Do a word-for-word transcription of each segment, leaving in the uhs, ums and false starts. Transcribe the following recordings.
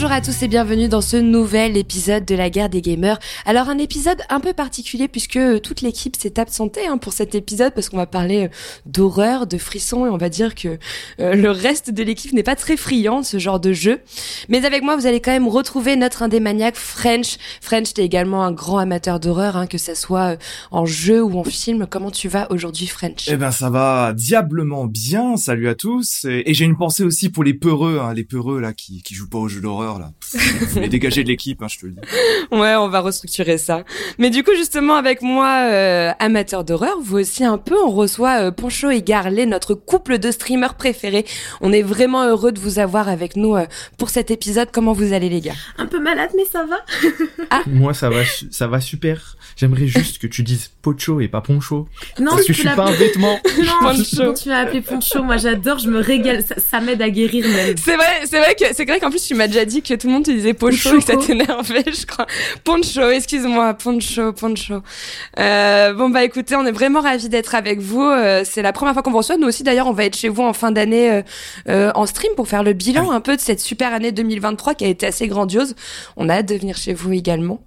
Bonjour à tous et bienvenue dans ce nouvel épisode de la guerre des gamers. Alors un épisode un peu particulier puisque toute l'équipe s'est absentée hein, pour cet épisode parce qu'on va parler d'horreur, de frissons et on va dire que euh, le reste de l'équipe n'est pas très friand de ce genre de jeu. Mais avec moi vous allez quand même retrouver notre indémaniaque French. French, t'es également un grand amateur d'horreur, hein, que ça soit en jeu ou en film. Comment tu vas aujourd'hui French ? Eh ben ça va diablement bien, salut à tous. Et, et j'ai une pensée aussi pour les peureux, hein, les peureux là qui, qui jouent pas aux jeux d'horreur là. Faut les dégager de l'équipe, hein, je te le dis. Ouais, on va restructurer ça. Mais du coup, justement, avec moi, euh, amateur d'horreur, vous aussi un peu, on reçoit euh, Poncho et Garlet, notre couple de streamers préférés. On est vraiment heureux de vous avoir avec nous euh, pour cet épisode. Comment vous allez, les gars ? Un peu malade, mais ça va. Ah. Moi, ça va, ça va super. J'aimerais juste que tu dises Pocho et pas Poncho. Non, parce que je suis pas un vêtement. Non, je tu m'as appelé Poncho. Moi, j'adore, je me régale. Ça, ça m'aide à guérir même. C'est vrai, c'est vrai que c'est vrai qu'en plus tu m'as déjà dit que tout le monde te disait Poncho et que ça t'énervait, je crois. Poncho, excuse-moi, Poncho, Poncho. Euh, bon bah écoutez, on est vraiment ravis d'être avec vous. Euh, c'est la première fois qu'on vous reçoit. Nous aussi d'ailleurs, on va être chez vous en fin d'année euh, euh, en stream pour faire le bilan un peu de cette super année deux mille vingt-trois qui a été assez grandiose. On a hâte de venir chez vous également.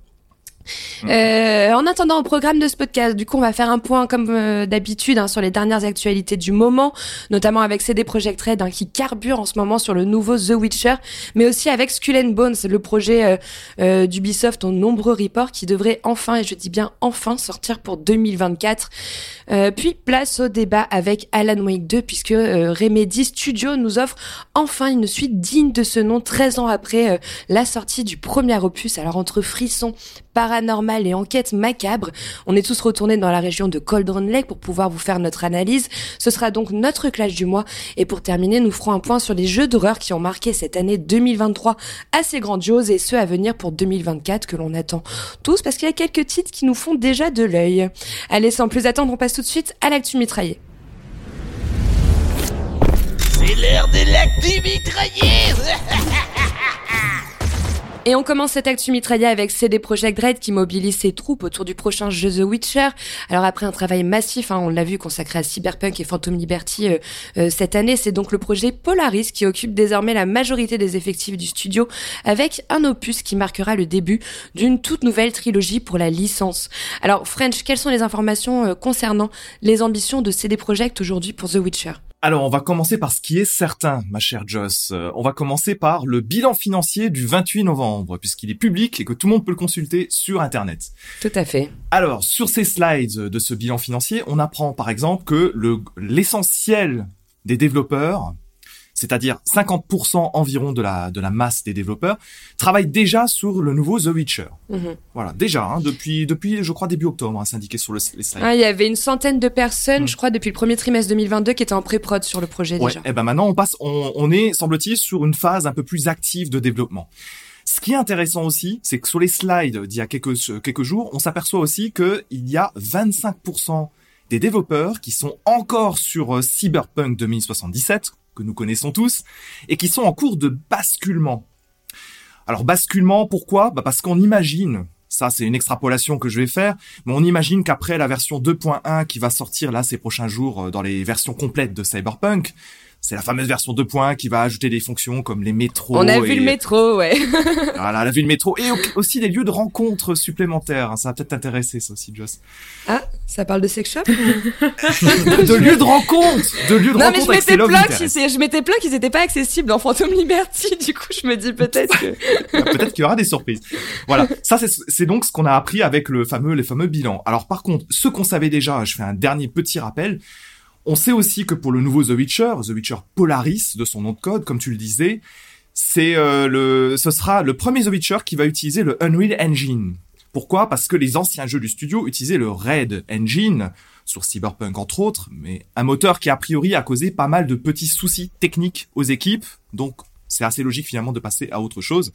Euh, en attendant au programme de ce podcast, du coup on va faire un point comme euh, d'habitude hein, sur les dernières actualités du moment, notamment avec C D Projekt Red hein, qui carbure en ce moment sur le nouveau The Witcher, mais aussi avec Skull and Bones, le projet euh, euh, d'Ubisoft aux nombreux reports qui devrait enfin, et je dis bien enfin, sortir pour deux mille vingt-quatre. Euh, puis place au débat avec Alan Wake deux puisque euh, Remedy Studio nous offre enfin une suite digne de ce nom treize ans après euh, la sortie du premier opus. Alors entre frissons, paranormal et enquête macabre, on est tous retournés dans la région de Cauldron Lake pour pouvoir vous faire notre analyse. Ce sera donc notre clash du mois et pour terminer, nous ferons un point sur les jeux d'horreur qui ont marqué cette année deux mille vingt-trois assez grandiose et ceux à venir pour deux mille vingt-quatre que l'on attend tous parce qu'il y a quelques titres qui nous font déjà de l'œil. Allez, sans plus attendre, on passe tout de suite à l'actu mitraillée. C'est l'heure de l'actu mitraillée. Et on commence cette actu mitraillée avec C D Projekt Red qui mobilise ses troupes autour du prochain jeu The Witcher. Alors après un travail massif, hein, on l'a vu, consacré à Cyberpunk et Phantom Liberty euh, euh, cette année, c'est donc le projet Polaris qui occupe désormais la majorité des effectifs du studio avec un opus qui marquera le début d'une toute nouvelle trilogie pour la licence. Alors French, quelles sont les informations euh, concernant les ambitions de C D Projekt aujourd'hui pour The Witcher ? Alors, on va commencer par ce qui est certain, ma chère Joss. Euh, on va commencer par le bilan financier du vingt-huit novembre, puisqu'il est public et que tout le monde peut le consulter sur Internet. Tout à fait. Alors, sur ces slides de ce bilan financier, on apprend par exemple que le, l'essentiel des développeurs, c'est-à-dire cinquante pour cent environ de la de la masse des développeurs, travaillent déjà sur le nouveau The Witcher. Mm-hmm. Voilà, déjà, hein, depuis depuis je crois début octobre, hein, c'est indiqué sur le, les slides. Ah, il y avait une centaine de personnes, mm. je crois, depuis le premier trimestre deux mille vingt-deux qui étaient en pré-prod sur le projet ouais, déjà. Et ben maintenant on passe, on, on est semble-t-il sur une phase un peu plus active de développement. Ce qui est intéressant aussi, c'est que sur les slides d'il y a quelques quelques jours, on s'aperçoit aussi que il y a vingt-cinq pour cent des développeurs qui sont encore sur Cyberpunk deux mille soixante-dix-sept, que nous connaissons tous, et qui sont en cours de basculement. Alors basculement, pourquoi ? Bah parce qu'on imagine, ça c'est une extrapolation que je vais faire, mais on imagine qu'après la version deux point un qui va sortir là ces prochains jours dans les versions complètes de Cyberpunk, c'est la fameuse version deux point un qui va ajouter des fonctions comme les métros. On a vu et... le métro, ouais. Voilà, on a vu le métro. Et aussi des lieux de rencontre supplémentaires. Ça va peut-être t'intéresser, ça aussi, Joss. Ah, ça parle de sex shop? de, de lieux de rencontre! De lieux de non, rencontre mais je avec mettais plat qu'ils, je mettais plat qu'ils étaient pas accessibles dans Phantom Liberty. Du coup, je me dis peut-être que... peut-être qu'il y aura des surprises. Voilà. Ça, c'est, c'est donc ce qu'on a appris avec le fameux, les fameux bilans. Alors, par contre, ce qu'on savait déjà, je fais un dernier petit rappel. On sait aussi que pour le nouveau The Witcher, The Witcher Polaris, de son nom de code, comme tu le disais, c'est euh, le, ce sera le premier The Witcher qui va utiliser le Unreal Engine. Pourquoi ? Parce que les anciens jeux du studio utilisaient le Red Engine, sur Cyberpunk entre autres, mais un moteur qui a priori a causé pas mal de petits soucis techniques aux équipes, donc c'est assez logique finalement de passer à autre chose.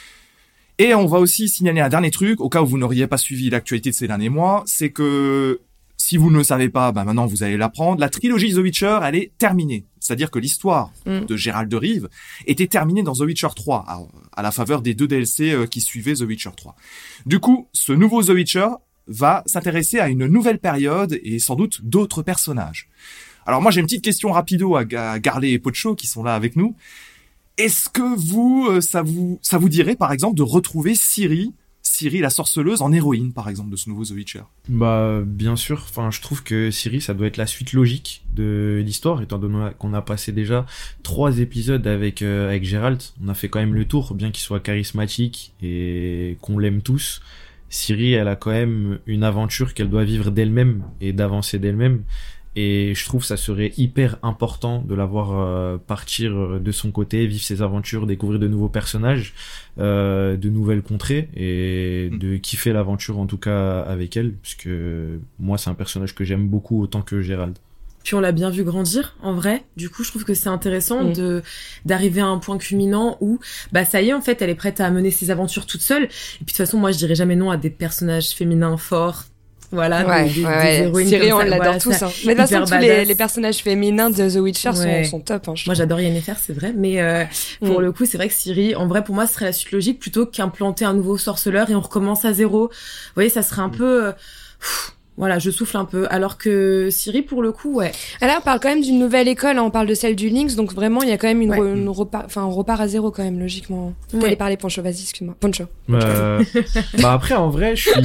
Et on va aussi signaler un dernier truc, au cas où vous n'auriez pas suivi l'actualité de ces derniers mois, c'est que si vous ne le savez pas, bah maintenant vous allez l'apprendre. La trilogie The Witcher, elle est terminée. C'est-à-dire que l'histoire mm. de Geralt de Rive était terminée dans The Witcher trois, à, à la faveur des deux D L C qui suivaient The Witcher trois. Du coup, ce nouveau The Witcher va s'intéresser à une nouvelle période et sans doute d'autres personnages. Alors moi, j'ai une petite question rapido à, à Garlet et Pocho qui sont là avec nous. Est-ce que vous, euh, ça vous, ça vous dirait par exemple de retrouver Ciri, Ciri la sorceleuse en héroïne par exemple de ce nouveau The Witcher? Bah bien sûr, enfin je trouve que Ciri ça doit être la suite logique de l'histoire étant donné qu'on a passé déjà trois épisodes avec euh, avec Geralt, on a fait quand même le tour, bien qu'il soit charismatique et qu'on l'aime tous. Ciri, elle a quand même une aventure qu'elle doit vivre d'elle-même et d'avancer d'elle-même. Et je trouve ça serait hyper important de la voir euh, partir de son côté, vivre ses aventures, découvrir de nouveaux personnages, euh, de nouvelles contrées et de kiffer l'aventure en tout cas avec elle, puisque moi c'est un personnage que j'aime beaucoup autant que Geralt. Puis on l'a bien vu grandir, en vrai. Du coup, je trouve que c'est intéressant mmh. de d'arriver à un point culminant où, bah ça y est, en fait, elle est prête à mener ses aventures toute seule. Et puis de toute façon, moi, je dirais jamais non à des personnages féminins forts. Voilà, ouais, des, des, ouais, des héroïnes Ciri, comme on ça. l'adore Voilà, tous. ça, Hein. Mais de toute façon, tous les, les personnages féminins de The Witcher ouais. sont, sont top. Hein, moi, j'adore Yennefer, c'est vrai. Mais euh, pour mm. le coup, c'est vrai que Ciri, en vrai, pour moi, ce serait la suite logique plutôt qu'implanter un nouveau sorceleur et on recommence à zéro. Vous voyez, ça serait un mm. peu... Euh, pff, voilà, je souffle un peu. Alors que Ciri, pour le coup, ouais. Alors, on parle quand même d'une nouvelle école. Hein. On parle de celle du Lynx. Donc, vraiment, il y a quand même une, ouais. re, une repart... Enfin, on repart à zéro quand même, logiquement. Tu peux aller parler, Poncho. Vas-y, excuse-moi. Poncho. Euh... bah après, en vrai, je suis,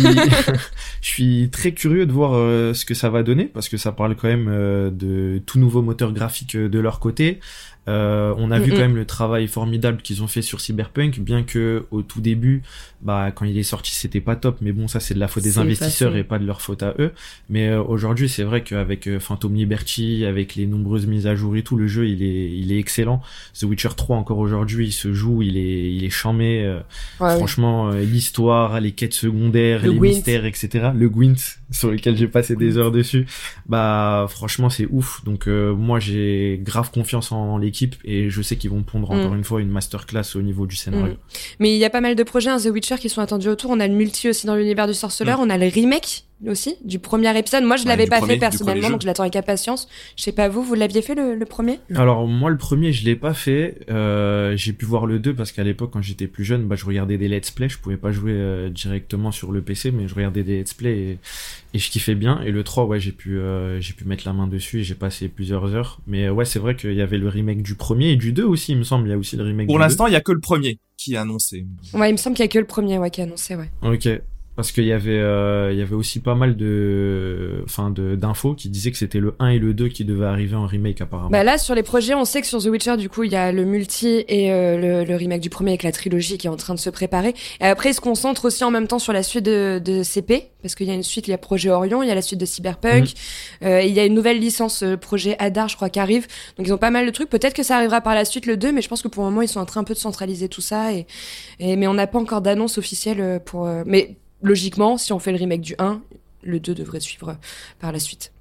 je suis très curieux de voir euh, ce que ça va donner parce que ça parle quand même euh, de tout nouveau moteur graphique de leur côté. Euh, on a mm-hmm. vu quand même le travail formidable qu'ils ont fait sur Cyberpunk, bien que au tout début, bah quand il est sorti c'était pas top, mais bon ça c'est de la faute des c'est investisseurs facile. Et pas de leur faute à eux. Mais euh, aujourd'hui c'est vrai qu'avec euh, Phantom Liberty, avec les nombreuses mises à jour et tout, le jeu il est il est excellent. The Witcher trois encore aujourd'hui il se joue, il est il est charmé. Euh, ouais, franchement oui. euh, l'histoire, les quêtes secondaires, le les Gwent. Mystères, et cetera. Le Gwent sur lequel j'ai passé des heures dessus, bah franchement c'est ouf. Donc euh, moi j'ai grave confiance en l'équipe. Et je sais qu'ils vont pondre encore mm. une fois une masterclass au niveau du scénario. Mm. Mais il y a pas mal de projets, hein, The Witcher, qui sont attendus autour. On a le multi aussi dans l'univers du sorceleur. Mm. On a le remake aussi du premier épisode. Moi, je ouais, l'avais pas premier, fait personnellement, donc je l'attends avec impatience. Je sais pas vous, vous l'aviez fait le, le premier? Alors moi, le premier, je l'ai pas fait. Euh, j'ai pu voir le deux parce qu'à l'époque, quand j'étais plus jeune, bah je regardais des let's play. Je pouvais pas jouer euh, directement sur le P C, mais je regardais des let's play et, et je kiffais bien. Et le trois, ouais, j'ai pu euh, j'ai pu mettre la main dessus et j'ai passé plusieurs heures. Mais ouais, c'est vrai qu'il y avait le remake du premier et du deux aussi, il me semble. Il y a aussi le remake. Pour du l'instant, deux. il y a que le premier qui est annoncé. Ouais, il me semble qu'il y a que le premier, ouais, qui est annoncé, ouais. Ok. Parce qu'il y avait, euh, il y avait aussi pas mal de, enfin, de, d'infos qui disaient que c'était le un et le deux qui devaient arriver en remake, apparemment. Bah là, sur les projets, on sait que sur The Witcher, du coup, il y a le multi et euh, le, le remake du premier avec la trilogie qui est en train de se préparer. Et après, ils se concentrent aussi en même temps sur la suite de, de C P, parce qu'il y a une suite, il y a Projet Orion, il y a la suite de Cyberpunk, mmh. euh, il y a une nouvelle licence, Projet Hadar, je crois, qui arrive. Donc, ils ont pas mal de trucs. Peut-être que ça arrivera par la suite, le deux, mais je pense que pour le moment, ils sont en train un peu de centraliser tout ça. Et, et mais on n'a pas encore d'annonce officielle pour... Euh, mais logiquement, si on fait le remake du un, le deux devrait suivre par la suite.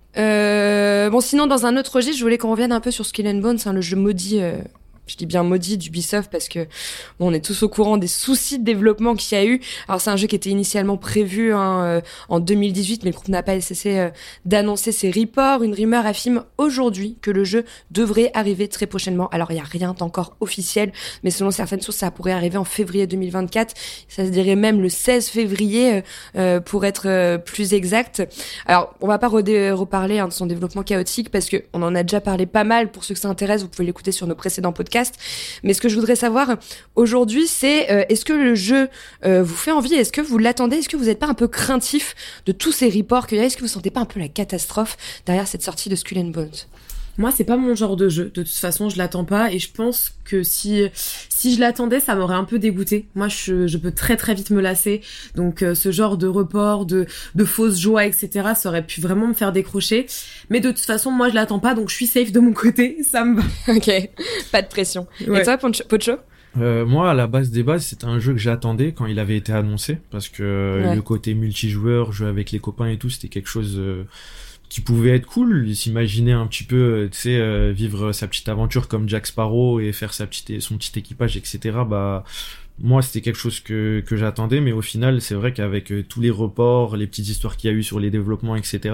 Euh, bon, sinon, dans un autre registre, je voulais qu'on revienne un peu sur Skull and Bones, hein, le jeu maudit, euh, je dis bien maudit d'Ubisoft parce que bon, on est tous au courant des soucis de développement qu'il y a eu. Alors, c'est un jeu qui était initialement prévu hein, euh, en deux mille dix-huit, mais le groupe n'a pas cessé euh, d'annoncer ses reports. Une rumeur affirme aujourd'hui que le jeu devrait arriver très prochainement. Alors, il n'y a rien d'encore officiel, mais selon certaines sources, ça pourrait arriver en février deux mille vingt-quatre. Ça se dirait même le seize février, euh, pour être euh, plus exact. Alors, on va pas redé- reparler hein, de son développement chaotique parce que on en a déjà parlé pas mal. Pour ceux que ça intéresse, vous pouvez l'écouter sur nos précédents podcasts. Mais ce que je voudrais savoir aujourd'hui, c'est euh, est-ce que le jeu euh, vous fait envie? Est-ce que vous l'attendez? Est-ce que vous n'êtes pas un peu craintif de tous ces reports qu'il y a? Est-ce que vous sentez pas un peu la catastrophe derrière cette sortie de Skull and Bones? Moi, c'est pas mon genre de jeu. De toute façon, je l'attends pas et je pense que si si je l'attendais, ça m'aurait un peu dégoûté. Moi, je, je peux très très vite me lasser. Donc, euh, ce genre de report, de de fausses joies, et cetera, ça aurait pu vraiment me faire décrocher. Mais de toute façon, moi, je l'attends pas, donc je suis safe de mon côté. Ça me va. Ok, pas de pression. Ouais. Et toi, Poncho, Pocho? Euh, moi, à la base des bases, c'était un jeu que j'attendais quand il avait été annoncé, parce que ouais. le côté multijoueur, jouer avec les copains et tout, c'était quelque chose euh, qui pouvait être cool. S'imaginer un petit peu, tu sais, euh, vivre sa petite aventure comme Jack Sparrow et faire sa petite, son petit équipage, et cetera. Bah, moi c'était quelque chose que que j'attendais, mais au final c'est vrai qu'avec euh, tous les reports, les petites histoires qu'il y a eu sur les développements, etc.,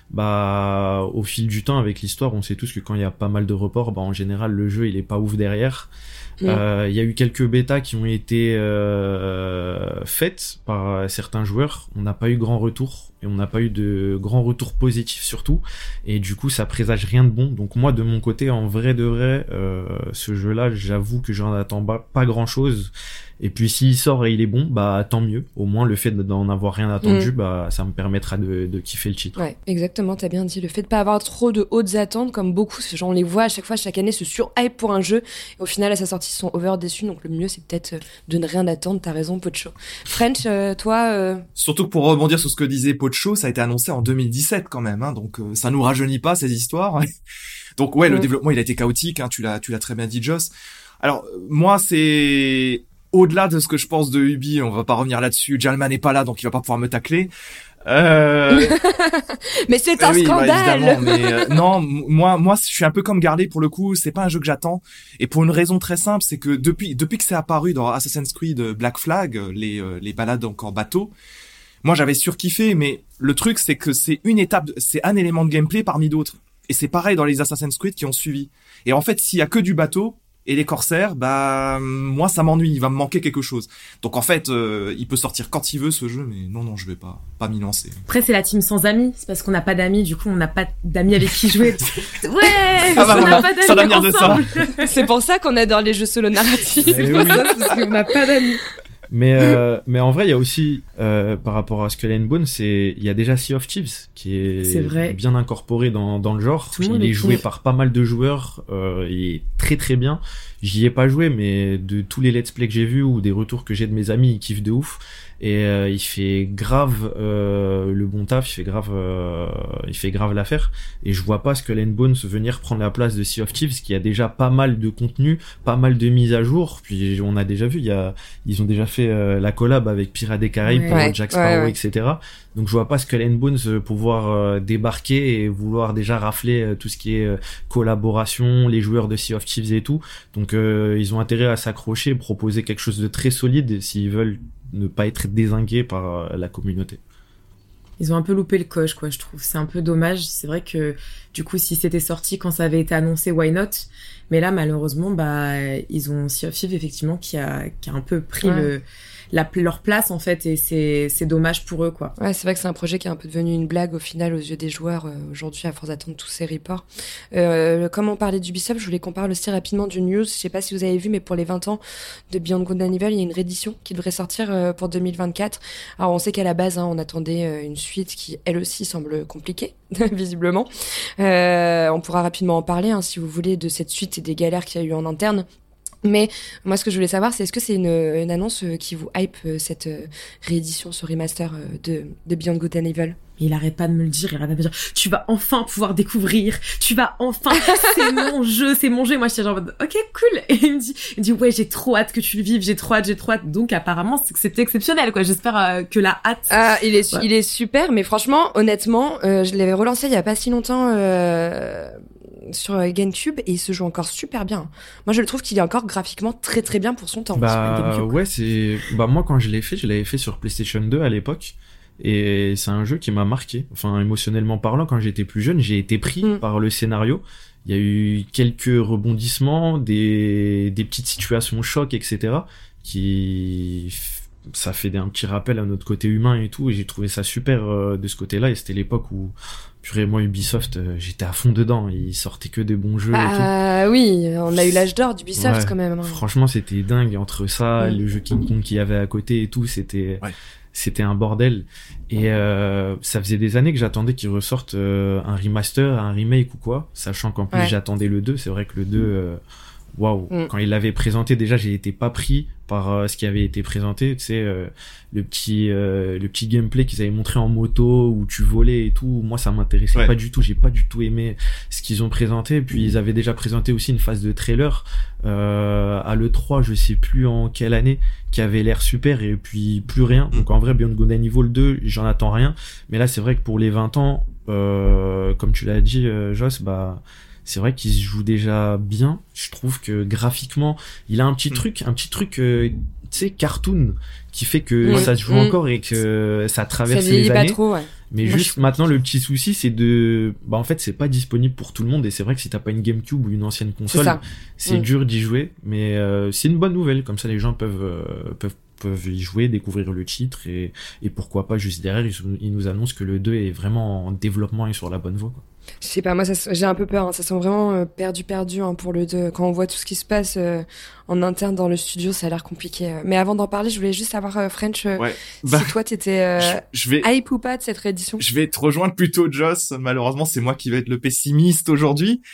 bah au fil du temps avec l'histoire, on sait tous que quand il y a pas mal de reports, bah en général le jeu il est pas ouf derrière. Il mmh. euh, y a eu quelques bêtas qui ont été euh, faites par certains joueurs. On n'a pas eu grand retour et on n'a pas eu de grand retour positif surtout. Et du coup, ça présage rien de bon. Donc moi, de mon côté, en vrai de vrai, euh, ce jeu-là, j'avoue que j'en attends pas, pas grand-chose. Et puis s'il sort et il est bon, bah tant mieux. Au moins le fait d'en avoir rien attendu, mmh. bah ça me permettra de, de kiffer le titre. Ouais, exactement. T'as bien dit. Le fait de pas avoir trop de hautes attentes, comme beaucoup, genre on les voit à chaque fois, chaque année, se sur-hype pour un jeu. Et au final, à sa sortie, ils sont over déçus. Donc le mieux, c'est peut-être de ne rien attendre. T'as raison, Pocho. French, euh, toi. Euh... Surtout que pour rebondir sur ce que disait Pocho, ça a été annoncé en deux mille dix-sept quand même. Hein, donc euh, ça nous rajeunit pas ces histoires. Donc ouais, mmh. le développement, il a été chaotique. Hein, tu l'as, tu l'as très bien dit, Joss. Alors moi, c'est au-delà de ce que je pense de Ubi, on va pas revenir là-dessus. Jalma n'est pas là, donc il va pas pouvoir me tacler. Euh... mais c'est un oui, scandale. Bah, mais euh, non, moi, moi, je suis un peu comme Garley pour le coup. C'est pas un jeu que j'attends, et pour une raison très simple, c'est que depuis, depuis que c'est apparu dans Assassin's Creed Black Flag, les euh, les balades encore bateau, moi j'avais surkiffé. Mais le truc, c'est que c'est une étape, c'est un élément de gameplay parmi d'autres, et c'est pareil dans les Assassin's Creed qui ont suivi. Et en fait, s'il y a que du bateau et les corsaires, bah moi ça m'ennuie, il va me manquer quelque chose. Donc en fait, euh, il peut sortir quand il veut ce jeu, mais non non, je vais pas pas m'y lancer. Après c'est la team sans amis, c'est parce qu'on n'a pas d'amis, du coup on n'a pas d'amis avec qui jouer. Ouais, ah bah, on voilà. n'a pas d'amis ça va venir de ça. C'est pour ça qu'on adore les jeux solo narratifs. Eh oui. Parce qu'on n'a pas d'amis. Mais euh, mais en vrai, il y a aussi euh, par rapport à Skull and Bones, c'est il y a déjà Sea of Thieves qui est, c'est vrai. bien incorporé dans dans le genre. Tout il est joué par pas mal de joueurs, euh, il est très très bien. J'y ai pas joué, mais de tous les let's play que j'ai vus ou des retours que j'ai de mes amis, ils kiffent de ouf. Et euh, il fait grave euh, le bon taf, il fait grave, euh, il fait grave l'affaire. Et je vois pas Skull and Bones venir prendre la place de Sea of Thieves, qui a déjà pas mal de contenu, pas mal de mises à jour. Puis on a déjà vu, il y a, ils ont déjà fait euh, la collab avec Pirates des Caraïbes ouais, pour ouais, Jack Sparrow, ouais, ouais. et cetera. Donc je vois pas Skull and Bones pouvoir euh, débarquer et vouloir déjà rafler euh, tout ce qui est euh, collaboration, les joueurs de Sea of Thieves et tout. Donc euh, ils ont intérêt à s'accrocher, proposer quelque chose de très solide s'ils veulent ne pas être dézingués par la communauté. Ils ont un peu loupé le coche, quoi, je trouve. C'est un peu dommage. C'est vrai que, du coup, si c'était sorti quand ça avait été annoncé, why not? Mais là, malheureusement, bah, ils ont Sea of Thieves, effectivement, qui a, qui a un peu pris ouais. le, la, leur place, en fait, et c'est, c'est dommage pour eux, quoi. Ouais, c'est vrai que c'est un projet qui est un peu devenu une blague, au final, aux yeux des joueurs, euh, aujourd'hui, à force d'attendre tous ces reports. Euh, comme on parlait d'Ubisoft, je voulais qu'on parle aussi rapidement d'une news. Je sais pas si vous avez vu, mais pour les vingt ans de Beyond Good and Evil, il y a une réédition qui devrait sortir euh, pour deux mille vingt-quatre. Alors, on sait qu'à la base, hein, on attendait euh, une suite qui, elle aussi, semble compliquée, visiblement. Euh, on pourra rapidement en parler, hein, si vous voulez, de cette suite et des galères qu'il y a eu en interne. Mais moi, ce que je voulais savoir, c'est est-ce que c'est une, une annonce qui vous hype, cette réédition, ce remaster de, de Beyond Good and Evil? Il arrête pas de me le dire, il arrête pas de me dire, tu vas enfin pouvoir découvrir, tu vas enfin, c'est mon jeu, c'est mon jeu. Et moi, j'étais genre, ok, cool. Et il me dit, il me dit, ouais, j'ai trop hâte que tu le vives, j'ai trop hâte, j'ai trop hâte. Donc, apparemment, c'est que c'était exceptionnel, quoi. J'espère euh, que la hâte. Ah, il est, ouais. il est super, mais franchement, honnêtement, euh, je l'avais relancé il y a pas si longtemps, euh, sur GameCube, et il se joue encore super bien. Moi, je le trouve qu'il est encore graphiquement très très bien pour son temps. Bah, ouais, c'est, bah, moi, quand je l'ai fait, je l'avais fait sur PlayStation deux à l'époque. Et c'est un jeu qui m'a marqué. Enfin, émotionnellement parlant, quand j'étais plus jeune, j'ai été pris mmh. par le scénario. Il y a eu quelques rebondissements, des, des petites situations chocs, et cetera. Qui, ça fait un petit rappel à notre côté humain et tout. Et j'ai trouvé ça super euh, de ce côté-là. Et c'était l'époque où, purée, moi, Ubisoft, euh, j'étais à fond dedans. Il sortait que des bons jeux. Ah oui, on a eu l'âge d'or d'Ubisoft ouais. quand même. Hein. Franchement, c'était dingue. Entre ça, mmh. le jeu King Kong qu'il y avait à côté et tout, c'était... Ouais. C'était un bordel. Et euh, ça faisait des années que j'attendais qu'ils ressortent euh, un remaster, un remake ou quoi, sachant qu'en plus ouais. j'attendais le deux. C'est vrai que le deux, waouh, wow. mm. quand il l'avait présenté, déjà j'ai été pas pris par euh, ce qui avait été présenté. Tu sais, euh, le petit euh, le petit gameplay qu'ils avaient montré en moto où tu volais et tout. Moi, ça m'intéressait ouais. pas du tout. J'ai pas du tout aimé ce qu'ils ont présenté. Et puis ils avaient déjà présenté aussi une phase de trailer euh, à l'E trois, je sais plus en quelle année, qui avait l'air super, et puis plus rien. Donc en vrai, Beyond Good and Evil deux, j'en attends rien. Mais là, c'est vrai que pour les vingt ans, euh, comme tu l'as dit, euh, Joss, bah c'est vrai qu'il se joue déjà bien. Je trouve que graphiquement, il a un petit mmh. truc, un petit truc euh, tu sais, cartoon, qui fait que mmh. ça se joue mmh. encore et que ça traverse ça les années. pas trop, ouais. Mais Moi, juste je... maintenant, le petit souci, c'est de, bah en fait, c'est pas disponible pour tout le monde et c'est vrai que si t'as pas une GameCube ou une ancienne console, c'est, c'est mmh. dur d'y jouer. Mais euh, c'est une bonne nouvelle, comme ça les gens peuvent euh, peuvent peuvent y jouer, découvrir le titre et et pourquoi pas juste derrière ils, ils nous annoncent que le deux est vraiment en développement et sur la bonne voie, quoi. Je sais pas, moi ça, j'ai un peu peur, hein. Ça sent vraiment euh, perdu perdu hein, pour le deux. Quand on voit tout ce qui se passe euh, en interne dans le studio, ça a l'air compliqué. Mais avant d'en parler, je voulais juste savoir euh, French, euh, ouais. si bah, toi t'étais euh, je, je vais... hype ou pas de cette réédition. Je vais te rejoindre plutôt, Joss. Malheureusement, c'est moi qui vais être le pessimiste aujourd'hui.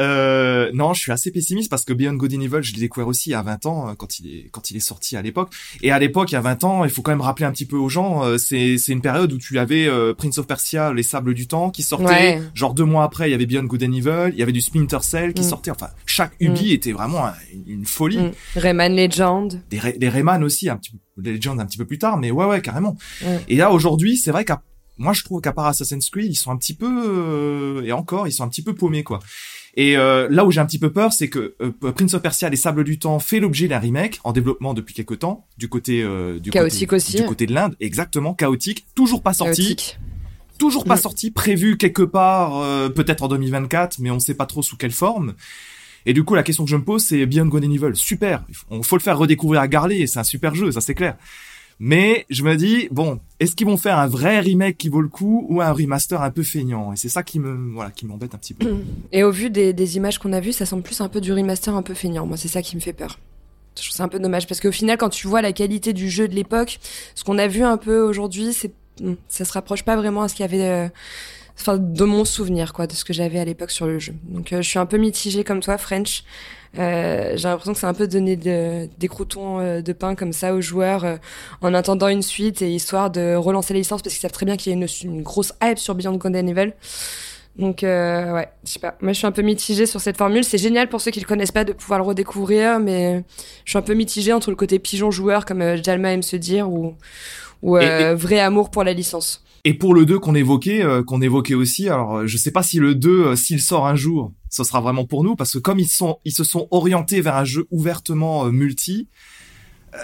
Euh, non, je suis assez pessimiste parce que Beyond Good and Evil, je l'ai découvert aussi il y a vingt ans quand il est quand il est sorti à l'époque. Et à l'époque, il y a vingt ans, il faut quand même rappeler un petit peu aux gens, euh, c'est c'est une période où tu avais euh, Prince of Persia, Les Sables du Temps qui sortait. Ouais. Genre deux mois après, il y avait Beyond Good and Evil, il y avait du Splinter Cell qui mm. sortait. Enfin, chaque Ubi mm. était vraiment un, une, une folie. Mm. Rayman Legend. Des, des Rayman aussi, un petit peu, Legend un petit peu plus tard, mais ouais, ouais, carrément. Mm. Et là, aujourd'hui, c'est vrai qu'à moi, je trouve qu'à part Assassin's Creed, ils sont un petit peu, euh, et encore, ils sont un petit peu paumés, quoi. Et euh, là où j'ai un petit peu peur, c'est que euh, Prince of Persia, Les Sables du Temps fait l'objet d'un remake en développement depuis quelques temps, du côté euh, du chaotique côté, aussi, du côté de l'Inde, exactement, chaotique, toujours pas sorti. Chaotique. Toujours pas mmh. sorti, prévu quelque part, euh, peut-être en deux mille vingt-quatre, mais on sait pas trop sous quelle forme. Et du coup, la question que je me pose, c'est Beyond Good and Evil, super. Il faut le faire redécouvrir à Garley, c'est un super jeu, ça c'est clair. Mais je me dis, bon, est-ce qu'ils vont faire un vrai remake qui vaut le coup ou un remaster un peu feignant? Et c'est ça qui me, voilà, qui m'embête un petit peu. Et au vu des, des images qu'on a vues, ça semble plus un peu du remaster un peu feignant. Moi, c'est ça qui me fait peur. Je trouve ça un peu dommage parce qu'au final, quand tu vois la qualité du jeu de l'époque, ce qu'on a vu un peu aujourd'hui, c'est ça se rapproche pas vraiment à ce qu'il y avait, euh, enfin, de mon souvenir, quoi, de ce que j'avais à l'époque sur le jeu. Donc, euh, je suis un peu mitigée comme toi, French. Euh, j'ai l'impression que c'est un peu donner de, des croûtons euh, de pain comme ça aux joueurs euh, en attendant une suite et histoire de relancer les licences parce qu'ils savent très bien qu'il y a une, une grosse hype sur Beyond Good and Evil. Donc, euh, ouais, je sais pas. Moi, je suis un peu mitigée sur cette formule. C'est génial pour ceux qui le connaissent pas de pouvoir le redécouvrir, mais je suis un peu mitigée entre le côté pigeon joueur, comme euh, Jalma aime se dire, ou, ou euh, et, et... vrai amour pour la licence. Et pour le deux qu'on évoquait, euh, qu'on évoquait aussi, alors je sais pas si le deux, euh, s'il sort un jour, ce sera vraiment pour nous, parce que comme ils sont, ils se sont orientés vers un jeu ouvertement euh, multi, euh,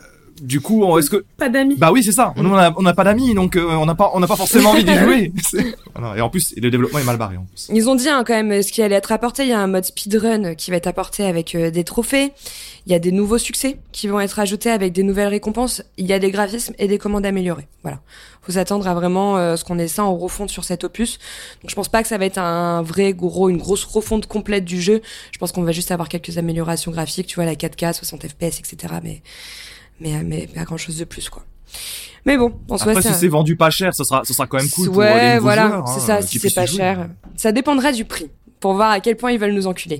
du coup, on, est-ce que pas d'amis? Bah oui, c'est ça. On n'a on a pas d'amis, donc euh, on n'a pas, on n'a pas forcément envie d'y jouer. Voilà. Et en plus, le développement est mal barré. En plus. Ils ont dit hein, quand même ce qui allait être apporté. Il y a un mode speedrun qui va être apporté avec euh, des trophées. Il y a des nouveaux succès qui vont être ajoutés avec des nouvelles récompenses. Il y a des graphismes et des commandes améliorées. Voilà. Faut s'attendre à vraiment euh, ce qu'on essaie en refonte sur cet opus. Donc je pense pas que ça va être un vrai gros, une grosse refonte complète du jeu. Je pense qu'on va juste avoir quelques améliorations graphiques. Tu vois, la quatre K, soixante F P S, et cetera. Mais mais mais pas grand chose de plus, quoi. Mais bon, en soi, après c'est si c'est vendu pas cher, ce sera ce sera quand même cool ouais, pour les nouveaux voilà, joueurs. c'est hein, ça. Si c'est pas cher, ça dépendra du prix. Pour voir à quel point ils veulent nous enculer.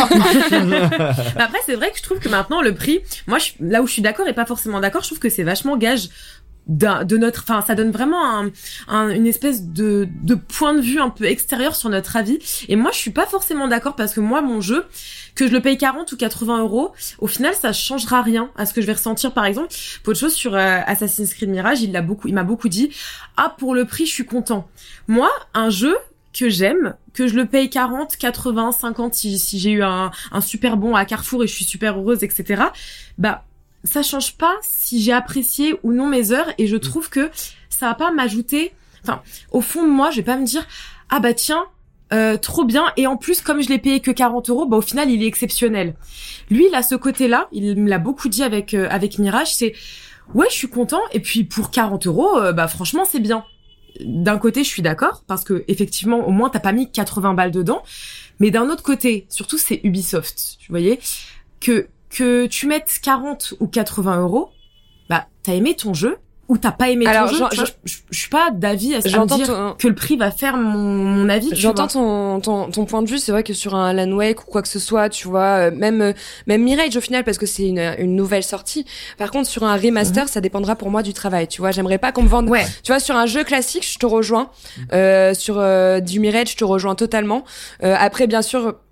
Après, c'est vrai que je trouve que maintenant, le prix, moi, je, là où je suis d'accord et pas forcément d'accord, je trouve que c'est vachement gage d'un, de notre, enfin, ça donne vraiment un, un, une espèce de, de point de vue un peu extérieur sur notre avis. Et moi, je suis pas forcément d'accord parce que moi, mon jeu, que je le paye quarante ou quatre-vingts euros, au final, ça changera rien à ce que je vais ressentir, par exemple. Pour autre chose, sur euh, Assassin's Creed Mirage, il l'a beaucoup, il m'a beaucoup dit, ah, pour le prix, je suis content. Moi, un jeu que j'aime, que je le paye quarante, quatre-vingts, cinquante si, si j'ai eu un, un super bon à Carrefour et je suis super heureuse, et cetera. Bah, ça change pas si j'ai apprécié ou non mes heures et je trouve que ça va pas m'ajouter, enfin, au fond de moi, je vais pas me dire, ah bah tiens, euh, trop bien, et en plus, comme je l'ai payé que quarante euros, bah au final, il est exceptionnel. Lui, il a ce côté-là, il me l'a beaucoup dit avec, euh, avec Mirage, c'est, ouais, je suis content, et puis pour quarante euros, euh, bah franchement, c'est bien. D'un côté, je suis d'accord, parce que effectivement, au moins, t'as pas mis quatre-vingts balles dedans. Mais d'un autre côté, surtout, c'est Ubisoft. Vous voyez, que que tu mettes quarante ou quatre-vingts euros, bah, t'as aimé ton jeu ou t'as pas aimé Alors, ton jeu. Je, je, je suis pas d'avis à, à me dire ton... que le prix va faire mon, mon avis. J'entends ton, ton, ton point de vue. C'est vrai que sur un Alan Wake ou quoi que ce soit, tu vois, même, même Mirage au final, parce que c'est une, une nouvelle sortie. Par contre, sur un remaster, mm-hmm. ça dépendra pour moi du travail. Tu vois, j'aimerais pas qu'on me vende. Ouais. Tu vois, sur un jeu classique, je te rejoins. Euh, sur euh, du Mirage, je te rejoins totalement. Euh, après, bien sûr,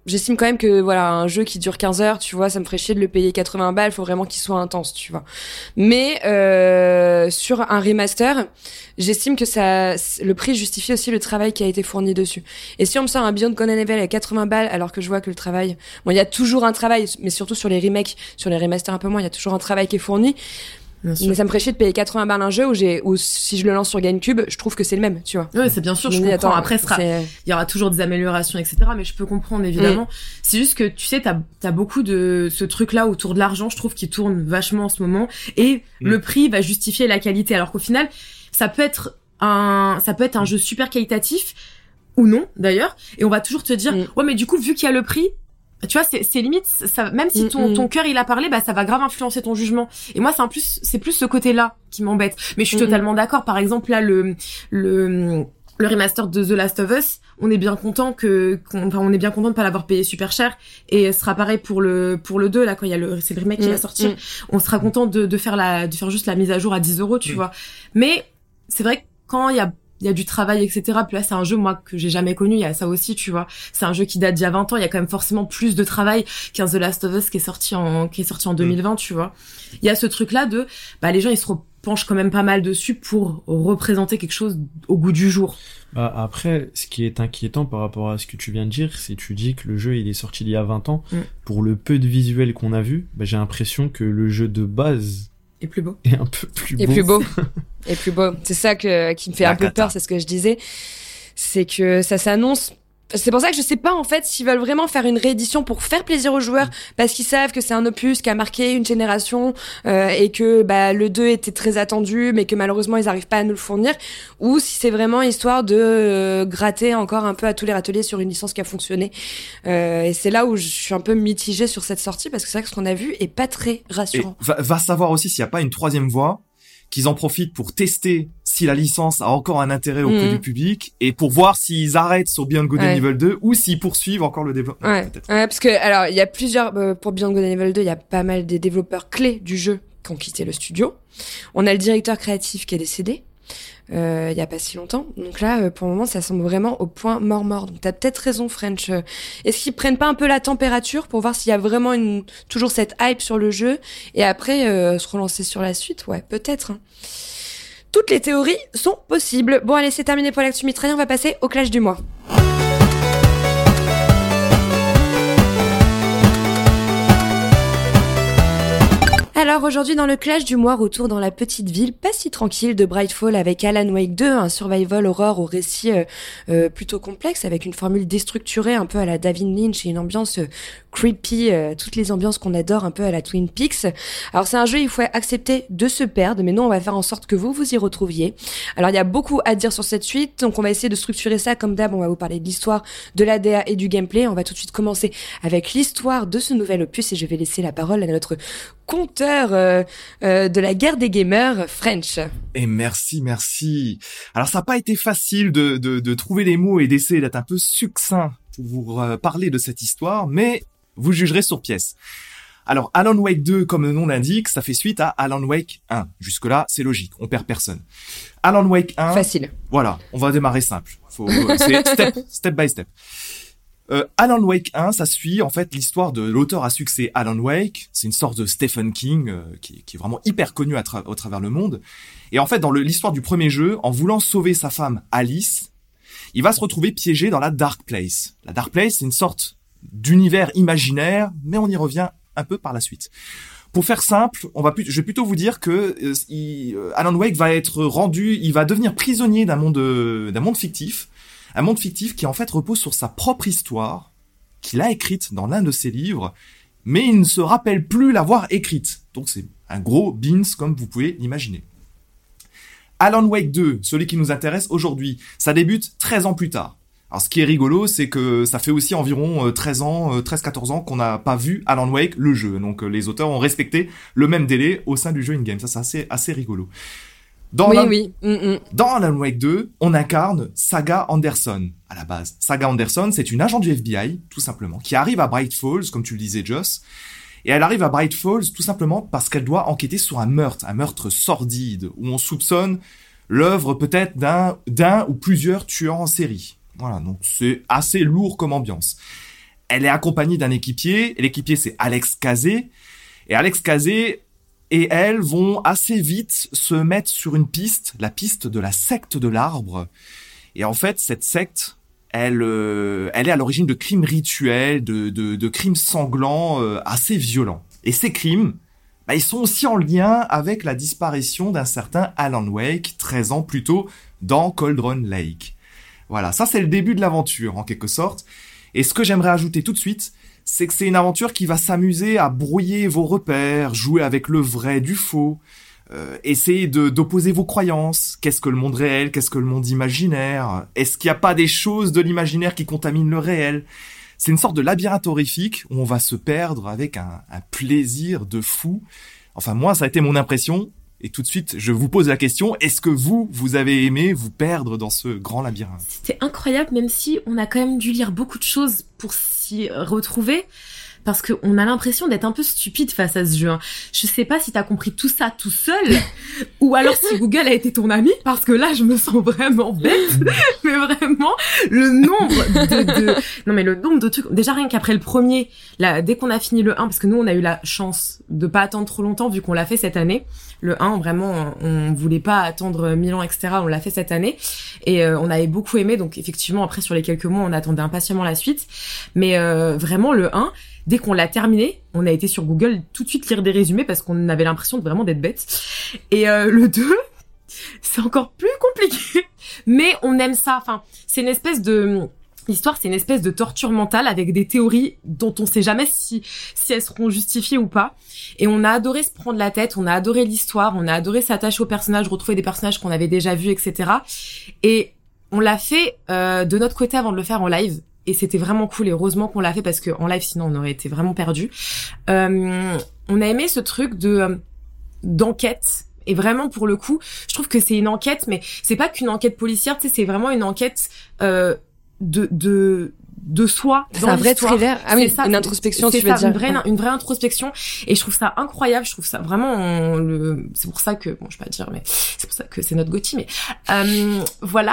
J'estime quand même que voilà, un jeu qui dure quinze heures, tu vois, ça me ferait chier de le payer quatre-vingts balles, faut vraiment qu'il soit intense, tu vois. Mais euh, sur un remaster, j'estime que ça le prix justifie aussi le travail qui a été fourni dessus. Et si on me sort un Beyond Good and Evil à quatre-vingts balles alors que je vois que le travail, bon, il y a toujours un travail, mais surtout sur les remakes, sur les remasters un peu moins, il y a toujours un travail qui est fourni. Mais ça me ferait chier de payer quatre-vingts balles un jeu où j'ai, où si je le lance sur GameCube, je trouve que c'est le même, tu vois. Ouais, c'est bien sûr, je, je comprends. Attends, après, sera, il y aura toujours des améliorations, et cetera. Mais je peux comprendre, évidemment. Mm. C'est juste que, tu sais, t'as, t'as beaucoup de ce truc-là autour de l'argent, je trouve, qui tourne vachement en ce moment. Et mm. le prix va justifier la qualité. Alors qu'au final, ça peut être un, ça peut être un jeu super qualitatif, ou non, d'ailleurs. Et on va toujours te dire, mm. ouais, mais du coup, vu qu'il y a le prix, tu vois, c'est, c'est limite, ça, même si ton, ton cœur il a parlé, bah, ça va grave influencer ton jugement. Et moi, c'est un plus, c'est plus ce côté-là qui m'embête. Mais je suis mm-hmm. totalement d'accord. Par exemple, là, le, le, le remaster de The Last of Us, on est bien content que, qu'on, enfin, on est bien content de pas l'avoir payé super cher. Et ce sera pareil pour le, pour le deux, là, quand il y a le, c'est le remake mm-hmm. qui va sortir. Mm-hmm. On sera content de, de faire la, de faire juste la mise à jour à dix euros, tu mm-hmm. vois. Mais, c'est vrai que quand il y a, il y a du travail, et cetera. Puis là, c'est un jeu, moi, que j'ai jamais connu. Il y a ça aussi, tu vois. C'est un jeu qui date d'il y a vingt ans. Il y a quand même forcément plus de travail qu'un The Last of Us qui est sorti en, qui est sorti en deux mille vingt, tu vois. Il y a ce truc-là de, bah, les gens, ils se penchent quand même pas mal dessus pour représenter quelque chose au goût du jour. Bah, après, ce qui est inquiétant par rapport à ce que tu viens de dire, c'est que tu dis que le jeu, il est sorti il y a vingt ans. Mm. Pour le peu de visuels qu'on a vu, bah, j'ai l'impression que le jeu de base, Et plus beau. Et un peu plus beau. Et plus beau. Et plus beau. C'est ça que, qui me fait La un peu cata. peur, c'est ce que je disais. C'est que ça s'annonce. C'est pour ça que je sais pas, en fait, s'ils veulent vraiment faire une réédition pour faire plaisir aux joueurs, parce qu'ils savent que c'est un opus qui a marqué une génération, euh, et que, bah, le deux était très attendu, mais que malheureusement, ils arrivent pas à nous le fournir, ou si c'est vraiment histoire de euh, gratter encore un peu à tous les râteliers sur une licence qui a fonctionné. Euh, et c'est là où je suis un peu mitigée sur cette sortie, parce que c'est vrai que ce qu'on a vu est pas très rassurant. Et va, va savoir aussi s'il y a pas une troisième voie, qu'ils en profitent pour tester si la licence a encore un intérêt auprès mmh. du public et pour voir s'ils arrêtent sur Beyond Good ouais. and Evil deux ou s'ils poursuivent encore le développement. Ouais. Peut-être. Ouais, parce que alors il y a plusieurs euh, pour Beyond Good and Evil deux, il y a pas mal des développeurs clés du jeu qui ont quitté le studio. On a le directeur créatif qui est décédé. Euh, il y a pas si longtemps. Donc là, euh, pour le moment, ça semble vraiment au point mort-mort. Donc t'as peut-être raison, French. Euh, est-ce qu'ils prennent pas un peu la température pour voir s'il y a vraiment une toujours cette hype sur le jeu et après euh, se relancer sur la suite? Ouais, peut-être. Hein. Toutes les théories sont possibles. Bon, allez, c'est terminé pour l'actu mitrailleur. On va passer au clash du mois. Alors aujourd'hui dans le clash du mois, retour dans la petite ville pas si tranquille de Brightfall avec Alan Wake deux, un survival horror au récit euh, euh, plutôt complexe avec une formule déstructurée un peu à la David Lynch et une ambiance euh, creepy, euh, toutes les ambiances qu'on adore un peu à la Twin Peaks. Alors c'est un jeu, il faut accepter de se perdre, mais nous on va faire en sorte que vous vous y retrouviez. Alors il y a beaucoup à dire sur cette suite, donc on va essayer de structurer ça comme d'hab, on va vous parler de l'histoire, de l'A D A et du gameplay. On va tout de suite commencer avec l'histoire de ce nouvel opus et je vais laisser la parole à notre conteur euh, euh, de la guerre des gamers, French. Et merci, merci. Alors ça n'a pas été facile de, de, de trouver les mots et d'essayer d'être un peu succinct pour vous euh, parler de cette histoire, mais vous jugerez sur pièce. Alors Alan Wake deux, comme le nom l'indique, ça fait suite à Alan Wake un. Jusque-là, c'est logique, on perd personne. Alan Wake un... Facile. Voilà, on va démarrer simple. Faut, c'est step, step by step. Euh, Alan Wake un, ça suit en fait l'histoire de l'auteur à succès Alan Wake. C'est une sorte de Stephen King euh, qui, qui est vraiment hyper connu à, tra- à travers le monde. Et en fait, dans le, l'histoire du premier jeu, en voulant sauver sa femme Alice, il va se retrouver piégé dans la Dark Place. La Dark Place, c'est une sorte d'univers imaginaire, mais on y revient un peu par la suite. Pour faire simple, on va plus, je vais plutôt vous dire que euh, il, euh, Alan Wake va être rendu, il va devenir prisonnier d'un monde, euh, d'un monde fictif. Un monde fictif qui en fait repose sur sa propre histoire, qu'il a écrite dans l'un de ses livres, mais il ne se rappelle plus l'avoir écrite. Donc c'est un gros beans comme vous pouvez l'imaginer. Alan Wake deux, celui qui nous intéresse aujourd'hui, ça débute treize ans plus tard. Alors ce qui est rigolo, c'est que ça fait aussi environ treize ans, treize quatorze ans qu'on n'a pas vu Alan Wake, le jeu. Donc les auteurs ont respecté le même délai au sein du jeu in-game. Ça c'est assez, assez rigolo. Dans oui, Alan... oui. Mm-mm. Dans Alan Wake deux, on incarne Saga Anderson, à la base. Saga Anderson, c'est une agent du F B I, tout simplement, qui arrive à Bright Falls, comme tu le disais, Joss. Et elle arrive à Bright Falls tout simplement parce qu'elle doit enquêter sur un meurtre, un meurtre sordide, où on soupçonne l'œuvre peut-être d'un, d'un ou plusieurs tueurs en série. Voilà, donc c'est assez lourd comme ambiance. elle est accompagnée d'un équipier, et l'équipier c'est Alex Kazé, et Alex Kazé et elle vont assez vite se mettre sur une piste, la piste de la secte de l'arbre. Et en fait, cette secte, elle, euh, elle est à l'origine de crimes rituels, de, de, de crimes sanglants euh, assez violents. Et ces crimes, bah, ils sont aussi en lien avec la disparition d'un certain Alan Wake, treize ans plus tôt, dans Cauldron Lake. Voilà, ça c'est le début de l'aventure, en quelque sorte. Et ce que j'aimerais ajouter tout de suite, c'est que c'est une aventure qui va s'amuser à brouiller vos repères, jouer avec le vrai du faux, euh, essayer de, d'opposer vos croyances. Qu'est-ce que le monde réel? Qu'est-ce que le monde imaginaire? Est-ce qu'il n'y a pas des choses de l'imaginaire qui contaminent le réel? C'est une sorte de labyrinthe horrifique où on va se perdre avec un, un plaisir de fou. Enfin, moi, ça a été mon impression. Et tout de suite, je vous pose la question, est-ce que vous, vous avez aimé vous perdre dans ce grand labyrinthe? C'était incroyable, même si on a quand même dû lire beaucoup de choses pour s'y retrouver, parce qu'on a l'impression d'être un peu stupide face à ce jeu. Hein. Je sais pas si t'as compris tout ça tout seul, ou alors si Google a été ton ami, parce que là, je me sens vraiment bête, mais vraiment, le nombre de, de... Non mais le nombre de trucs... Déjà, rien qu'après le premier, là, dès qu'on a fini le un, parce que nous, on a eu la chance de pas attendre trop longtemps, vu qu'on l'a fait cette année. Le un, vraiment, on voulait pas attendre mille ans, et cetera. On l'a fait cette année. Et euh, on avait beaucoup aimé. Donc, effectivement, après, sur les quelques mois, on attendait impatiemment la suite. Mais euh, vraiment, le un, dès qu'on l'a terminé, on a été sur Google tout de suite lire des résumés parce qu'on avait l'impression de vraiment d'être bête. Et euh, le deux, c'est encore plus compliqué. Mais on aime ça. Enfin, c'est une espèce de... L'histoire, c'est une espèce de torture mentale avec des théories dont on sait jamais si, si elles seront justifiées ou pas. Et on a adoré se prendre la tête, on a adoré l'histoire, on a adoré s'attacher aux personnages, retrouver des personnages qu'on avait déjà vus, et cetera. Et on l'a fait euh, de notre côté avant de le faire en live. Et c'était vraiment cool, et heureusement qu'on l'a fait parce que en live, sinon, on aurait été vraiment perdus. Euh, on a aimé ce truc de euh, d'enquête. Et vraiment, pour le coup, je trouve que c'est une enquête, mais c'est pas qu'une enquête policière, tu sais, c'est vraiment une enquête... Euh, de de de soi dans c'est un vrai l'histoire. thriller. Ah oui, ça, une introspection, c'est tu veux ça, dire. Une vraie, une vraie introspection. Et je trouve ça incroyable. Je trouve ça vraiment on, le. C'est pour ça que bon, je vais pas dire, mais c'est pour ça que c'est notre Gotti. Mais euh, voilà.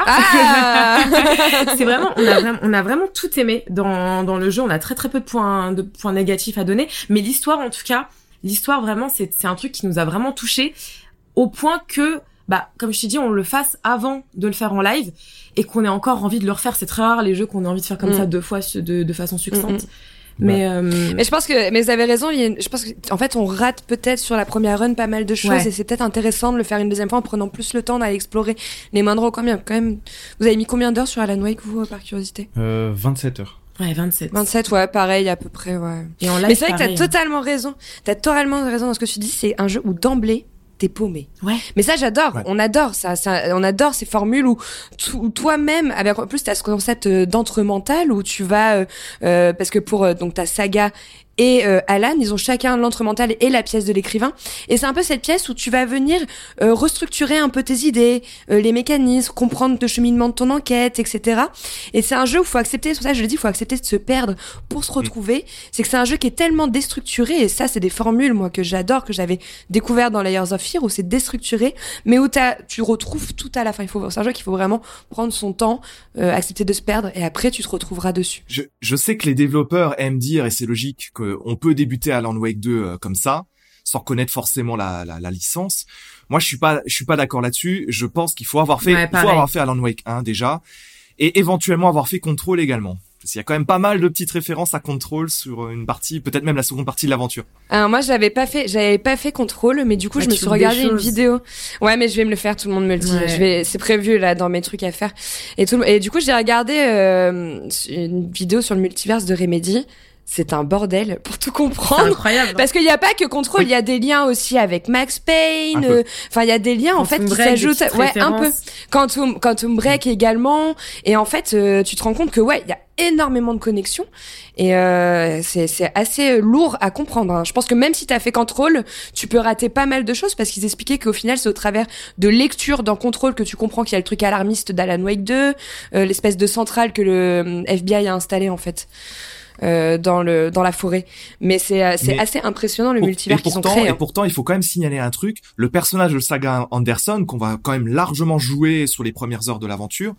Ah c'est vraiment on a vraiment on a vraiment tout aimé dans dans le jeu. On a très très peu de points de points négatifs à donner, mais l'histoire en tout cas, l'histoire vraiment c'est c'est un truc qui nous a vraiment touchés au point que bah comme je t'ai dit, on le fasse avant de le faire en live. Et qu'on ait encore envie de le refaire, c'est très rare les jeux qu'on a envie de faire comme mm. ça deux fois de, de façon succincte. Mm-hmm. Mais, ouais. euh... mais je pense que, mais vous avez raison. Il y a une, je pense que, en fait, on rate peut-être sur la première run pas mal de choses, ouais. Et c'est peut-être intéressant de le faire une deuxième fois en prenant plus le temps d'aller explorer les moindres recoins. Quand même, vous avez mis combien d'heures sur Alan Wake, vous, par curiosité? Euh, vingt-sept heures. Ouais, vingt-sept. vingt-sept, ouais, pareil, à peu près, ouais. Et en live, mais c'est vrai que t'as hein. totalement raison. T'as totalement raison dans ce que tu dis. C'est un jeu où d'emblée, t'es paumé. Ouais. Mais ça, j'adore. Ouais. On adore ça, ça. On adore ces formules où, où toi-même, avec en plus, t'as ce concept d'entre mental où tu vas, euh, euh, parce que pour euh, donc ta saga et euh, Alan, ils ont chacun l'entre mental et la pièce de l'écrivain. Et c'est un peu cette pièce où tu vas venir euh, restructurer un peu tes idées, euh, les mécanismes, comprendre le cheminement de ton enquête, et cetera. Et c'est un jeu où il faut accepter, c'est pour ça que je le dis, il faut accepter de se perdre pour se retrouver. Mmh. C'est que c'est un jeu qui est tellement déstructuré, et ça, c'est des formules, moi, que j'adore, que j'avais découvert dans Layers of Fear, où c'est déstructuré, mais où t'as, tu retrouves tout à la fin. Il faut, c'est un jeu qu'il faut vraiment prendre son temps, euh, accepter de se perdre, et après, tu te retrouveras dessus. Je, je sais que les développeurs aiment dire, et c'est logique, que on peut débuter Alan Wake deux euh, comme ça, sans connaître forcément la, la, la licence. Moi, je suis pas, je suis pas d'accord là-dessus. Je pense qu'il faut avoir fait, ouais, il faut avoir fait Alan Wake un déjà, et éventuellement avoir fait Control également. Parce qu'il y a quand même pas mal de petites références à Control sur une partie, peut-être même la seconde partie de l'aventure. Alors moi, j'avais pas fait, j'avais pas fait Control, mais du coup, ouais, je me suis regardé une vidéo. Ouais, mais je vais me le faire. Tout le monde me le dit. Ouais. Je vais, c'est prévu là dans mes trucs à faire. Et tout, et du coup, j'ai regardé euh, une vidéo sur le multiverse de Remedy. C'est un bordel pour tout comprendre. C'est incroyable. Parce qu'il y a pas que Control, il oui. y a des liens aussi avec Max Payne. Enfin, euh, il y a des liens, Quantum en fait, qui s'ajoutent. Ouais, un peu. Quantum, Quantum Break mmh. également. Et en fait, euh, tu te rends compte que, ouais, il y a énormément de connexions. Et, euh, c'est, c'est assez lourd à comprendre, hein. Je pense que même si t'as fait Control, tu peux rater pas mal de choses parce qu'ils expliquaient qu'au final, c'est au travers de lecture dans Control que tu comprends qu'il y a le truc alarmiste d'Alan Wake deux, euh, l'espèce de centrale que le F B I a installé, en fait. Euh, dans le dans la forêt, mais c'est c'est mais assez impressionnant le pour, multivers qu'ils ont créé. Et hein. pourtant, il faut quand même signaler un truc. Le personnage de Saga Anderson, qu'on va quand même largement jouer sur les premières heures de l'aventure,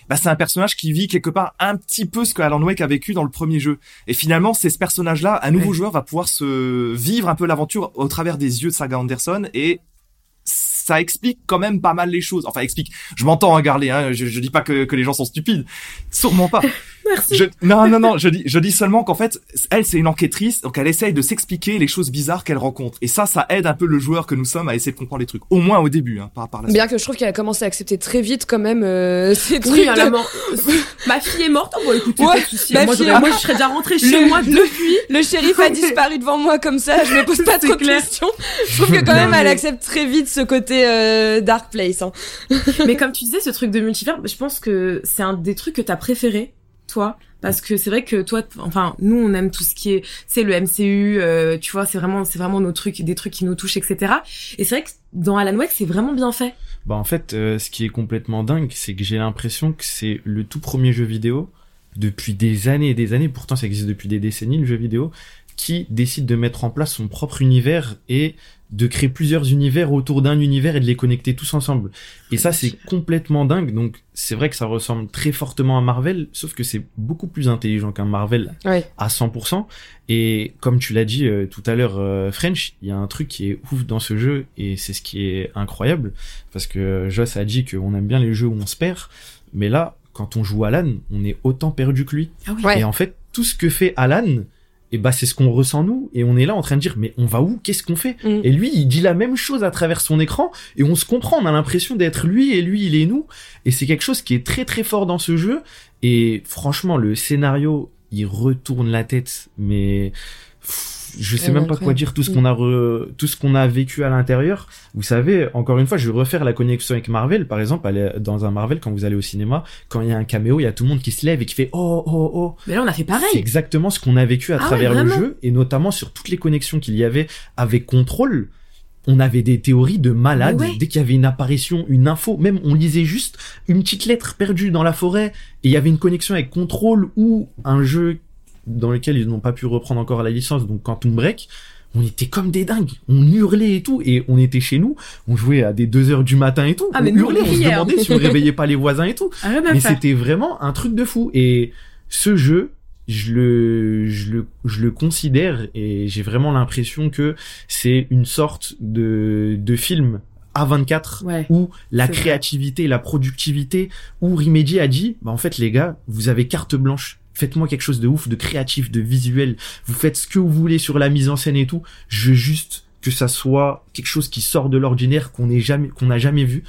bah c'est un personnage qui vit quelque part un petit peu ce que Alan Wake a vécu dans le premier jeu. Et finalement, c'est ce personnage-là, un nouveau ouais. joueur va pouvoir se vivre un peu l'aventure au travers des yeux de Saga Anderson, et ça explique quand même pas mal les choses. Enfin, explique. Je m'entends, hein, Garley, hein. Je, je dis pas que, que les gens sont stupides. Sûrement pas. Merci. Je, non, non, non. Je dis, je dis seulement qu'en fait, elle, c'est une enquêtrice, donc elle essaye de s'expliquer les choses bizarres qu'elle rencontre. Et ça, ça aide un peu le joueur que nous sommes à essayer de comprendre les trucs. Au moins au début, hein, par, par la suite. Bien que je trouve qu'elle a commencé à accepter très vite quand même, euh, ces trucs. Oui, de... la mort. Ma fille est morte. Oh, bon, écoutez, ouais, pas de soucis. Moi, fille... moi, je serais déjà rentrée chez le, moi depuis. Le, le shérif a disparu devant moi comme ça. Je me pose pas trop de questions. Je trouve que quand même, elle accepte très vite ce côté, euh, Dark Place, hein. Mais comme tu disais, ce truc de multivers, je pense que c'est un des trucs que t'as préféré, toi, parce que c'est vrai que toi, enfin, nous, on aime tout ce qui est, c'est le M C U, euh, tu vois, c'est vraiment, c'est vraiment nos trucs, des trucs qui nous touchent, et cetera. Et c'est vrai que dans Alan Wake, c'est vraiment bien fait. Bah en fait, euh, ce qui est complètement dingue, c'est que j'ai l'impression que c'est le tout premier jeu vidéo depuis des années et des années. Pourtant, ça existe depuis des décennies, le jeu vidéo, qui décide de mettre en place son propre univers et de créer plusieurs univers autour d'un univers et de les connecter tous ensemble. Et ça, c'est complètement dingue. Donc, c'est vrai que ça ressemble très fortement à Marvel, sauf que c'est beaucoup plus intelligent qu'un Marvel ouais. à cent pour cent. Et comme tu l'as dit euh, tout à l'heure, euh, French, il y a un truc qui est ouf dans ce jeu, et c'est ce qui est incroyable, parce que Joss a dit qu'on aime bien les jeux où on se perd, mais là, quand on joue Alan, on est autant perdu que lui. Ah oui. Ouais. Et en fait, tout ce que fait Alan, et bah c'est ce qu'on ressent nous, et on est là en train de dire mais on va où, qu'est-ce qu'on fait? Mm. Et lui il dit la même chose à travers son écran, et on se comprend, on a l'impression d'être lui et lui il est nous, et c'est quelque chose qui est très très fort dans ce jeu. Et franchement le scénario il retourne la tête, mais pff, je sais ouais, même pas quoi dire, tout ce qu'on a re... tout ce qu'on a vécu à l'intérieur. Vous savez, encore une fois, je vais refaire la connexion avec Marvel. Par exemple, aller dans un Marvel, quand vous allez au cinéma, quand il y a un caméo, il y a tout le monde qui se lève et qui fait oh oh oh. Mais là, on a fait pareil. C'est exactement ce qu'on a vécu à ah travers ouais, le jeu, et notamment sur toutes les connexions qu'il y avait avec Control. On avait des théories de malades. Ouais. Dès qu'il y avait une apparition, une info, même on lisait juste une petite lettre perdue dans la forêt, et il y avait une connexion avec Control ou un jeu dans lequel ils n'ont pas pu reprendre encore la licence, donc Quantum Break. On était comme des dingues, on hurlait et tout, et on était chez nous, on jouait à des deux heures du matin et tout, ah, on mais nous, hurlait, on se demandait si on réveillait pas les voisins et tout. Ah, ouais, mais faire. C'était vraiment un truc de fou. Et ce jeu, je le, je le, je le considère, et j'ai vraiment l'impression que c'est une sorte de, de film A vingt-quatre, ouais, où la c'est créativité, vrai. La productivité, où Remedy a dit, bah en fait les gars, vous avez carte blanche. Faites-moi quelque chose de ouf, de créatif, de visuel. Vous faites ce que vous voulez sur la mise en scène et tout. Je veux juste que ça soit quelque chose qui sort de l'ordinaire, qu'on n'ait jamais, qu'on n'a jamais vu.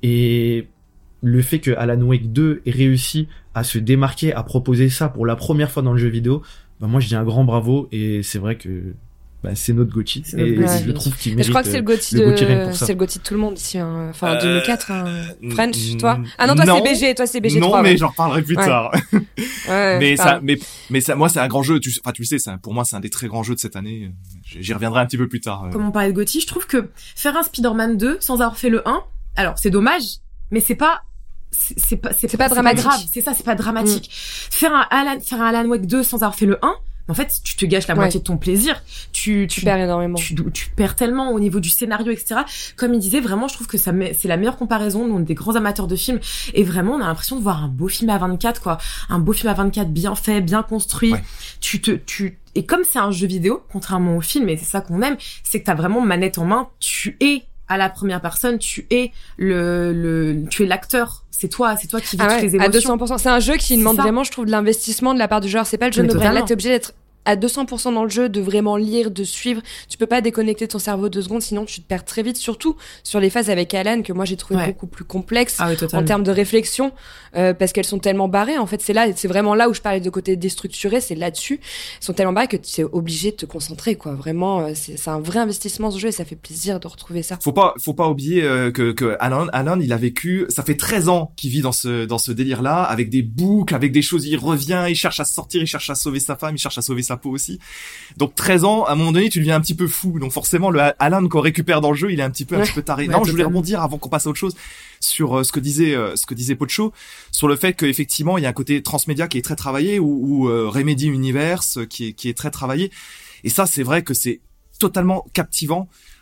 Et le fait que Alan Wake deux ait réussi à se démarquer, à proposer ça pour la première fois dans le jeu vidéo, bah moi je dis un grand bravo, et c'est vrai que bah, c'est notre Gotti, c'est notre et Gotti. je trouve qu'il Mais mérite. je crois que c'est le Gotti le de, Gotti rien pour ça. c'est le Gotti de tout le monde ici, hein. Enfin, Euh, deux mille quatre, hein. French, mm, toi? Ah non, toi non. c'est B G, toi c'est B G non, trois. mais ouais. j'en reparlerai plus Ouais. tard. Ouais, mais ça, ça, mais, mais ça, moi, c'est un grand jeu. Tu, enfin, tu le sais, c'est un, pour moi, c'est un des très grands jeux de cette année. J'y reviendrai un petit peu plus tard. Comme on parlait de Gotti, je trouve que faire un Spider-Man deux sans avoir fait le un, alors c'est dommage, mais c'est pas, c'est, c'est pas, c'est, C'est pas c'est dramatique. grave, c'est ça, c'est pas dramatique. Mm. Faire un Alan, faire un Alan Wake deux sans avoir fait le un, en fait, tu te gâches la Ouais. moitié de ton plaisir. Tu, tu tu perds énormément. Tu, tu perds tellement au niveau du scénario, et cetera. Comme il disait, vraiment, je trouve que ça met, c'est la meilleure comparaison. Nous, on est des grands amateurs de films, et vraiment, on a l'impression de voir un beau film à vingt-quatre, quoi. Un beau film à vingt-quatre, bien fait, bien construit. Ouais. Tu te, tu, et comme c'est un jeu vidéo, contrairement au film, et c'est ça qu'on aime, c'est que t'as vraiment manette en main. Tu es à la première personne, tu es le, le, tu es l'acteur. C'est toi, c'est toi qui vis Ah toutes ouais, les émotions. à deux cents pour cent. C'est un jeu qui C'est demande ça. vraiment, je trouve, de l'investissement de la part du joueur. C'est pas le jeu Mais de brain. Là, totalement. t'es obligé d'être à deux cents pour cent dans le jeu, de vraiment lire, de suivre. Tu peux pas déconnecter ton cerveau deux secondes, sinon tu te perds très vite, surtout sur les phases avec Alan, que moi j'ai trouvé Ouais. beaucoup plus complexes. Ah oui, En totalement. termes de réflexion, euh, parce qu'elles sont tellement barrées. En fait, c'est là, c'est vraiment là où je parlais de côté déstructuré, c'est là-dessus. Elles sont tellement barrées que tu es obligé de te concentrer, quoi. Vraiment, euh, c'est, c'est un vrai investissement ce jeu, et ça fait plaisir de retrouver ça. Faut pas, faut pas oublier euh, que, que Alan, Alan, il a vécu, ça fait treize ans qu'il vit dans ce, dans ce délire-là, avec des boucles, avec des choses, il revient, il cherche à sortir, il cherche à sauver sa femme, il cherche à sauver sa peau aussi. Donc treize ans, à un moment donné, tu deviens un petit peu fou. Donc forcément, le Alan qu'on récupère dans le jeu, il est un petit peu, un Ouais. petit peu taré. Ouais, non, je voulais totalement. rebondir avant qu'on passe à autre chose sur euh, ce que disait, euh, ce que disait Pocho, sur le fait qu'effectivement, il y a un côté transmédia qui est très travaillé, ou, ou euh, Remedy Universe qui est, qui est très travaillé. Et ça, c'est vrai que c'est totalement captivant.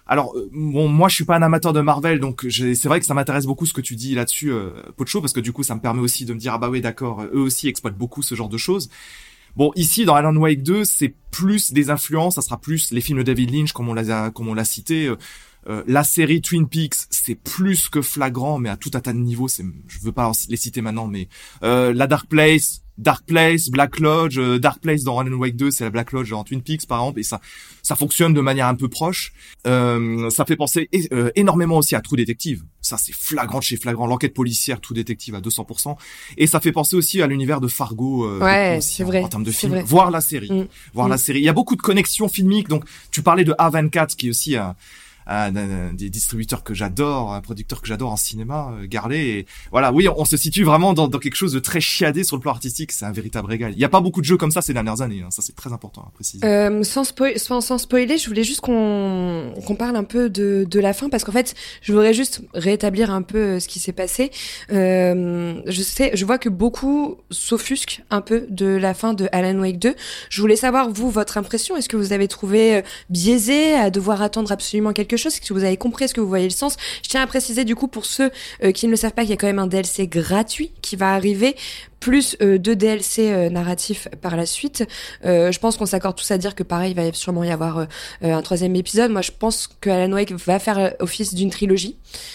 Alors euh, bon, moi je suis pas un amateur de Marvel, donc j'ai, c'est vrai que ça m'intéresse beaucoup ce que tu dis là-dessus, euh, Pocho, parce que du coup ça me permet aussi de me dire ah bah oui d'accord, eux aussi exploitent beaucoup ce genre de choses. Bon, ici dans Alan Wake deux, c'est plus des influences, ça sera plus les films de David Lynch comme on l'a comme on l'a cité. Euh, la série Twin Peaks, c'est plus que flagrant, mais à tout un tas de niveaux. C'est, je veux pas les citer maintenant, mais euh, la Dark Place. Dark Place, Black Lodge, euh, Dark Place dans Alan Wake deux, c'est la Black Lodge dans Twin Peaks par exemple, et ça, ça fonctionne de manière un peu proche. Euh, ça fait penser é- euh, énormément aussi à True Detective. Ça, c'est flagrant de chez flagrant, l'enquête policière True Detective à deux cents pour cent. Et ça fait penser aussi à l'univers de Fargo. Euh, ouais, aussi, c'est en, vrai. En termes de c'est film, vrai. voir la série, mm. voir mm. la série. Il y a beaucoup de connexions filmiques. Donc, tu parlais de A vingt-quatre, qui est aussi un Un, un, un des distributeurs que j'adore, un producteur que j'adore en cinéma, euh, Garlet. Et voilà, oui, on, on se situe vraiment dans, dans quelque chose de très chiadé sur le plan artistique. C'est un véritable régal. Il n'y a pas beaucoup de jeux comme ça ces dernières années. Hein. Ça, c'est très important à préciser. Euh, sans, spoil, sans, sans spoiler, je voulais juste qu'on, qu'on parle un peu de, de la fin, parce qu'en fait, je voudrais juste rétablir un peu ce qui s'est passé. Euh, je sais, je vois que beaucoup s'offusquent un peu de la fin de Alan Wake deux. Je voulais savoir, vous, votre impression. Est-ce que vous avez trouvé biaisé à devoir attendre absolument quelque chose? Est-ce que vous avez compris? Est-ce que vous voyez le sens? Je tiens à préciser du coup pour ceux euh, qui ne le savent pas qu'il y a quand même un D L C gratuit qui va arriver, plus euh, deux D L C euh, narratifs par la suite. Euh, je pense qu'on s'accorde tous à dire que pareil, il va sûrement y avoir euh, un troisième épisode. Moi, je pense que Alan Wake va faire office d'une trilogie.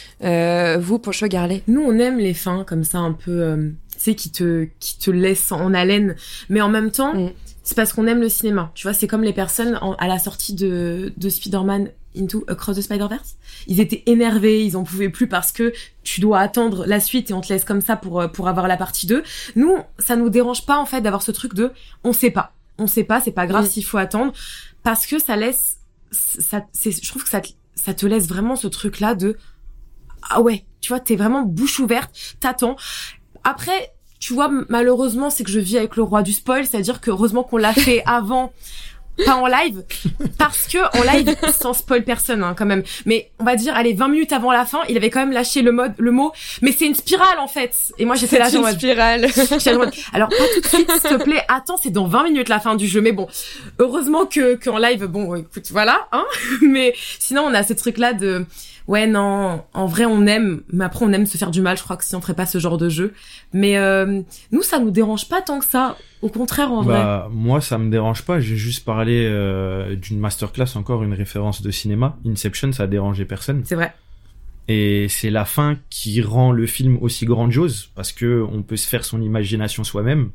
Euh, vous, Pocho, Garlet? Nous, on aime les fins comme ça un peu, euh, tu sais, qui te, qui te laissent en haleine. Mais en même temps, mm. c'est parce qu'on aime le cinéma. Tu vois, c'est comme les personnes en, à la sortie de, de Spider-Man Into Across the Spider-Verse. Ils étaient énervés, ils en pouvaient plus parce que tu dois attendre la suite et on te laisse comme ça pour, pour avoir la partie deux. Nous, ça nous dérange pas, en fait, d'avoir ce truc de, on sait pas. On sait pas, c'est pas grave mm. s'il faut attendre. Parce que ça laisse, ça, c'est, je trouve que ça, ça te laisse vraiment ce truc-là de, ah ouais, tu vois, t'es vraiment bouche ouverte, t'attends. Après, tu vois, malheureusement, c'est que je vis avec le roi du spoil, c'est-à-dire que heureusement qu'on l'a fait avant, pas en live, parce que en live, sans spoil personne, hein, quand même. Mais on va dire, allez, vingt minutes avant la fin, il avait quand même lâché le mode, le mot, mais c'est une spirale, en fait. Et moi, j'étais là, c'est une mode, spirale. Alors, pas tout de suite, s'il te plaît, attends, c'est dans vingt minutes la fin du jeu. Mais bon, heureusement que, qu'en live, bon, écoute, voilà, hein. Mais sinon, on a ce truc-là de, ouais, non, en vrai, on aime, mais après, on aime se faire du mal. Je crois que si on ferait pas ce genre de jeu. Mais euh, nous, ça nous dérange pas tant que ça. Au contraire, en bah, vrai. Moi, ça me dérange pas. J'ai juste parlé euh, d'une masterclass, encore une référence de cinéma. Inception, ça a dérangé personne. C'est vrai. Et c'est la fin qui rend le film aussi grandiose, parce que on peut se faire son imagination soi-même.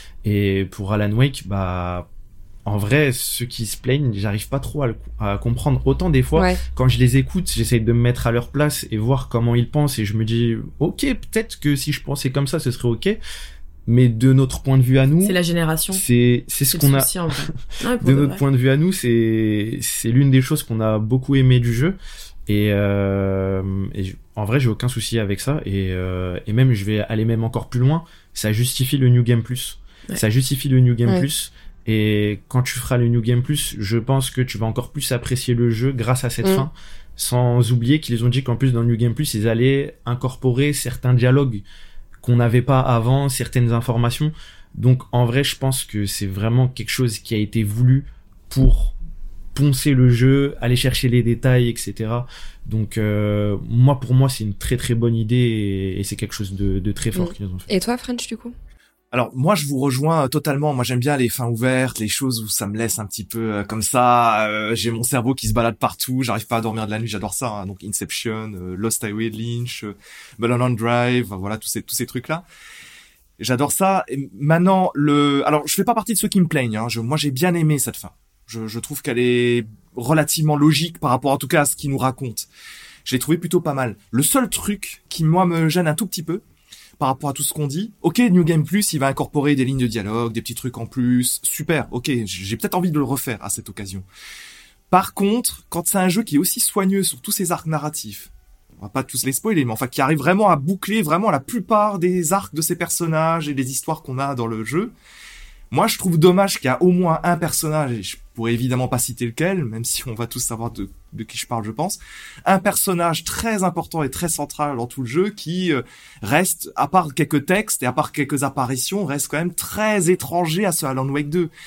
Et pour Alan Wake, bah... en vrai, ceux qui se plaignent, j'arrive pas trop à, le, à comprendre. Autant des fois, ouais. quand je les écoute, j'essaye de me mettre à leur place et voir comment ils pensent, et je me dis, ok, peut-être que si je pensais comme ça, ce serait ok. Mais de notre point de vue à nous, c'est la génération. C'est c'est ce c'est qu'on a. Souci, en vrai. Ouais, de notre vrai. point de vue à nous, c'est c'est l'une des choses qu'on a beaucoup aimé du jeu. Et, euh, et en vrai, j'ai aucun souci avec ça. Et euh, et même, je vais aller même encore plus loin. Ça justifie le New Game Plus. Ouais. Ça justifie le New Game ouais. Plus. Et quand tu feras le New Game Plus, je pense que tu vas encore plus apprécier le jeu grâce à cette mmh. fin. Sans oublier qu'ils ont dit qu'en plus dans le New Game Plus, ils allaient incorporer certains dialogues qu'on n'avait pas avant, certaines informations. Donc en vrai, je pense que c'est vraiment quelque chose qui a été voulu pour poncer le jeu, aller chercher les détails, et cetera. Donc euh, moi, pour moi, c'est une très très bonne idée et, et c'est quelque chose de, de très fort mmh. qu'ils ont fait. Et toi, French, du coup ? Alors moi je vous rejoins totalement, moi j'aime bien les fins ouvertes, les choses où ça me laisse un petit peu euh, comme ça, euh, j'ai mon cerveau qui se balade partout, j'arrive pas à dormir de la nuit, j'adore ça, hein. Donc Inception, euh, Lost Highway de Lynch, euh, Mulholland Drive, voilà tous ces tous ces trucs là. J'adore ça. Et maintenant le alors je fais pas partie de ceux qui me plaignent, hein. Je, moi j'ai bien aimé cette fin. Je, je trouve qu'elle est relativement logique par rapport en tout cas à ce qu'il nous raconte. Je l'ai trouvé plutôt pas mal. Le seul truc qui moi me gêne un tout petit peu par rapport à tout ce qu'on dit. Ok, New Game Plus, il va incorporer des lignes de dialogue, des petits trucs en plus. Super, ok, j'ai peut-être envie de le refaire à cette occasion. Par contre, quand c'est un jeu qui est aussi soigneux sur tous ses arcs narratifs, on va pas tous les spoiler, mais enfin qui arrive vraiment à boucler vraiment la plupart des arcs de ces personnages et des histoires qu'on a dans le jeu, moi je trouve dommage qu'il y a au moins un personnage, et je pourrais évidemment pas citer lequel, même si on va tous savoir de, de qui je parle je pense, un personnage très important et très central dans tout le jeu qui euh, reste, à part quelques textes et à part quelques apparitions, reste quand même très étranger à ce Alan Wake deux.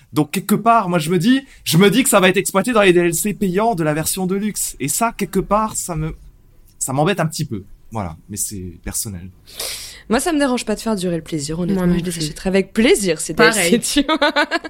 Donc quelque part, moi je me dis, je me dis que ça va être exploité dans les D L C payants de la version Deluxe. Et ça, quelque part, ça me, ça m'embête un petit peu. Voilà, mais c'est personnel. Moi, ça me dérange pas de faire durer le plaisir, honnêtement. Moi non je les plus. achèterais avec plaisir, c'est Pareil. tu vois.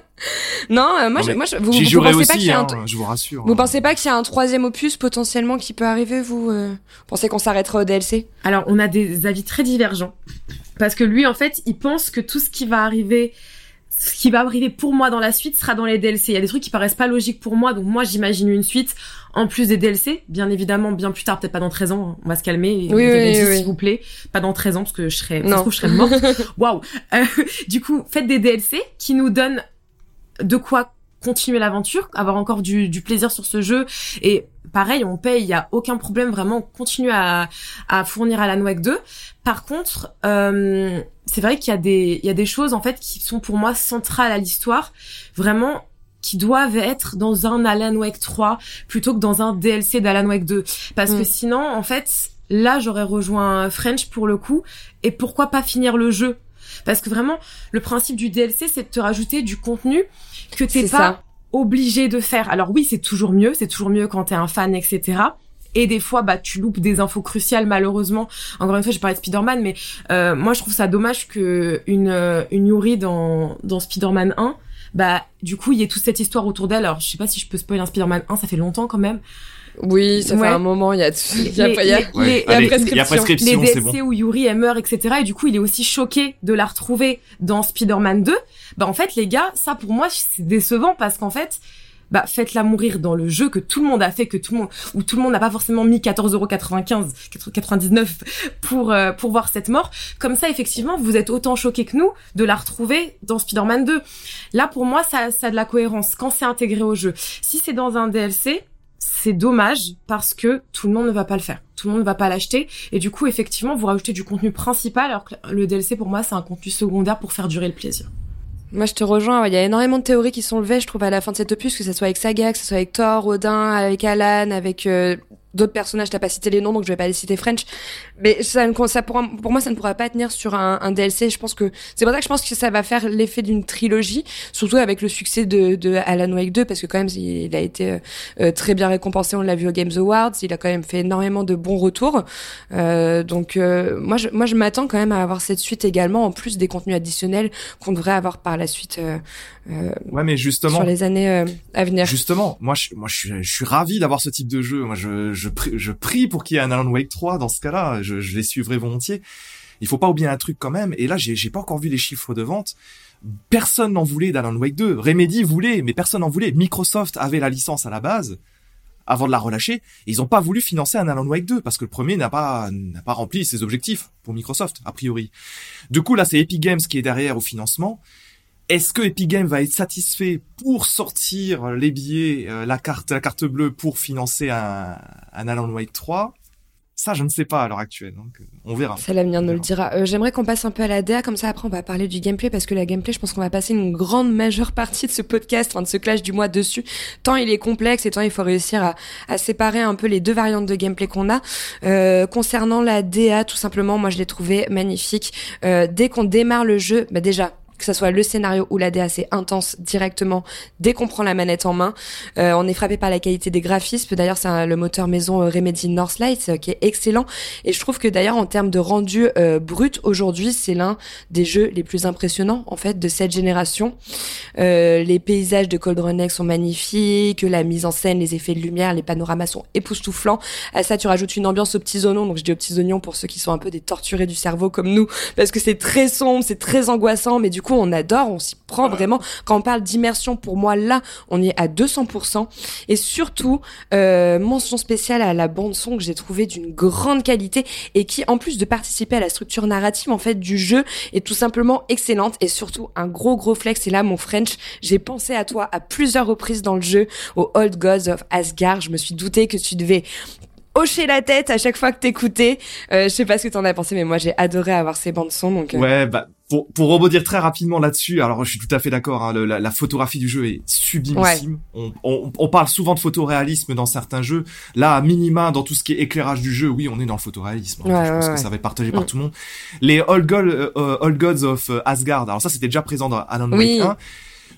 Non, euh, moi, Non, je, mais moi, je, vous, J'y vous jouerai pensez pas qu'il aussi, y a hein, un, je vous rassure. vous pensez pas qu'il y a un troisième opus potentiellement qui peut arriver, vous, euh, pensez qu'on s'arrêtera au D L C? Alors, on a des avis très divergents. Parce que lui, en fait, il pense que tout ce qui va arriver, ce qui va arriver pour moi dans la suite sera dans les D L C. Il y a des trucs qui paraissent pas logiques pour moi, donc moi, j'imagine une suite en plus des D L C. Bien évidemment, bien plus tard, peut-être pas dans treize ans, on va se calmer. Oui, Vous avez oui, dit, oui. s'il vous plaît. Pas dans treize ans, parce que je serais, ça Non. se trouve, je serais morte. Waouh! Euh, du coup, faites des D L C qui nous donnent de quoi continuer l'aventure, avoir encore du, du plaisir sur ce jeu. Et pareil, on paye, il y a aucun problème, vraiment, on continue à, à fournir Alan Wake deux. Par contre, euh, c'est vrai qu'il y a des, il y a des choses, en fait, qui sont pour moi centrales à l'histoire, vraiment, qui doivent être dans un Alan Wake trois plutôt que dans un D L C d'Alan Wake deux. Parce Mm. que sinon, en fait, là, j'aurais rejoint French pour le coup. Et pourquoi pas finir le jeu? Parce que vraiment, le principe du D L C, c'est de te rajouter du contenu que t'es C'est pas ça. obligé de faire. Alors oui, c'est toujours mieux, c'est toujours mieux quand t'es un fan, et cetera. Et des fois, bah, tu loupes des infos cruciales, malheureusement. Encore une fois, j'ai parlé de Spider-Man, mais euh, moi, je trouve ça dommage que une, euh, une Yuri dans, dans Spider-Man un, bah, du coup, il y ait toute cette histoire autour d'elle. Alors, je sais pas si je peux spoiler un Spider-Man un, ça fait longtemps quand même. Oui, ça Ouais. fait un moment, il y a, il y a, Les- il y a, les- Ouais, les- allez, prescription. il y a les prescription, D c'est L C bon. où Yuri elle meurt, et cetera. Et du coup, il est aussi choqué de la retrouver dans Spider-Man deux. Bah, en fait, les gars, ça, pour moi, c'est décevant parce qu'en fait, bah, faites-la mourir dans le jeu que tout le monde a fait, que tout le monde, où tout le monde n'a pas forcément mis quatorze euros quatre-vingt-quinze, quatre-vingt-dix-neuf pour, euh, pour voir cette mort. Comme ça, effectivement, vous êtes autant choqués que nous de la retrouver dans Spider-Man deux. Là, pour moi, ça, ça a de la cohérence quand c'est intégré au jeu. Si c'est dans un D L C, c'est dommage parce que tout le monde ne va pas le faire. Tout le monde ne va pas l'acheter. Et du coup, effectivement, vous rajoutez du contenu principal alors que le D L C, pour moi, c'est un contenu secondaire pour faire durer le plaisir. Moi, je te rejoins. Il y a énormément de théories qui sont levées, je trouve, à la fin de cet opus, que ce soit avec Saga, que ce soit avec Thor, Odin, avec Alan, avec euh, d'autres personnages. T'as pas cité les noms, donc je vais pas les citer French. Mais ça, ne- ça pourra, pour moi, ça ne pourra pas tenir sur un, un D L C. Je pense que c'est pour ça que je pense que ça va faire l'effet d'une trilogie, surtout avec le succès de, de Alan Wake deux, parce que quand même, il a été euh, très bien récompensé. On l'a vu aux Games Awards. Il a quand même fait énormément de bons retours. Euh, donc, euh, moi, je, moi, je m'attends quand même à avoir cette suite également, en plus des contenus additionnels qu'on devrait avoir par la suite euh, euh, Ouais, mais justement, sur les années euh, à venir. justement, moi, je, moi, je suis, je suis ravi d'avoir ce type de jeu. Moi, je, je prie, je prie pour qu'il y ait un Alan Wake trois dans ce cas-là. Je, je les suivrai volontiers. Il faut pas oublier un truc quand même. Et là, j'ai, j'ai pas encore vu les chiffres de vente. Personne n'en voulait d'Alan Wake deux. Remedy voulait, mais personne n'en voulait. Microsoft avait la licence à la base, avant de la relâcher. Et ils ont pas voulu financer un Alan Wake deux, parce que le premier n'a pas, n'a pas rempli ses objectifs pour Microsoft, a priori. Du coup, là, c'est Epic Games qui est derrière au financement. Est-ce que Epic Games va être satisfait pour sortir les billets, euh, la carte, la carte bleue pour financer un, un Alan Wake trois? Ça, je ne sais pas à l'heure actuelle. Donc, euh, on verra. Ça, l'avenir nous le dira. Euh, j'aimerais qu'on passe un peu à la D A, comme ça après on va parler du gameplay, parce que la gameplay, je pense qu'on va passer une grande majeure partie de ce podcast, enfin de ce clash du mois dessus, tant il est complexe et tant il faut réussir à, à séparer un peu les deux variantes de gameplay qu'on a. Euh, concernant la D A, tout simplement, moi je l'ai trouvé magnifique. Euh, dès qu'on démarre le jeu, bah déjà, que ça soit le scénario ou la D A, c'est intense directement dès qu'on prend la manette en main. Euh, on est frappé par la qualité des graphismes. D'ailleurs, c'est un, le moteur maison euh, Remedy Northlight euh, qui est excellent. Et je trouve que d'ailleurs, en termes de rendu euh, brut, aujourd'hui, c'est l'un des jeux les plus impressionnants en fait de cette génération. Euh, les paysages de Cold Run X sont magnifiques, la mise en scène, les effets de lumière, les panoramas sont époustouflants. À ça, tu rajoutes une ambiance aux petits oignons. Donc, je dis aux petits oignons pour ceux qui sont un peu des torturés du cerveau comme nous, parce que c'est très sombre, c'est très angoissant, mais du coup, on adore, on s'y prend vraiment. Quand on parle d'immersion, pour moi, là, on y est à deux cents pour cent. Et surtout, euh, mention spéciale à la bande son que j'ai trouvée d'une grande qualité et qui, en plus de participer à la structure narrative, en fait, du jeu, est tout simplement excellente. Et surtout, un gros, gros flex. Et là, mon French, j'ai pensé à toi à plusieurs reprises dans le jeu, au Old Gods of Asgard. Je me suis douté que tu devais hocher la tête à chaque fois que t'écoutais. Euh, je sais pas ce que t'en as pensé, mais moi, j'ai adoré avoir ces bandes son, donc... Euh... Ouais, bah, pour, pour rebondir très rapidement là-dessus, alors je suis tout à fait d'accord, hein, le, la, la photographie du jeu est sublimissime. Ouais. On, on, on parle souvent de photoréalisme dans certains jeux. Là, à minima, dans tout ce qui est éclairage du jeu, oui, on est dans le photoréalisme. Ouais, enfin, je ouais, pense ouais. que ça va être partagé par mm. tout le monde. Les Old, God, euh, Old Gods of Asgard, alors ça, c'était déjà présent dans Alan Wake oui. un.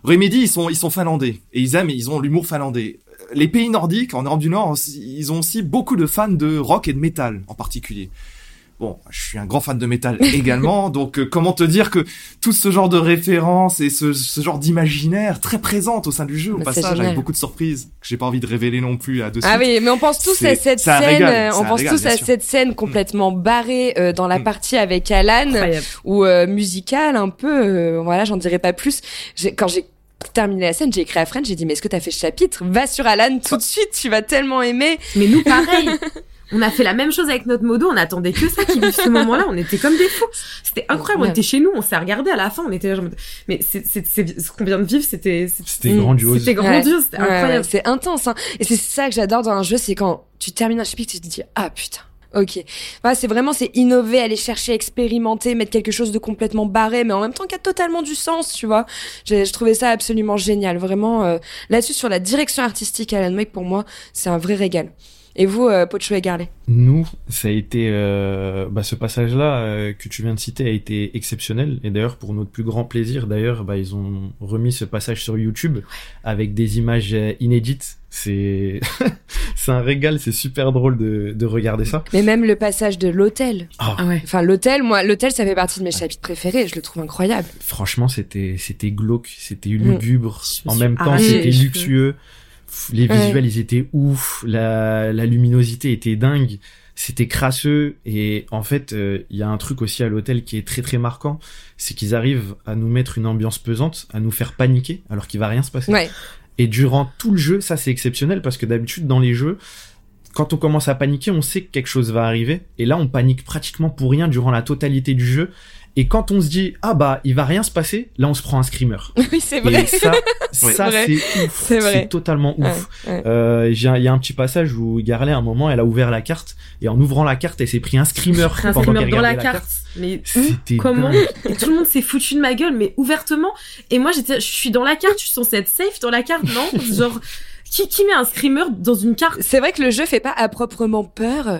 Remedy, ils sont, ils sont finlandais. Et ils aiment, ils ont l'humour finlandais. Les pays nordiques, en Europe du Nord, ils ont aussi beaucoup de fans de rock et de métal, en particulier. Bon, je suis un grand fan de métal également, donc euh, comment te dire que tout ce genre de références et ce, ce genre d'imaginaire très présente au sein du jeu, au bah, passage, avec beaucoup de surprises, que j'ai pas envie de révéler non plus à dessus. Ah oui, mais on pense tous c'est, à cette scène, régal, on pense régal, tous à sûr. cette scène complètement barrée euh, dans la Mm. partie avec Alan, Incroyable. ou euh, musicale un peu, euh, voilà, j'en dirai pas plus. J'ai, quand j'ai terminé la scène, j'ai écrit à Fred, j'ai dit mais est-ce que t'as fait ce chapitre ? Va sur Alan tout de suite, tu vas tellement aimer. Mais nous, pareil. On a fait la même chose avec notre modo, on attendait que ça qu'il vive ce moment-là, on était comme des fous. C'était incroyable, on Ouais. était chez nous, on s'est regardé à la fin, on était là genre, mais c'est, c'est, c'est, ce qu'on vient de vivre, c'était, C'était Mm. grandiose. c'était grandiose, c'était Ouais, ouais, incroyable. c'est intense, hein. Et c'est ça que j'adore dans un jeu, c'est quand tu termines un chapitre, tu te dis ah putain. Ok. Voilà, c'est vraiment, c'est innover, aller chercher, expérimenter, mettre quelque chose de complètement barré, mais en même temps qui a totalement du sens, tu vois. J'ai, je trouvais ça absolument génial. Vraiment, euh, là-dessus, sur la direction artistique Alan Wake, pour moi, c'est un vrai régal. Et vous, euh, Pocho et Garlet? Nous, ça a été euh, bah, ce passage-là euh, que tu viens de citer a été exceptionnel. Et d'ailleurs, pour notre plus grand plaisir, d'ailleurs, bah, ils ont remis ce passage sur YouTube avec des images euh, inédites. C'est c'est un régal, c'est super drôle de de regarder ça. Mais même le passage de l'hôtel. Ah, Ah ouais. Enfin, l'hôtel, moi, l'hôtel, ça fait partie de mes chapitres préférés. Je le trouve incroyable. franchement, c'était c'était glauque, c'était lugubre. Je me En suis même temps, arraché c'était les cheveux. luxueux. Pff, Les Ouais. visuels, ils étaient ouf. La la luminosité était dingue. C'était crasseux. Et en fait, euh, il y a un truc aussi à l'hôtel qui est très très marquant, c'est qu'ils arrivent à nous mettre une ambiance pesante, à nous faire paniquer alors qu'il va rien se passer. Ouais. Et durant tout le jeu, ça c'est exceptionnel parce que d'habitude dans les jeux, quand on commence à paniquer, on sait que quelque chose va arriver. Et là, on panique pratiquement pour rien durant la totalité du jeu. Et quand on se dit, ah bah, il va rien se passer, là on se prend un screamer. Oui, c'est vrai. Et ça, ça vrai. c'est ouf. C'est vrai. C'est totalement ouf. Ouais, ouais. Euh, j'ai un- il y a un petit passage où Garlet, à un moment, elle a ouvert la carte. Et en ouvrant la carte, elle s'est pris un screamer Pris un pendant screamer qu'elle dans la regardait carte. Mais C'était comment dingue. Et tout le monde s'est foutu de ma gueule, mais ouvertement. Et moi, j'étais, je suis dans la carte, je suis censée être safe dans la carte, non? Genre, qui, qui met un screamer dans une carte? C'est vrai que le jeu fait pas à proprement peur,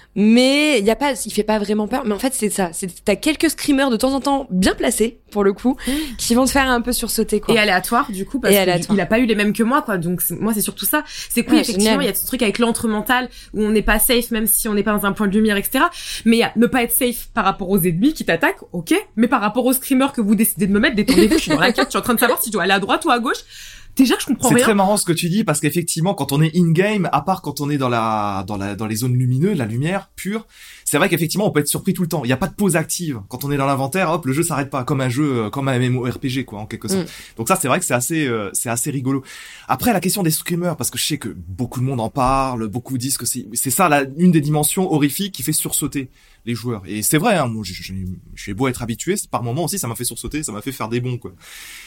mais il y a pas, il fait pas vraiment peur. Mais en fait, c'est ça. C'est, t'as quelques screamers de temps en temps bien placés, pour le coup, qui vont te faire un peu sursauter, quoi. Et aléatoire, du coup, parce Et que aléatoire. il a pas eu les mêmes que moi, quoi. Donc, c'est- moi, c'est surtout ça. C'est que oui, Ouais, effectivement, génial. il y a ce truc avec l'antre mental où on n'est pas safe, même si on n'est pas dans un point de lumière, et cetera. Mais il y a ne pas être safe par rapport aux ennemis qui t'attaquent, ok. Mais par rapport aux screamers que vous décidez de me mettre, détendez-vous, je suis dans la carte, je suis en train de savoir si je dois aller à droite ou à gauche. Déjà, je comprends C'est rien. très marrant ce que tu dis parce qu'effectivement, quand on est in-game, à part quand on est dans la, dans la, dans les zones lumineuses, la lumière pure, c'est vrai qu'effectivement, on peut être surpris tout le temps. Il n'y a pas de pause active. Quand on est dans l'inventaire, hop, le jeu s'arrête pas, comme un jeu, euh, comme un MMORPG, quoi, en quelque sorte. Mm. Donc ça, c'est vrai que c'est assez, euh, c'est assez rigolo. Après, la question des screamers, parce que je sais que beaucoup de monde en parle, beaucoup disent que c'est, c'est ça, la, une des dimensions horrifiques qui fait sursauter les joueurs. Et c'est vrai, hein, moi, je, je, je suis beau être habitué, par moments aussi, ça m'a fait sursauter, ça m'a fait faire des bonds, quoi.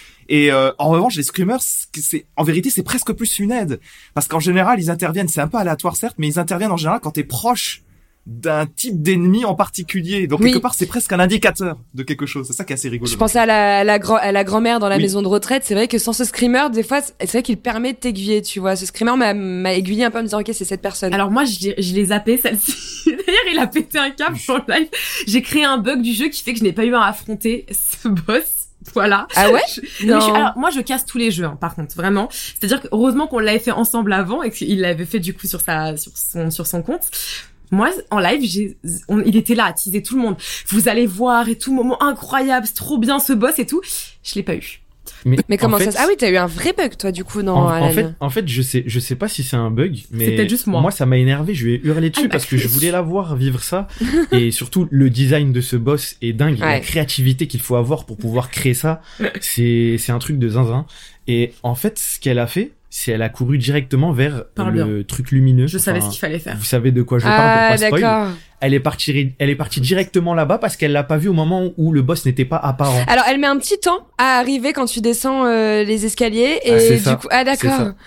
Et euh, en revanche, les screamers, c'est en vérité, c'est presque plus une aide, parce qu'en général, ils interviennent. C'est un peu aléatoire, certes, mais ils interviennent en général quand t'es proche d'un type d'ennemi en particulier. Donc Oui. quelque part, c'est presque un indicateur de quelque chose. C'est ça qui est assez rigolo. Je pensais à la, à la, grand, à la grand-mère dans la Oui. maison de retraite. C'est vrai que sans ce screamer, des fois, c'est vrai qu'il permet de t'aiguiller, tu vois. Ce screamer m'a, m'a aiguillé un peu en me disant, ok, c'est cette personne. Alors moi, je, je l'ai zappé, celle-ci. D'ailleurs, il a pété un câble sur le live. J'ai créé un bug du jeu qui fait que je n'ai pas eu à affronter ce boss. Voilà. Ah ouais? Je- mais je suis- alors, moi, je casse tous les jeux, hein, par contre, vraiment. C'est-à-dire que, heureusement qu'on l'avait fait ensemble avant et qu'il l'avait fait, du coup, sur sa, sur son, sur son compte. Moi, en live, j'ai, on- il était là à teaser tout le monde. Vous allez voir et tout, moment incroyable, c'est trop bien ce boss et tout. Je l'ai pas eu. Mais comment en fait, ça se... Ah oui, t'as eu un vrai bug, toi, du coup, dans En, Alan. en fait, en fait, je sais, je sais pas si c'est un bug, mais C'est peut-être juste moi. ça m'a énervé. Je lui ai hurlé dessus Ah, parce bah, que je voulais la voir vivre ça, et surtout le design de ce boss est dingue. La Ouais. créativité qu'il faut avoir pour pouvoir créer ça, c'est c'est un truc de zinzin. Et en fait, ce qu'elle a fait, c'est elle a couru directement vers Parle le truc lumineux. Je savais ce Enfin, qu'il fallait faire. Vous savez de quoi je parle Ah, pour pas spoil. d'accord. Elle est partie, elle est partie directement là-bas parce qu'elle l'a pas vu au moment où le boss n'était pas apparent. Alors, elle met un petit temps à arriver quand tu descends euh, les escaliers. Et Ah, c'est du ça. coup, ah, C'est d'accord. ça.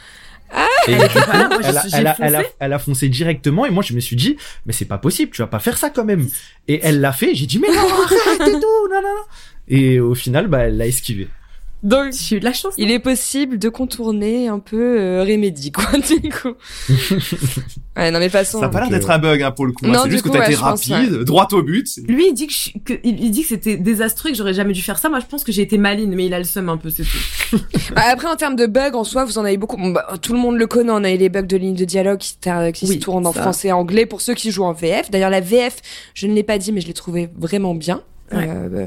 Et Elle du était pas là, moi, elle, a, j'ai- elle, a, j'ai elle, a, foncé. elle a foncé directement et moi je me suis dit mais c'est pas possible, tu vas pas faire ça quand même. Et elle l'a fait, j'ai dit mais non arrête et tout, non non non. Et au final bah elle l'a esquivé. Donc, J'ai eu de la chance. il est possible de contourner un peu euh, Remedy, quoi, du coup. Ouais, non, mais de toute façon. Ça a pas l'air Donc, d'être euh, un bug, hein, pour le coup. hein. Non, C'est du juste coup, que t'as ouais, été je pense, rapide, droit au but. Lui, il dit que, je, que il, il dit que c'était désastreux, que j'aurais jamais dû faire ça. Moi, je pense que j'ai été maline, mais il a le seum un peu, c'est tout. Bah, après, en termes de bugs, en soi, vous en avez beaucoup. Bon, bah, tout le monde le connaît, on a eu les bugs de ligne de dialogue qui, tar- qui Oui, se tournent en ça. français et anglais pour ceux qui jouent en V F. D'ailleurs, la V F, je ne l'ai pas dit, mais je l'ai trouvé vraiment bien. Ouais. Euh,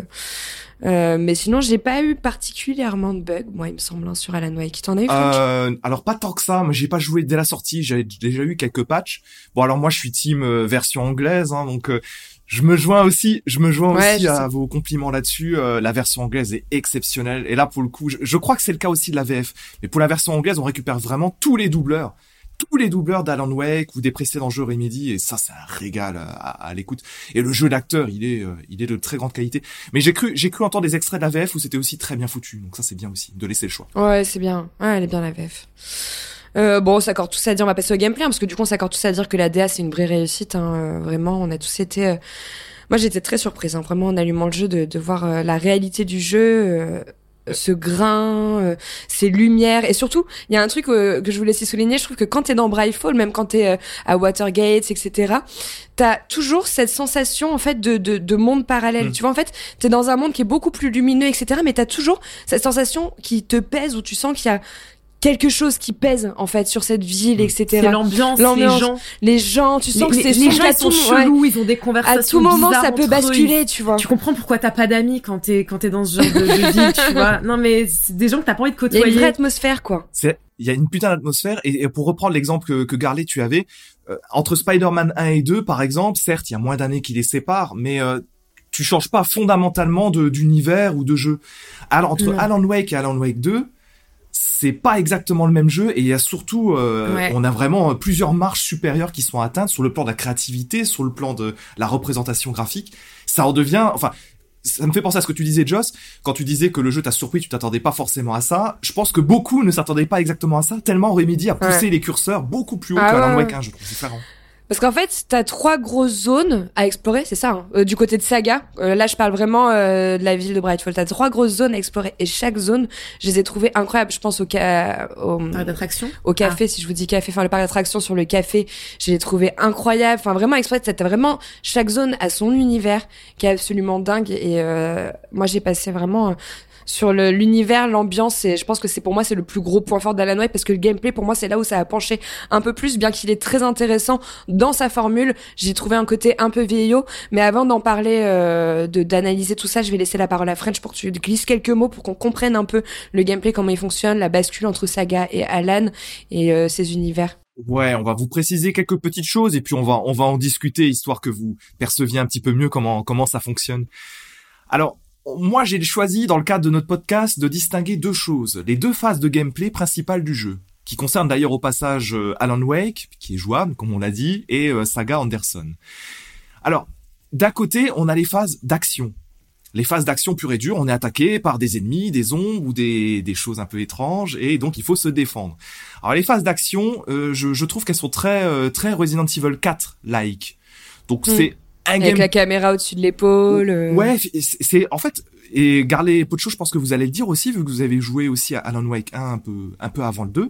euh, mais sinon, j'ai pas eu particulièrement de bugs, moi, il me semble, hein, sur Alan Wake. T'en as eu, Franck? Euh, alors pas tant que ça, moi j'ai pas joué dès la sortie, j'ai déjà eu quelques patchs. Bon alors moi je suis team euh, version anglaise, hein, donc euh, je me joins aussi, je me joins Ouais, aussi je à sais. vos compliments là-dessus. Euh, la version anglaise est exceptionnelle et là pour le coup, je, je crois que c'est le cas aussi de la V F. Mais pour la version anglaise, on récupère vraiment tous les doubleurs. Tous les doubleurs d'Alan Wake ou des précédents jeux Remedy, et ça c'est un régal à, à, à l'écoute. Et le jeu d'acteur, il est, euh, il est de très grande qualité. Mais j'ai cru, j'ai cru entendre des extraits de la V F où c'était aussi très bien foutu. Donc ça c'est bien aussi de laisser le choix. Ouais, c'est bien. Ouais, elle est bien, la V F. Euh, bon, on s'accorde tous à dire, on va passer au gameplay, hein, parce que du coup, on s'accorde tous à dire que la D A, c'est une vraie réussite, hein, euh, vraiment, on a tous été, euh... moi, j'étais très surprise, hein, vraiment, en allumant le jeu, de, de voir euh, la réalité du jeu, euh, ce grain, euh, ces lumières, et surtout, il y a un truc euh, que je voulais aussi souligner, je trouve que quand t'es dans Bravefall, même quand t'es euh, à Watergate, et cetera, t'as toujours cette sensation, en fait, de, de, de monde parallèle. Mm. Tu vois, en fait, t'es dans un monde qui est beaucoup plus lumineux, et cetera, mais t'as toujours cette sensation qui te pèse, où tu sens qu'il y a quelque chose qui pèse, en fait, sur cette ville, Mm. et C'est cetera. l'ambiance, L'ambiance, les gens. Les gens, tu sens les, que c'est les sombre gens, à ils sont tout- ouais. chelous, ils ont des À conversations tout moment, bizarres ça peut entre eux, basculer, tu vois. Tu comprends pourquoi t'as pas d'amis quand t'es quand t'es dans ce genre de, de ville, tu vois. Non mais c'est des gens que t'as pas envie de Il y a une vraie côtoyer. atmosphère, quoi. C'est, il y a une putain d'atmosphère et, et pour reprendre l'exemple que, que Garlet tu avais, euh, entre Spider-Man un et deux par exemple, certes il y a moins d'années qui les séparent, mais euh, tu changes pas fondamentalement de, d'univers ou de jeu. Alors entre Non. Alan Wake et Alan Wake deux, c'est pas exactement le même jeu et il y a surtout, euh, Ouais. on a vraiment euh, plusieurs marches supérieures qui sont atteintes sur le plan de la créativité, sur le plan de la représentation graphique. Ça en devient, enfin, ça me fait penser à ce que tu disais, Joss, quand tu disais que le jeu t'a surpris, tu t'attendais pas forcément à ça. Je pense que beaucoup ne s'attendaient pas exactement à ça, tellement Remedy a poussé Ouais. les curseurs beaucoup plus haut Ah qu'Alan ouais, Wake ouais. un, je trouve, c'est différent. Parce qu'en fait, t'as trois grosses zones à explorer, c'est ça, hein, euh, du côté de Saga. Euh, là, je parle vraiment euh, de la ville de Brightfall. T'as trois grosses zones à explorer et chaque zone, je les ai trouvées incroyables. Je pense au, ca... au... Parc d'attraction. au café, si je vous dis café, enfin le parc d'attraction sur le café, je l'ai trouvé incroyable. Enfin vraiment exprès, t'as vraiment chaque zone a son univers qui est absolument dingue. Et euh, moi j'ai passé vraiment euh, sur le, l'univers, l'ambiance. Et je pense que c'est pour moi c'est le plus gros point fort d'Alan Wake parce que le gameplay pour moi c'est là où ça a penché un peu plus, bien qu'il est très intéressant dans sa formule. J'ai trouvé un côté un peu vieillot. Mais avant d'en parler, euh, de d'analyser tout ça, je vais laisser la parole à French pour que tu glisses quelques mots pour qu'on comprenne un peu le gameplay, comment il fonctionne, la bascule entre Saga et Alan et euh, ses univers. Ouais, on va vous préciser quelques petites choses et puis on va on va en discuter histoire que vous perceviez un petit peu mieux comment comment ça fonctionne. Alors, moi j'ai choisi dans le cadre de notre podcast de distinguer deux choses, les deux phases de gameplay principales du jeu, qui concernent d'ailleurs au passage euh, Alan Wake, qui est jouable comme on l'a dit, et euh, Saga Anderson. Alors, d'un côté, on a les phases d'action. Les phases d'action pure et dure, on est attaqué par des ennemis, des ombres ou des, des choses un peu étranges, et donc il faut se défendre. Alors les phases d'action, euh, je, je trouve qu'elles sont très euh, très Resident Evil quatre-like. Donc Mm. c'est un Avec game... la caméra au-dessus de l'épaule. euh. Ouais, c'est, c'est en fait... Et Garlet et Pocho, je pense que vous allez le dire aussi, vu que vous avez joué aussi à Alan Wake un un peu, un peu avant le deux.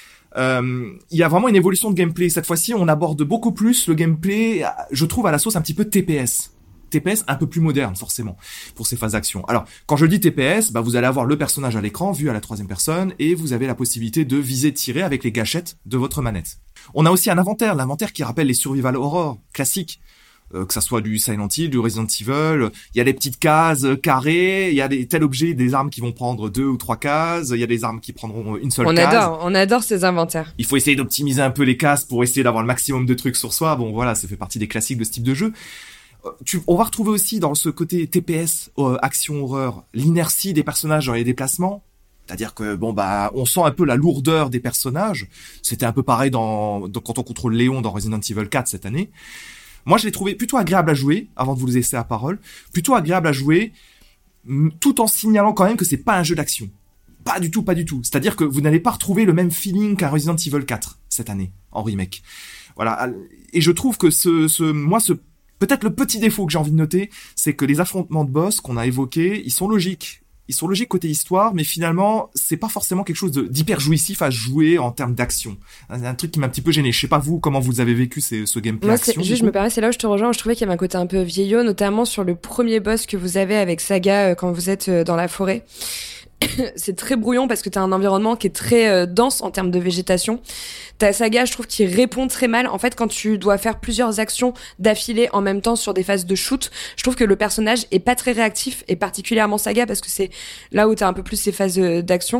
Euh, il y a vraiment une évolution de gameplay. Cette fois-ci, on aborde beaucoup plus le gameplay, je trouve, à la sauce un petit peu T P S. T P S un peu plus moderne, forcément, pour ces phases d'action. Alors, quand je dis T P S, bah, vous allez avoir le personnage à l'écran, vu à la troisième personne, et vous avez la possibilité de viser, tirer avec les gâchettes de votre manette. On a aussi un inventaire, l'inventaire qui rappelle les survival horror classiques. Euh, que ça soit du Silent Hill, du Resident Evil, il y a des petites cases euh, carrées, il y a des tels objets, des armes qui vont prendre deux ou trois cases, il y a des armes qui prendront une seule On case. adore, on adore ces inventaires. Il faut essayer d'optimiser un peu les cases pour essayer d'avoir le maximum de trucs sur soi. Bon, voilà, ça fait partie des classiques de ce type de jeu. Euh, tu, on va retrouver aussi dans ce côté T P S, euh, action horreur, l'inertie des personnages dans les déplacements. C'est-à-dire que bon bah on sent un peu la lourdeur des personnages. C'était un peu pareil dans, dans quand on contrôle Léon dans Resident Evil quatre cette année. Moi, je l'ai trouvé plutôt agréable à jouer, avant de vous laisser la parole, plutôt agréable à jouer, tout en signalant quand même que c'est pas un jeu d'action. Pas du tout, pas du tout. C'est-à-dire que vous n'allez pas retrouver le même feeling qu'un Resident Evil quatre, cette année, en remake. Voilà. Et je trouve que ce, ce, moi, ce, peut-être le petit défaut que j'ai envie de noter, c'est que les affrontements de boss qu'on a évoqués, ils sont logiques. ils sont logiques côté histoire, mais finalement, c'est pas forcément quelque chose de, d'hyper jouissif à jouer en termes d'action. Un, un truc qui m'a un petit peu gêné. Je sais pas vous, comment vous avez vécu ces, ce gameplay Moi, action. c'est, juste, je me permets, c'est là où je te rejoins. Je trouvais qu'il y avait un côté un peu vieillot, notamment sur le premier boss que vous avez avec Saga euh, quand vous êtes euh, dans la forêt. C'est très brouillon parce que t'as un environnement qui est très euh, dense en termes de végétation. Ta Saga, je trouve qu'il répond très mal. En fait, quand tu dois faire plusieurs actions d'affilée en même temps sur des phases de shoot, je trouve que le personnage est pas très réactif, et particulièrement Saga parce que c'est là où t'as un peu plus ces phases euh, d'action.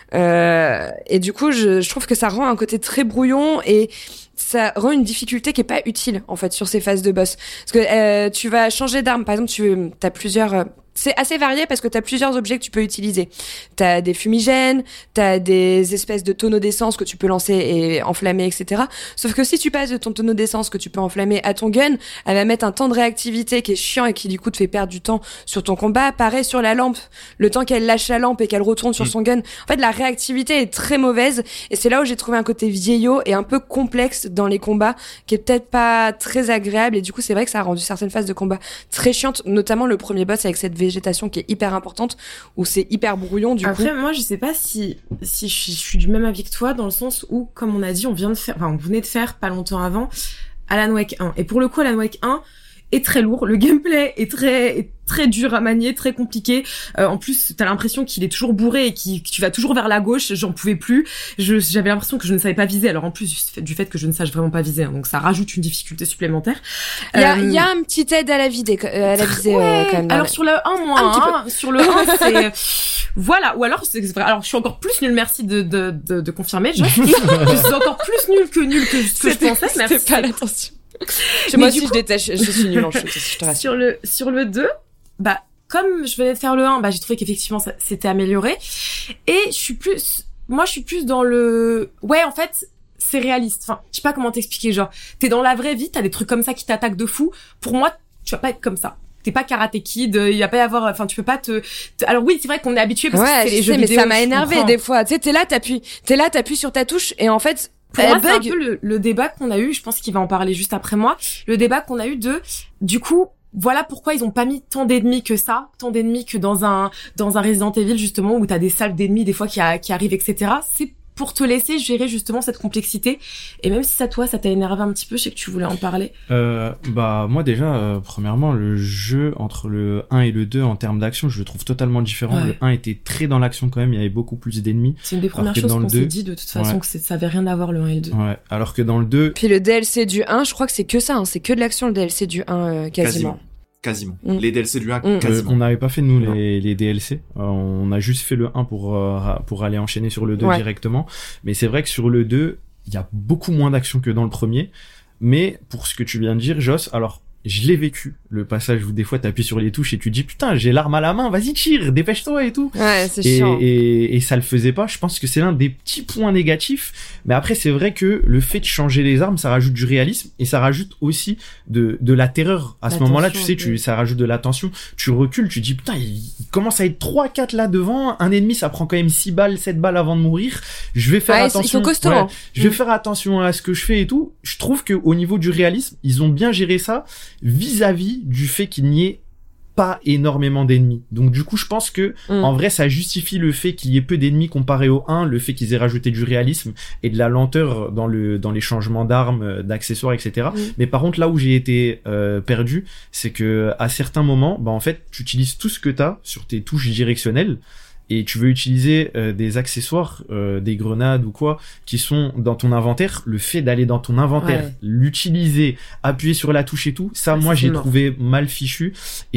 Euh, et du coup, je, je trouve que ça rend un côté très brouillon et ça rend une difficulté qui est pas utile en fait sur ces phases de boss. Parce que euh, tu vas changer d'arme, par exemple, tu as plusieurs. Euh, c'est assez varié parce que t'as plusieurs objets que tu peux utiliser. T'as des fumigènes, t'as des espèces de tonneaux d'essence que tu peux lancer et enflammer, et cetera. Sauf que si tu passes de ton tonneau d'essence que tu peux enflammer à ton gun, elle va mettre un temps de réactivité qui est chiant et qui du coup te fait perdre du temps sur ton combat. Pareil sur la lampe, le temps qu'elle lâche la lampe et qu'elle retourne sur son gun. En fait, la réactivité est très mauvaise et c'est là où j'ai trouvé un côté vieillot et un peu complexe dans les combats qui est peut-être pas très agréable, et du coup c'est vrai que ça a rendu certaines phases de combat très chiantes, notamment le premier boss avec cette végétation qui est hyper importante où c'est hyper brouillon du Après, coup. moi je sais pas si si je suis, je suis du même avis que toi dans le sens où, comme on a dit, on vient de faire, enfin on venait de faire pas longtemps avant Alan Wake un, et pour le coup Alan Wake un est très lourd, le gameplay est très est très dur à manier, très compliqué. Euh, en plus, t'as l'impression qu'il est toujours bourré et qu'il, que tu vas toujours vers la gauche. J'en pouvais plus. Je, j'avais l'impression que je ne savais pas viser. Alors en plus du fait, du fait que je ne sache vraiment pas viser, hein, donc ça rajoute une difficulté supplémentaire. Il y a, euh, il y a un petit aide à la visée, à la visée ouais, euh, quand même. Alors la... sur le un, moi, hein, sur le un, c'est voilà. Ou alors c'est vrai. Alors je suis encore plus nulle. Merci de de de, de confirmer. Je, je suis encore plus nulle que nulle que ce que je pensais. Merci. C'était pas l'attention. Mais Moi du aussi, coup- je déteste, je, je suis nulle en shoot, je te rassure. Sur le sur le deux, bah comme je venais de faire le un, bah j'ai trouvé qu'effectivement ça s'était amélioré, et je suis plus moi je suis plus dans le ouais en fait c'est réaliste. Enfin, je sais pas comment t'expliquer, genre t'es dans la vraie vie, t'as des trucs comme ça qui t'attaquent de fou. Pour moi, tu vas pas être comme ça. T'es pas Karate Kid, il y a pas y avoir, enfin tu peux pas te, te- alors oui c'est vrai qu'on est habitué parce Ouais, que c'est je les jeux sais, mais vidéo, ça m'a je énervé comprends. des fois. Tu sais, t'es là, t'appuies, t'es là, t'appuies sur ta touche et en fait, Pour elle moi, c'est un bug. peu le, le débat qu'on a eu, je pense qu'il va en parler juste après moi, le débat qu'on a eu de, du coup, voilà pourquoi ils ont pas mis tant d'ennemis que ça, tant d'ennemis que dans un dans un Resident Evil justement où t'as des salles d'ennemis des fois qui, a, qui arrivent, et cetera. C'est pour te laisser gérer justement cette complexité. Et même si ça, toi, ça t'a énervé un petit peu, je sais que tu voulais en parler. Euh, bah moi déjà, euh, premièrement, le jeu entre le un et le deux en termes d'action, je le trouve totalement différent. Ouais. Le un était très dans l'action quand même, il y avait beaucoup plus d'ennemis. C'est une des premières que choses dans le qu'on s'est deux, dit de toute façon ouais. que c'est, ça avait rien à voir le un et le deux. Ouais. Alors que dans le deux, Puis le D L C du un, je crois que c'est que ça, hein, c'est que de l'action le D L C du un euh, quasiment. Quasiment. Mm. Les D L C du un, Mm. euh, quasiment. on n'avait pas fait nous Non. les, les D L C. Euh, on a juste fait le un pour euh, pour aller enchaîner sur le deux Ouais. directement. Mais c'est vrai que sur le deux, il y a beaucoup moins d'action que dans le premier. Mais pour ce que tu viens de dire, Joss, alors je l'ai vécu, le passage où des fois t'appuies sur les touches et tu dis putain j'ai l'arme à la main, vas-y tire, dépêche-toi et tout. Ouais, c'est Et, chiant. et, et ça le faisait pas. Je pense que c'est l'un des petits points négatifs. Mais après, c'est vrai que le fait de changer les armes, ça rajoute du réalisme et ça rajoute aussi de, de la terreur. À ce L'attention, moment-là, tu sais, un peu. tu, ça rajoute de la tension. Tu recules, tu dis putain, il, il commence à être trois quatre là devant. Un ennemi, ça prend quand même six balles, sept balles avant de mourir. Je vais faire Ouais, ils sont- attention. ils sont costauds, Ouais, hein. je vais Mm. faire attention à ce que je fais et tout. Je trouve que au niveau du réalisme, ils ont bien géré ça vis-à-vis du fait qu'il n'y ait pas énormément d'ennemis. Donc du coup, je pense que Mm. en vrai, ça justifie le fait qu'il y ait peu d'ennemis comparé au un, le fait qu'ils aient rajouté du réalisme et de la lenteur dans le dans les changements d'armes, euh, d'accessoires, et cetera. Mm. Mais par contre, là où j'ai été euh, perdu, c'est que à certains moments, bah en fait, tu utilises tout ce que t'as sur tes touches directionnelles. Et tu veux utiliser euh, des accessoires, euh, des grenades ou quoi, qui sont dans ton inventaire. Le fait d'aller dans ton inventaire, Ouais. l'utiliser, appuyer sur la touche et tout, ça, Ouais, moi, c'est j'ai mort. trouvé mal fichu.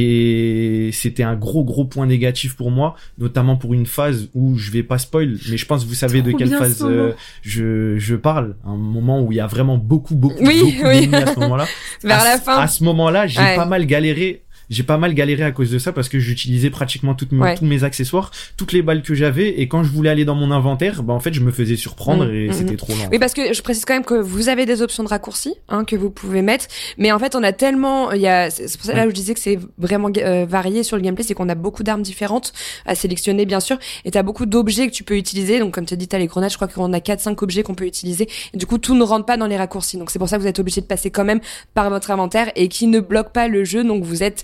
Et c'était un gros, gros point négatif pour moi, notamment pour une phase où je vais pas spoil, mais je pense que vous savez Trop de quelle bien phase ce moment. euh, je, je parle. Un moment où il y a vraiment beaucoup, beaucoup, Oui, beaucoup oui. d'ennemis à ce moment-là. Vers à, la ce- fin. À ce moment-là, j'ai Ouais. pas mal galéré. J'ai pas mal galéré à cause de ça parce que j'utilisais pratiquement toutes mes- Ouais. tous mes accessoires, toutes les balles que j'avais, et quand je voulais aller dans mon inventaire, bah en fait je me faisais surprendre Mm, et mm, c'était mm. trop lent. Oui, parce que je précise quand même que vous avez des options de raccourci hein, que vous pouvez mettre, mais en fait on a tellement, il y a, c'est pour ça là où je disais que c'est vraiment euh, varié sur le gameplay, c'est qu'on a beaucoup d'armes différentes à sélectionner bien sûr, et t'as beaucoup d'objets que tu peux utiliser. Donc comme tu as dit, t'as les grenades, je crois qu'on a quatre cinq objets qu'on peut utiliser, et du coup tout ne rentre pas dans les raccourcis. Donc c'est pour ça que vous êtes obligé de passer quand même par votre inventaire et qui ne bloque pas le jeu. Donc vous êtes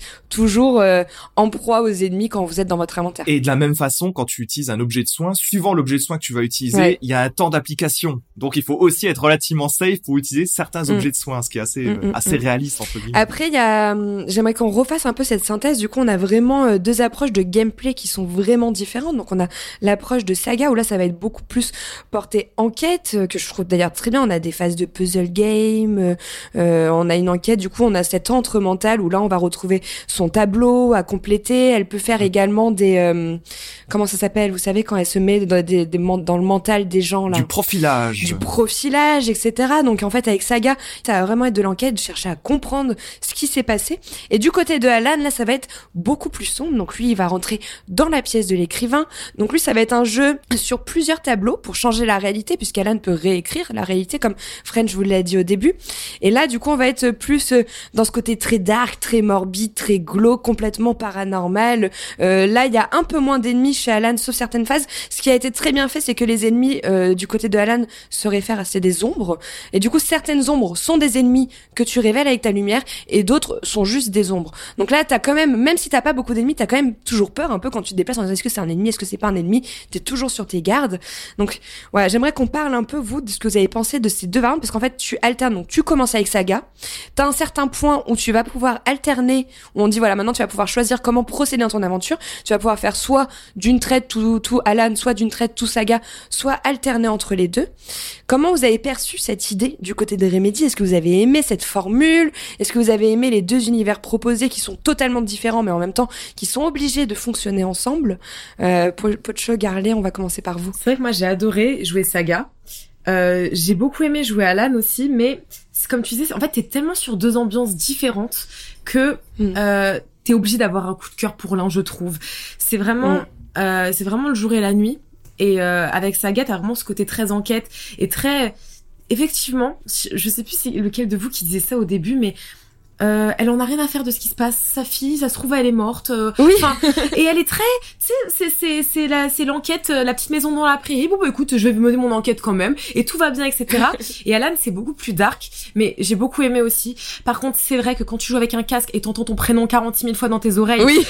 toujours euh, en proie aux ennemis quand vous êtes dans votre inventaire. Et de la même façon, quand tu utilises un objet de soin, suivant l'objet de soin que tu vas utiliser, il ouais. y a un temps d'application. Donc il faut aussi être relativement safe pour utiliser certains mmh. objets de soin, ce qui est assez mmh, euh, assez mmh. réaliste entre guillemets. Après, il y a, euh, j'aimerais qu'on refasse un peu cette synthèse. Du coup, on a vraiment euh, deux approches de gameplay qui sont vraiment différentes. Donc on a l'approche de Saga où là, ça va être beaucoup plus porté enquête, euh, que je trouve d'ailleurs très bien. On a des phases de puzzle game, euh, euh, on a une enquête. Du coup, on a cet entre mental où là, on va retrouver son tableau à compléter. Elle peut faire également des euh, comment ça s'appelle, vous savez, quand elle se met dans, des, des, dans le mental des gens là. Du profilage. Du profilage, et cetera. Donc en fait, avec Saga, ça va vraiment être de l'enquête, de chercher à comprendre ce qui s'est passé. Et du côté de Alan, là, ça va être beaucoup plus sombre. Donc lui, il va rentrer dans la pièce de l'écrivain. Donc lui, ça va être un jeu sur plusieurs tableaux pour changer la réalité, puisqu'Alan peut réécrire la réalité, comme French vous l'a dit au début. Et là, du coup, on va être plus dans ce côté très dark, très morbide, très glauque, complètement paranormal. Euh, là, il y a un peu moins d'ennemis chez Alan, sauf certaines phases. Ce qui a été très bien fait, c'est que les ennemis euh, du côté de Alan se réfèrent à c'est des ombres. Et du coup, certaines ombres sont des ennemis que tu révèles avec ta lumière, et d'autres sont juste des ombres. Donc là, t'as quand même, même si t'as pas beaucoup d'ennemis, t'as quand même toujours peur un peu quand tu te déplaces en disant est-ce que c'est un ennemi, est-ce que c'est pas un ennemi. T'es toujours sur tes gardes. Donc voilà, j'aimerais qu'on parle un peu, vous, de ce que vous avez pensé de ces deux variantes, parce qu'en fait, tu alternes. Donc tu commences avec Saga. T'as un certain point où tu vas pouvoir alterner, où on dit voilà, maintenant tu vas pouvoir choisir comment procéder dans ton aventure. Tu vas pouvoir faire soit d'une traite tout, tout Alan, soit d'une traite tout Saga, soit alterner entre les deux. Comment vous avez perçu cette idée du côté de Remedy? Est-ce que vous avez aimé cette formule? Est-ce que vous avez aimé les deux univers proposés qui sont totalement différents, mais en même temps qui sont obligés de fonctionner ensemble? euh, Pocho, Garlet, on va commencer par vous. C'est vrai que moi j'ai adoré jouer Saga. Euh, j'ai beaucoup aimé jouer Alan aussi, mais c'est comme tu disais, en fait t'es tellement sur deux ambiances différentes que mm. euh, t'es obligé d'avoir un coup de cœur pour l'un, je trouve. C'est vraiment, mm. euh, c'est vraiment le jour et la nuit. Et euh, avec Saga, t'as vraiment ce côté très enquête et très... Effectivement, je sais plus c'est lequel de vous qui disait ça au début, mais euh, elle en a rien à faire de ce qui se passe. Sa fille, ça se trouve, elle est morte. Euh, oui. Et elle est très... Tu sais, c'est, c'est, c'est, la, c'est l'enquête, la petite maison dans la prairie. Bon, bah écoute, je vais mener mon enquête quand même. Et tout va bien, et cetera. Et Alan, c'est beaucoup plus dark, mais j'ai beaucoup aimé aussi. Par contre, c'est vrai que quand tu joues avec un casque et t'entends ton prénom quarante-six mille fois dans tes oreilles... Oui.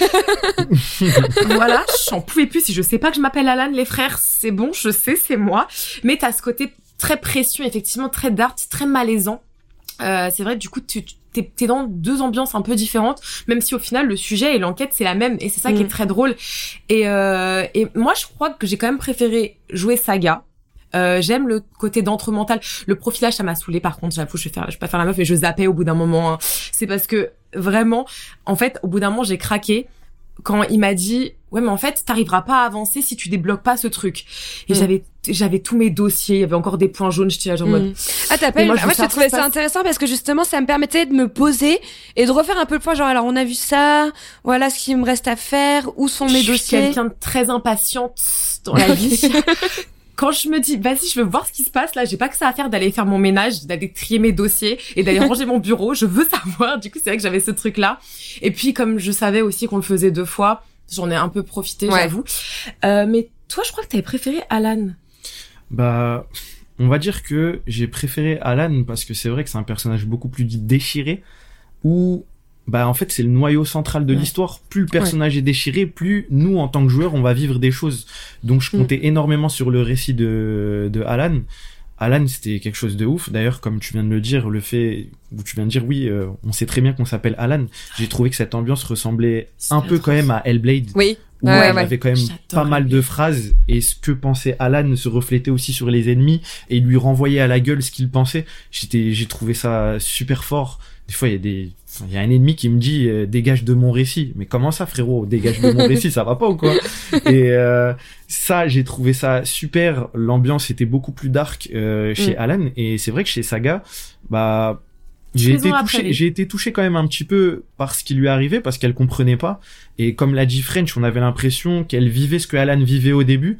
Voilà, j'en pouvais plus. Si je sais pas que je m'appelle Alan, les frères, c'est bon, je sais, c'est moi. Mais t'as ce côté très précieux, effectivement, très dark, très malaisant. Euh, c'est vrai, du coup, tu... T'es, t'es dans deux ambiances un peu différentes, même si au final le sujet et l'enquête c'est la même, et c'est ça mmh. qui est très drôle. Et, euh, et moi je crois que j'ai quand même préféré jouer Saga. Euh, j'aime le côté d'entre-mental. Le profilage ça m'a saoulé par contre, j'avoue, je vais faire, je vais pas faire la meuf, mais je zappais au bout d'un moment. Hein. C'est parce que vraiment, en fait, au bout d'un moment j'ai craqué quand il m'a dit ouais mais en fait t'arriveras pas à avancer si tu débloques pas ce truc. Et mmh. j'avais j'avais tous mes dossiers, il y avait encore des points jaunes, j'étais là genre mmh. mode ah t'as pas eu... moi, moi je trouvais ça intéressant parce que justement ça me permettait de me poser et de refaire un peu le point, genre alors on a vu ça, voilà ce qu'il me reste à faire, où sont mes je dossiers. Je suis quelqu'un de très impatiente dans la vie. Quand je me dis, vas-y, je veux voir ce qui se passe là, j'ai pas que ça à faire d'aller faire mon ménage, d'aller trier mes dossiers et d'aller ranger mon bureau, je veux savoir. Du coup, c'est vrai que j'avais ce truc-là. Et puis, comme je savais aussi qu'on le faisait deux fois, j'en ai un peu profité, ouais. j'avoue. Euh, mais toi, je crois que t'avais préféré Alan. Bah, on va dire que j'ai préféré Alan parce que c'est vrai que c'est un personnage beaucoup plus déchiré où... Bah en fait c'est le noyau central de ouais. l'histoire. Plus le personnage ouais. est déchiré, plus nous en tant que joueurs on va vivre des choses. Donc je comptais mm. énormément sur le récit de de Alan. Alan c'était quelque chose de ouf. D'ailleurs comme tu viens de le dire, le fait où tu viens de dire oui, euh, on sait très bien qu'on s'appelle Alan. J'ai trouvé que cette ambiance ressemblait c'est un peu quand même à Hellblade. Oui. Où ouais, il ouais. avait quand même J'adore pas mal de phrases et ce que pensait Alan se reflétait aussi sur les ennemis et il lui renvoyait à la gueule ce qu'il pensait. J'étais, j'ai trouvé ça super fort. Des fois il y a des, il y a un ennemi qui me dit euh, dégage de mon récit. Mais comment ça frérot, dégage de mon récit, ça va pas ou quoi? Et euh, ça j'ai trouvé ça super. L'ambiance était beaucoup plus dark euh, chez mm. Alan et c'est vrai que chez Saga, bah J'ai été touché, j'ai été touché quand même un petit peu par ce qui lui arrivait parce qu'elle comprenait pas. Et comme l'a dit French, on avait l'impression qu'elle vivait ce que Alan vivait au début.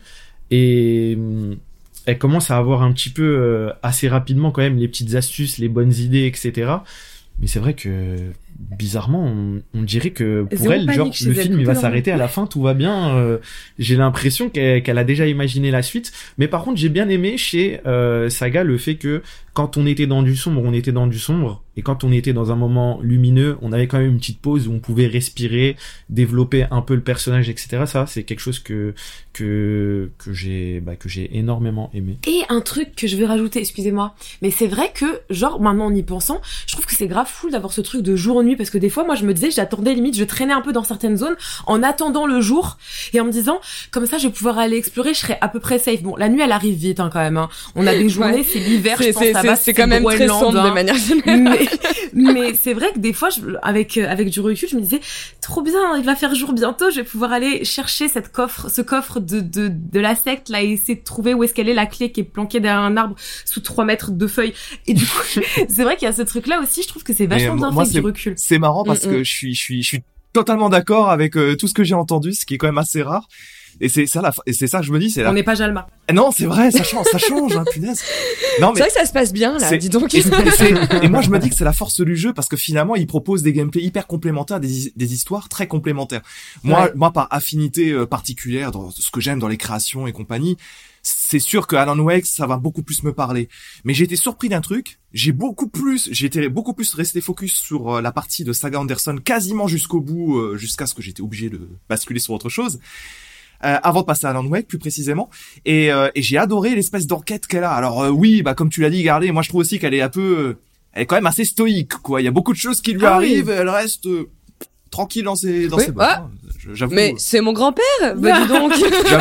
Et elle commence à avoir un petit peu, euh, assez rapidement quand même, les petites astuces, les bonnes idées, et cetera. Mais c'est vrai que, bizarrement, on, on dirait que pour Zéro elle, genre, le film, il va s'arrêter à la fin, tout va bien. Euh, j'ai l'impression qu'elle, qu'elle a déjà imaginé la suite. Mais par contre, j'ai bien aimé chez euh, Saga le fait que quand on était dans du sombre, on était dans du sombre. Et quand on était dans un moment lumineux, on avait quand même une petite pause où on pouvait respirer, développer un peu le personnage, et cetera. Ça, c'est quelque chose que que que j'ai bah, que j'ai énormément aimé. Et un truc que je vais rajouter, excusez-moi, mais c'est vrai que genre maintenant en y pensant, je trouve que c'est grave fou d'avoir ce truc de jour-nuit parce que des fois moi je me disais, j'attendais limite, je traînais un peu dans certaines zones en attendant le jour et en me disant comme ça je vais pouvoir aller explorer, je serai à peu près safe. Bon, la nuit elle arrive vite hein, quand même. Hein. On a des journées, ouais. c'est l'hiver, c'est, je pense c'est, ça c'est, va, c'est, c'est quand même très sombre hein. de manière générale. Mais, mais c'est vrai que des fois, je, avec avec du recul, je me disais trop bien, il va faire jour bientôt, je vais pouvoir aller chercher cette coffre, ce coffre de de de la secte là et essayer de trouver où est-ce qu'elle est la clé qui est planquée derrière un arbre sous trois mètres de feuilles. Et du coup, c'est vrai qu'il y a ce truc là aussi. Je trouve que c'est vachement mais bien moi, fait avec du recul. C'est marrant parce mm-hmm. que je suis je suis je suis totalement d'accord avec euh, tout ce que j'ai entendu, ce qui est quand même assez rare. Et c'est ça la, et c'est ça que je me dis, c'est là. On n'est pas Jalma. Non, c'est vrai, ça change, ça change, hein, punaise. Non, mais. C'est vrai que ça se passe bien, là, dis donc. Et, c'est, et moi, je me dis que c'est la force du jeu parce que finalement, il propose des gameplays hyper complémentaires, des, des histoires très complémentaires. Moi, ouais. moi, par affinité euh, particulière dans ce que j'aime dans les créations et compagnie, c'est sûr que Alan Wake, ça va beaucoup plus me parler. Mais j'ai été surpris d'un truc. J'ai beaucoup plus, j'ai été beaucoup plus resté focus sur euh, la partie de Saga Anderson quasiment jusqu'au bout, euh, jusqu'à ce que j'étais obligé de basculer sur autre chose. Euh, avant de passer à Alan Wake plus précisément et, euh, et j'ai adoré l'espèce d'enquête qu'elle a. Alors euh, oui, bah comme tu l'as dit, regardez, moi je trouve aussi qu'elle est un peu euh, elle est quand même assez stoïque quoi. Il y a beaucoup de choses qui lui ah, arrivent, oui. Elle reste euh, tranquille dans ses dans oui. ses bottes. Ah. Hein. J'avoue. Mais c'est mon grand-père. Bah dis donc.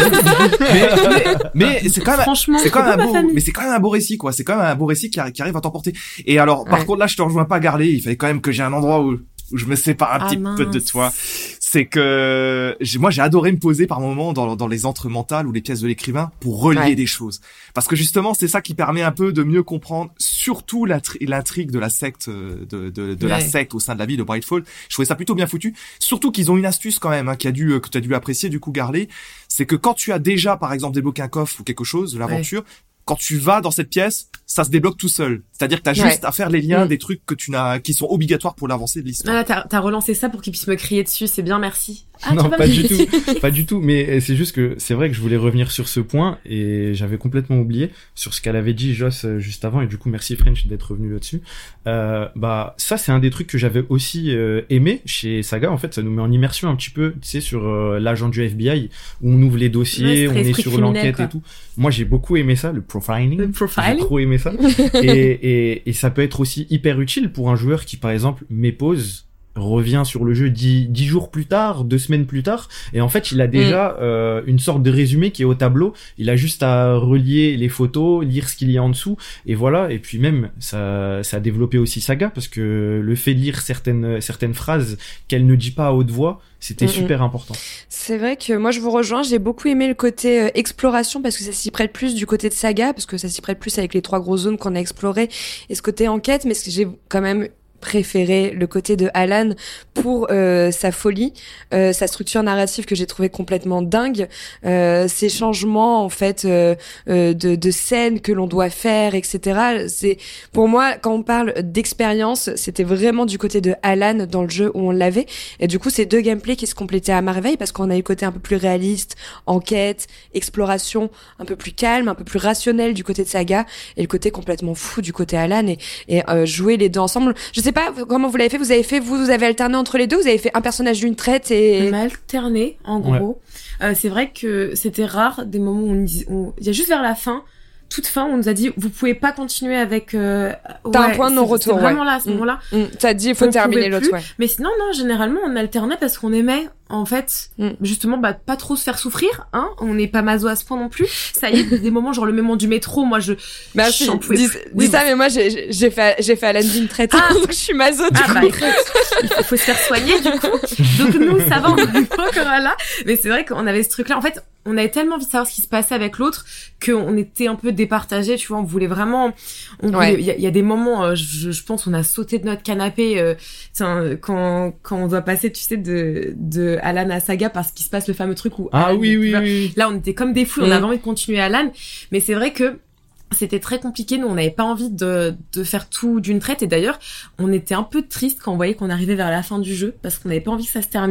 mais, mais, mais c'est quand même franchement, c'est quand même un beau famille. mais c'est quand même un beau récit quoi. C'est quand même un beau récit qui, qui arrive à t'emporter. Et alors par ouais. contre là, je te rejoins pas Garley, il fallait quand même que j'ai un endroit où où je me sépare un ah, petit mince. peu de toi. C'est que j'ai, moi j'ai adoré me poser par moments dans, dans les entres mentales ou les pièces de l'écrivain pour relier ouais. des choses. Parce que justement c'est ça qui permet un peu de mieux comprendre surtout l'intri- l'intrigue de la secte de, de, de ouais. la secte au sein de la ville de Brightfall. Je trouvais ça plutôt bien foutu. Surtout qu'ils ont une astuce quand même hein, qui a dû que tu as dû apprécier du coup Garley, c'est que quand tu as déjà par exemple débloqué un coffre ou quelque chose de l'aventure, ouais. quand tu vas dans cette pièce, ça se débloque tout seul. C'est-à-dire que t'as ouais. juste à faire les liens mmh. des trucs que tu n'as, qui sont obligatoires pour l'avancée de l'histoire. Ah, t'as, t'as relancé ça pour qu'il puisse me crier dessus, c'est bien, merci. Ah, non, pas du tout, pas du tout. Mais c'est juste que c'est vrai que je voulais revenir sur ce point et j'avais complètement oublié sur ce qu'elle avait dit Joss juste avant et du coup merci French d'être revenu là-dessus. Euh, bah ça c'est un des trucs que j'avais aussi euh, aimé chez Saga. En fait, ça nous met en immersion un petit peu, tu sais, sur euh, l'agent du F B I où on ouvre les dossiers, ouais, on est sur l'enquête quoi. Et tout. Moi j'ai beaucoup aimé ça, le profiling. Le profiling. J'ai trop aimé ça. et, et et ça peut être aussi hyper utile pour un joueur qui par exemple mépose revient sur le jeu dix, dix jours plus tard, deux semaines plus tard, et en fait il a déjà mmh. euh, une sorte de résumé qui est au tableau, il a juste à relier les photos, lire ce qu'il y a en dessous, et voilà, et puis même ça, ça a développé aussi Saga, parce que le fait de lire certaines, certaines phrases qu'elle ne dit pas à haute voix, c'était mmh. super important. C'est vrai que moi je vous rejoins, j'ai beaucoup aimé le côté euh, exploration parce que ça s'y prête plus du côté de Saga, parce que ça s'y prête plus avec les trois grosses zones qu'on a explorées, et ce côté enquête, mais ce que j'ai quand même préféré le côté de Alan pour euh, sa folie, euh, sa structure narrative que j'ai trouvé complètement dingue, euh, ses changements en fait euh, euh, de, de scènes que l'on doit faire, et cetera. C'est pour moi quand on parle d'expérience, c'était vraiment du côté de Alan dans le jeu où on l'avait. Et du coup, c'est deux gameplays qui se complétaient à merveille parce qu'on a eu le côté un peu plus réaliste, enquête, exploration, un peu plus calme, un peu plus rationnel du côté de Saga et le côté complètement fou du côté Alan et, et euh, jouer les deux ensemble. Je sais pas comment vous l'avez fait. Vous avez fait, vous, vous avez alterné entre les deux. Vous avez fait un personnage d'une traite et. On a alterné, en gros. Ouais. Euh, c'est vrai que c'était rare des moments où on, on... il y a juste vers la fin, toute fin, on nous a dit vous pouvez pas continuer avec. Euh... T'as ouais, un point de non-retour. C'est vraiment ouais. là à ce moment-là. Mmh. Mmh. T'as dit il faut terminer l'autre. Ouais. Mais sinon non, généralement on alternait parce qu'on aimait. En fait, mm. justement, bah, pas trop se faire souffrir, hein. On n'est pas maso à ce point non plus. Ça y est, des moments, genre le moment du métro, moi, je, bah, j'en pouvais dis, plus. Dis oui, ça, bah, mais moi, j'ai, j'ai fait, j'ai fait Alan d'une traite. Ah, donc je suis maso, du ah, coup. Bah, écoute, il faut se faire soigner, du coup. Donc nous, ça va, on n'est pas encore là. Mais c'est vrai qu'on avait ce truc-là. En fait, on avait tellement envie de savoir ce qui se passait avec l'autre qu'on était un peu départagés, tu vois. On voulait vraiment, on voulait, il ouais. y, y a des moments, euh, je, je pense, on a sauté de notre canapé, euh, tiens, quand, quand on doit passer, tu sais, de, de Alan à Saga, parce qu'il se passe le fameux truc où ah Alan, oui oui, oui là on était comme des fous, mmh. on avait envie de continuer Alan, mais c'est vrai que c'était très compliqué, nous on n'avait pas envie de de faire tout d'une traite et d'ailleurs on était un peu triste quand on voyait qu'on arrivait vers la fin du jeu parce qu'on n'avait pas envie que ça se termine.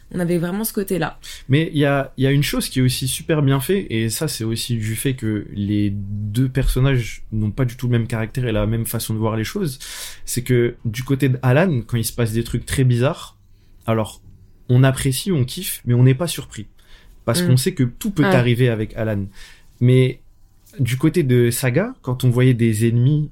On avait vraiment ce côté-là. Mais il y a, il y a une chose qui est aussi super bien fait, et ça c'est aussi du fait que les deux personnages n'ont pas du tout le même caractère et la même façon de voir les choses, c'est que du côté d'Alan, quand il se passe des trucs très bizarres, alors on apprécie, on kiffe, mais on n'est pas surpris. Parce mmh. qu'on sait que tout peut ouais. arriver avec Alan. Mais du côté de Saga, quand on voyait des ennemis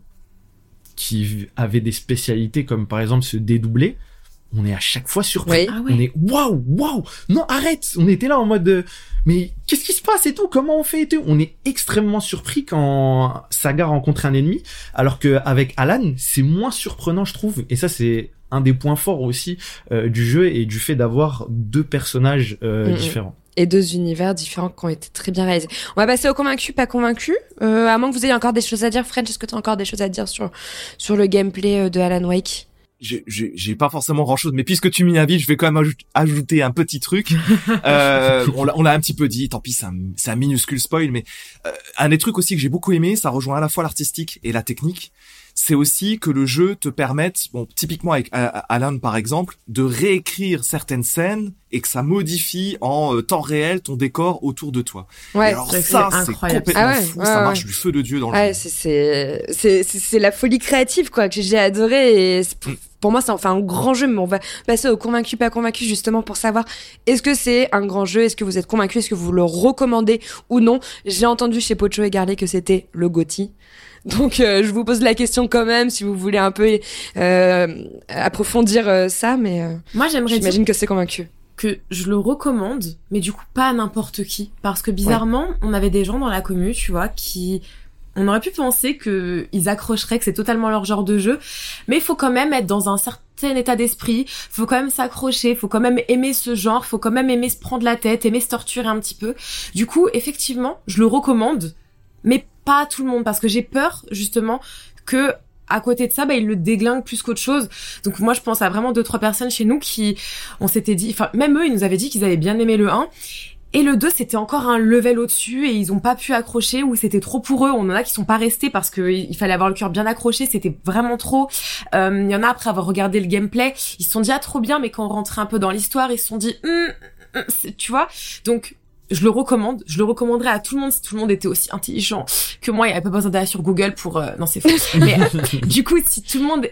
qui avaient des spécialités comme par exemple se dédoubler, on est à chaque fois surpris. Oui. Ah ouais. On est waouh, waouh, non arrête. On était là en mode de, mais qu'est-ce qui se passe et tout, comment on fait et tout. On est extrêmement surpris quand Saga rencontre un ennemi, alors que avec Alan c'est moins surprenant je trouve. Et ça c'est un des points forts aussi euh, du jeu et du fait d'avoir deux personnages euh, mmh. différents. Et deux univers différents qui ont été très bien réalisés. On va passer au convaincu, pas convaincu. Euh, à moins que vous ayez encore des choses à dire, French, est-ce que tu as encore des choses à dire sur sur le gameplay de Alan Wake? J'ai, j'ai, j'ai pas forcément grand chose, mais puisque tu m'y invites, je vais quand même ajout, ajouter un petit truc. euh, on l'a, on l'a un petit peu dit, tant pis, c'est un, c'est un minuscule spoil, mais euh, un des trucs aussi que j'ai beaucoup aimé, ça rejoint à la fois l'artistique et la technique. C'est aussi que le jeu te permette, bon, typiquement avec Alan par exemple, de réécrire certaines scènes et que ça modifie en euh, temps réel ton décor autour de toi. Ouais, et alors c'est ça, c'est complètement ah ouais, fou, ouais, ça ouais. marche du feu de Dieu dans le ouais, jeu. C'est, c'est, c'est, c'est, c'est la folie créative, quoi, que j'ai adoré et pour, mm. pour moi, ça en fait un grand jeu, mais on va passer au convaincu, pas convaincu, justement pour savoir est-ce que c'est un grand jeu, est-ce que vous êtes convaincu, est-ce que vous le recommandez ou non. J'ai entendu chez Pocho et Garley que c'était le GOTY. Donc euh, je vous pose la question quand même si vous voulez un peu euh, approfondir euh, ça, mais euh, moi j'aimerais j'imagine dire que c'est convaincu. Que je le recommande, mais du coup pas à n'importe qui, parce que bizarrement ouais. on avait des gens dans la commu, tu vois, qui on aurait pu penser que ils accrocheraient, que c'est totalement leur genre de jeu, mais il faut quand même être dans un certain état d'esprit, faut quand même s'accrocher, faut quand même aimer ce genre, faut quand même aimer se prendre la tête, aimer se torturer un petit peu. Du coup, effectivement, je le recommande, mais pas à tout le monde, parce que j'ai peur justement que à côté de ça, bah, ils le déglinguent plus qu'autre chose. Donc moi, je pense à vraiment deux, trois personnes chez nous qui, on s'était dit, enfin, même eux, ils nous avaient dit qu'ils avaient bien aimé le un. Et le deux, c'était encore un level au-dessus et ils ont pas pu accrocher ou c'était trop pour eux. On en a qui sont pas restés parce que il fallait avoir le cœur bien accroché, c'était vraiment trop. Euh, il y en a après avoir regardé le gameplay, ils se sont dit, ah, trop bien, mais quand on rentrait un peu dans l'histoire, ils se sont dit, hm, hm, tu vois. Donc, je le recommande, je le recommanderais à tout le monde si tout le monde était aussi intelligent que moi. Il n'y avait pas besoin d'aller sur Google pour... Euh... Non, c'est faux. Mais euh, du coup, si tout le monde...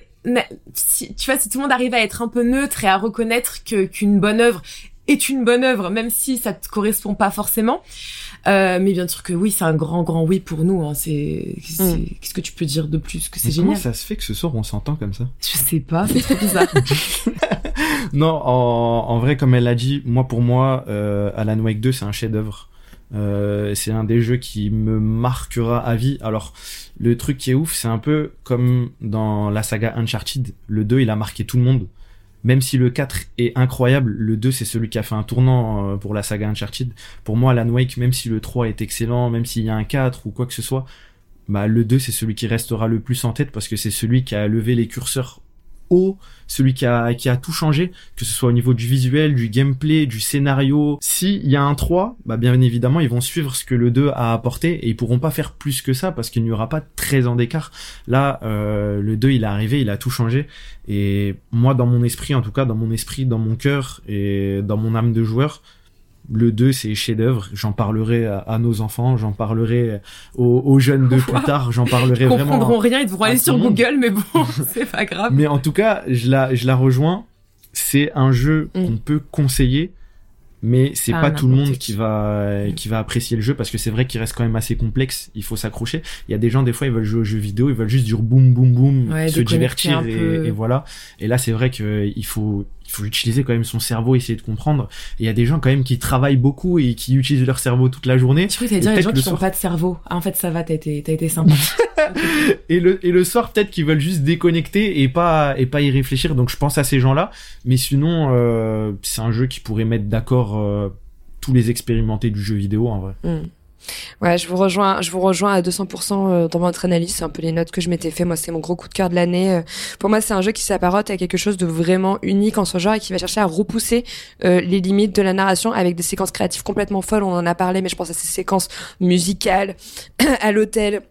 Si, tu vois, si tout le monde arrive à être un peu neutre et à reconnaître que qu'une bonne œuvre est une bonne œuvre, même si ça te correspond pas forcément. Euh, mais bien sûr que oui, c'est un grand, grand oui pour nous. Hein. C'est, c'est... Mm. Qu'est-ce que tu peux dire de plus que c'est mais génial. Comment ça se fait que ce soir on s'entend comme ça? Je sais pas, c'est trop bizarre. Non, en, en vrai, comme elle l'a dit, moi pour moi, euh, Alan Wake deux, c'est un chef-d'œuvre. Euh, c'est un des jeux qui me marquera à vie. Alors, le truc qui est ouf, c'est un peu comme dans la saga Uncharted. Le deux, il a marqué tout le monde. Même si le quatre est incroyable, le deux, c'est celui qui a fait un tournant pour la saga Uncharted. Pour moi, Alan Wake, même si le trois est excellent, même s'il y a un quatre ou quoi que ce soit, bah, le deux, c'est celui qui restera le plus en tête parce que c'est celui qui a levé les curseurs haut, celui qui a, qui a tout changé, que ce soit au niveau du visuel, du gameplay, du scénario. S'il y a un trois, bah, bien évidemment, ils vont suivre ce que le deux a apporté et ils pourront pas faire plus que ça parce qu'il n'y aura pas treize ans d'écart. Là, euh, le deux, il est arrivé, il a tout changé. Et moi, dans mon esprit, en tout cas, dans mon esprit, dans mon cœur et dans mon âme de joueur, le deux, c'est chef-d'œuvre. J'en parlerai à, à nos enfants, j'en parlerai aux, aux jeunes de plus tard, j'en parlerai vraiment. Ils comprendront rien, ils devront aller sur Google, mais bon, c'est pas grave. Mais en tout cas, je la, je la rejoins. C'est un jeu mm. qu'on peut conseiller, mais c'est pas, pas tout le monde qui va, qui va apprécier le jeu parce que c'est vrai qu'il reste quand même assez complexe. Il faut s'accrocher. Il y a des gens, des fois, ils veulent jouer aux jeux vidéo, ils veulent juste dire boum, boum, boum, ouais, se divertir et, et voilà. Et là, c'est vrai qu'il faut, il faut utiliser quand même son cerveau, essayer de comprendre. Et il y a des gens quand même qui travaillent beaucoup et qui utilisent leur cerveau toute la journée. Je crois que t'allais dire les gens qui n'ont pas de cerveau. Ah, en fait, ça va, t'as été, t'as été sympa. et le, et le soir, peut-être qu'ils veulent juste déconnecter et pas, et pas y réfléchir. Donc, je pense à ces gens-là. Mais sinon, euh, c'est un jeu qui pourrait mettre d'accord, euh, tous les expérimentés du jeu vidéo, en vrai. Mm. Ouais, je vous rejoins, je vous rejoins à deux cents pour cent dans votre analyse. C'est un peu les notes que je m'étais fait. Moi, c'est mon gros coup de cœur de l'année. Pour moi, c'est un jeu qui s'apparente à quelque chose de vraiment unique en son genre et qui va chercher à repousser euh, les limites de la narration avec des séquences créatives complètement folles. On en a parlé, mais je pense à ces séquences musicales à l'hôtel,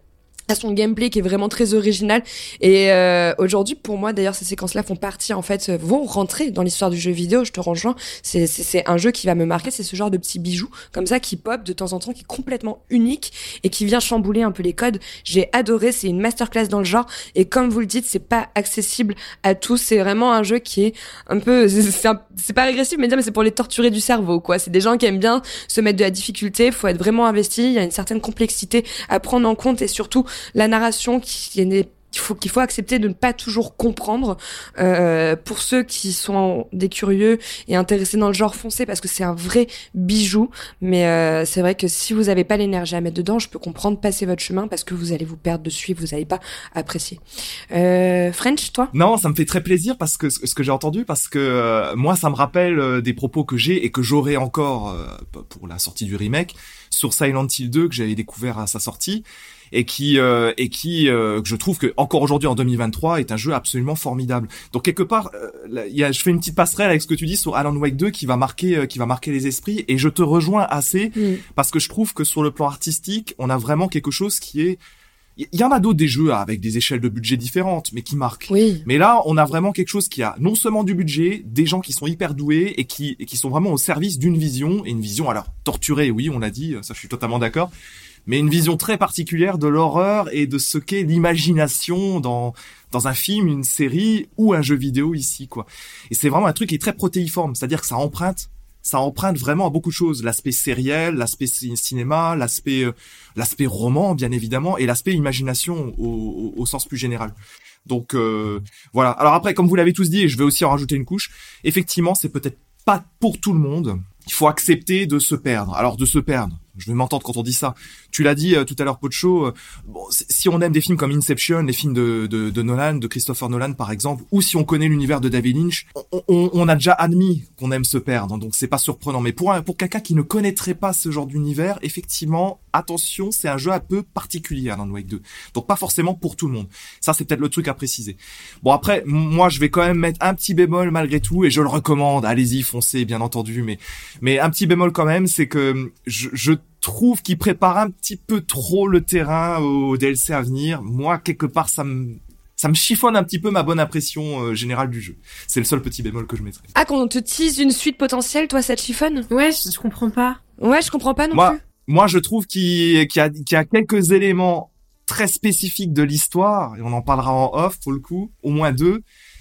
à son gameplay qui est vraiment très original et euh, aujourd'hui pour moi d'ailleurs ces séquences là font partie en fait vont rentrer dans l'histoire du jeu vidéo. Je te rejoins, c'est c'est c'est un jeu qui va me marquer, c'est ce genre de petits bijoux comme ça qui pop de temps en temps, qui est complètement unique et qui vient chambouler un peu les codes. J'ai adoré, c'est une masterclass dans le genre et comme vous le dites, c'est pas accessible à tous, c'est vraiment un jeu qui est un peu c'est, c'est, un, c'est pas régressif mais dire mais c'est pour les torturés du cerveau quoi. C'est des gens qui aiment bien se mettre de la difficulté, faut être vraiment investi, il y a une certaine complexité à prendre en compte et surtout la narration qui est qu'il faut qu'il faut accepter de ne pas toujours comprendre. Euh, pour ceux qui sont des curieux et intéressés dans le genre, foncez parce que c'est un vrai bijou. Mais euh, c'est vrai que si vous avez pas l'énergie à mettre dedans, je peux comprendre, passez votre chemin parce que vous allez vous perdre dessus et vous allez pas apprécier. Euh, French, toi ? Non, ça me fait très plaisir parce que ce que j'ai entendu, parce que euh, moi, ça me rappelle euh, des propos que j'ai et que j'aurai encore euh, pour la sortie du remake sur Silent Hill deux que j'avais découvert à sa sortie. Et qui euh, et qui euh, que je trouve que encore aujourd'hui en deux mille vingt-trois est un jeu absolument formidable. Donc quelque part euh, il y a je fais une petite passerelle avec ce que tu dis sur Alan Wake deux qui va marquer euh, qui va marquer les esprits et je te rejoins assez mmh. parce que je trouve que sur le plan artistique, on a vraiment quelque chose qui est il y en a d'autres des jeux avec des échelles de budget différentes mais qui marquent. Oui. Mais là, on a vraiment quelque chose qui a non seulement du budget, des gens qui sont hyper doués et qui et qui sont vraiment au service d'une vision et une vision alors torturée, oui, on l'a dit, ça je suis totalement d'accord. Mais une vision très particulière de l'horreur et de ce qu'est l'imagination dans dans un film, une série ou un jeu vidéo ici, quoi. Et c'est vraiment un truc qui est très protéiforme, c'est-à-dire que ça emprunte, ça emprunte vraiment à beaucoup de choses, l'aspect sériel, l'aspect cinéma, l'aspect euh, l'aspect roman bien évidemment et l'aspect imagination au, au, au sens plus général. Donc euh, voilà. Alors après, comme vous l'avez tous dit, et je vais aussi en rajouter une couche, effectivement, c'est peut-être pas pour tout le monde. Il faut accepter de se perdre. Alors de se perdre. Je vais m'entendre quand on dit ça. Tu l'as dit euh, tout à l'heure, Pocho. Euh, bon, si on aime des films comme Inception, les films de, de, de Nolan, de Christopher Nolan par exemple, ou si on connaît l'univers de David Lynch, on, on, on a déjà admis qu'on aime se perdre. Donc c'est pas surprenant. Mais pour un, pour quelqu'un qui ne connaîtrait pas ce genre d'univers, effectivement, attention, c'est un jeu un peu particulier, Alan Wake deux. Donc pas forcément pour tout le monde. Ça c'est peut-être le truc à préciser. Bon après, moi je vais quand même mettre un petit bémol malgré tout et je le recommande. Allez-y, foncez, bien entendu. Mais mais un petit bémol quand même, c'est que je, je trouve qu'il prépare un petit peu trop le terrain au D L C à venir. Moi, quelque part, ça me ça me chiffonne un petit peu ma bonne impression euh, générale du jeu. C'est le seul petit bémol que je mettrais. Ah, quand on te tease une suite potentielle, toi, ça te chiffonne ? Ouais, je, je comprends pas. Ouais, je comprends pas non moi, plus. Moi, je trouve qu'il, qu'il y a, qu'il y a quelques éléments très spécifiques de l'histoire, et on en parlera en off pour le coup, au moins deux.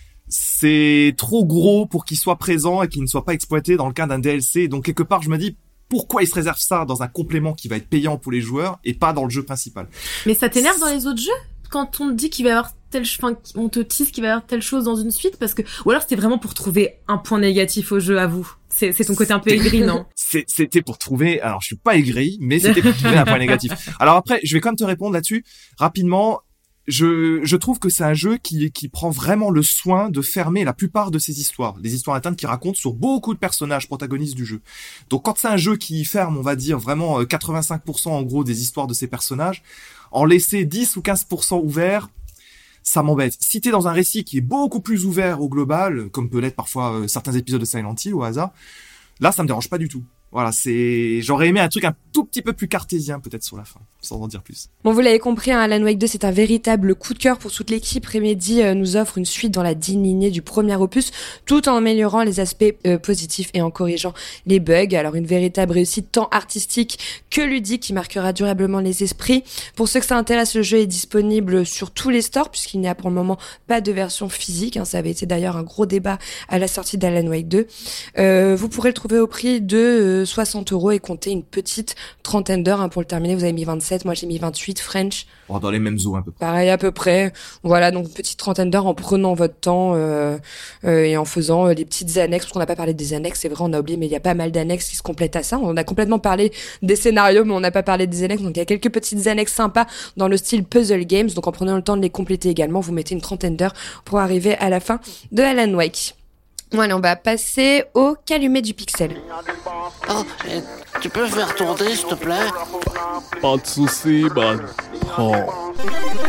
C'est trop gros pour qu'il soit présent et qu'il ne soit pas exploité dans le cadre d'un D L C. Donc quelque part, je me dis, pourquoi ils se réservent ça dans un complément qui va être payant pour les joueurs et pas dans le jeu principal ? Mais ça t'énerve dans les autres jeux quand on te dit qu'il va y avoir telle, enfin, on te tease qu'il va y avoir telle chose dans une suite parce que, ou alors c'était vraiment pour trouver un point négatif au jeu à vous. C'est, c'est ton côté un peu aigri, non ? c'est, C'était pour trouver, alors je suis pas aigri, mais c'était pour trouver un point négatif. Alors après, je vais quand même te répondre là-dessus rapidement. Je, je trouve que c'est un jeu qui, qui prend vraiment le soin de fermer la plupart de ses histoires. Les histoires internes qui racontent sur beaucoup de personnages protagonistes du jeu. Donc quand c'est un jeu qui ferme, on va dire, vraiment quatre-vingt-cinq pour cent en gros des histoires de ces personnages, en laisser dix ou quinze pour cent ouverts, ça m'embête. Si t'es dans un récit qui est beaucoup plus ouvert au global, comme peut l'être parfois euh, certains épisodes de Silent Hill au hasard, là ça me dérange pas du tout. Voilà, c'est, j'aurais aimé un truc un tout petit peu plus cartésien peut-être sur la fin, sans en dire plus. Bon, vous l'avez compris, hein, Alan Wake deux, c'est un véritable coup de cœur pour toute l'équipe. Remedy euh, nous offre une suite dans la digne lignée du premier opus, tout en améliorant les aspects euh, positifs et en corrigeant les bugs. Alors une véritable réussite tant artistique que ludique qui marquera durablement les esprits. Pour ceux que ça intéresse, le jeu est disponible sur tous les stores puisqu'il n'y a pour le moment pas de version physique. Hein, ça avait été d'ailleurs un gros débat à la sortie d'Alan Wake deux. Euh, vous pourrez le trouver au prix de euh, soixante euros et compter une petite trentaine d'heures hein, pour le terminer. Vous avez mis vingt-sept, moi j'ai mis vingt-huit. French, oh, dans les mêmes eaux un peu. Pareil à peu près. Voilà, donc une petite trentaine d'heures en prenant votre temps euh, euh, et en faisant euh, les petites annexes, parce qu'on n'a pas parlé des annexes, c'est vrai, on a oublié, mais il y a pas mal d'annexes qui se complètent à ça. On a complètement parlé des scénarios, mais on n'a pas parlé des annexes, donc il y a quelques petites annexes sympas dans le style puzzle games, donc en prenant le temps de les compléter également, vous mettez une trentaine d'heures pour arriver à la fin de Alan Wake. Voilà, on va passer au calumet du pixel. Oh, tu peux faire tourner, s'il te plaît ? Pas de soucis, man. Prends.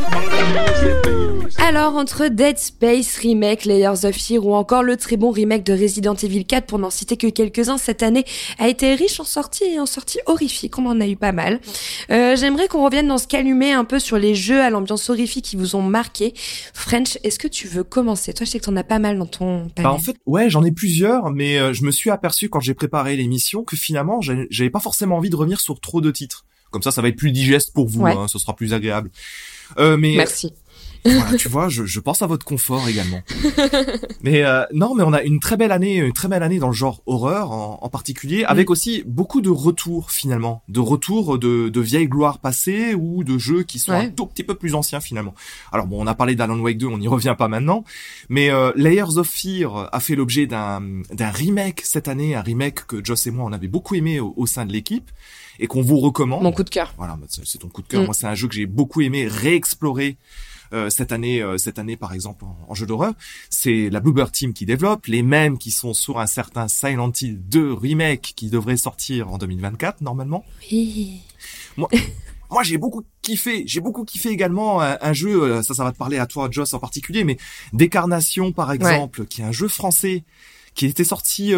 Alors, entre Dead Space Remake, Layers of Fear ou encore le très bon remake de Resident Evil quatre, pour n'en citer que quelques-uns, cette année a été riche en sorties et en sorties horrifiques. On en a eu pas mal. Euh, j'aimerais qu'on revienne dans ce calumet un peu sur les jeux à l'ambiance horrifique qui vous ont marqué. French, est-ce que tu veux commencer? Toi, je sais que t'en as pas mal dans ton panel. Bah en fait, ouais, j'en ai plusieurs, mais euh, je me suis aperçu quand j'ai préparé l'émission que finalement, j'avais, j'avais pas forcément envie de revenir sur trop de titres. Comme ça, ça va être plus digeste pour vous, ouais. hein, ce sera plus agréable. Euh, mais Merci. Voilà, tu vois, je, je pense à votre confort également. Mais euh, non, mais on a une très belle année, une très belle année dans le genre horreur en, en particulier, avec mmh. aussi beaucoup de retours finalement, de retours de, de vieilles gloires passées ou de jeux qui sont ouais. un tout petit peu plus anciens finalement. Alors bon, on a parlé d'Alan Wake deux, on n'y revient pas maintenant, mais euh, Layers of Fear a fait l'objet d'un d'un remake cette année, un remake que Joss et moi on avait beaucoup aimé au, au sein de l'équipe et qu'on vous recommande. Mon coup de cœur. Voilà, c'est ton coup de cœur. Mmh. Moi, c'est un jeu que j'ai beaucoup aimé réexplorer. Euh, cette année, euh, cette année par exemple en, en jeu d'horreur, c'est la Bloober Team qui développe, les mêmes qui sont sur un certain Silent Hill deux remake qui devrait sortir en deux mille vingt-quatre normalement. Oui. Moi, moi j'ai beaucoup kiffé, j'ai beaucoup kiffé également un, un jeu, ça, ça va te parler à toi, Joss en particulier, mais Décarnation par exemple, ouais. qui est un jeu français qui était sorti,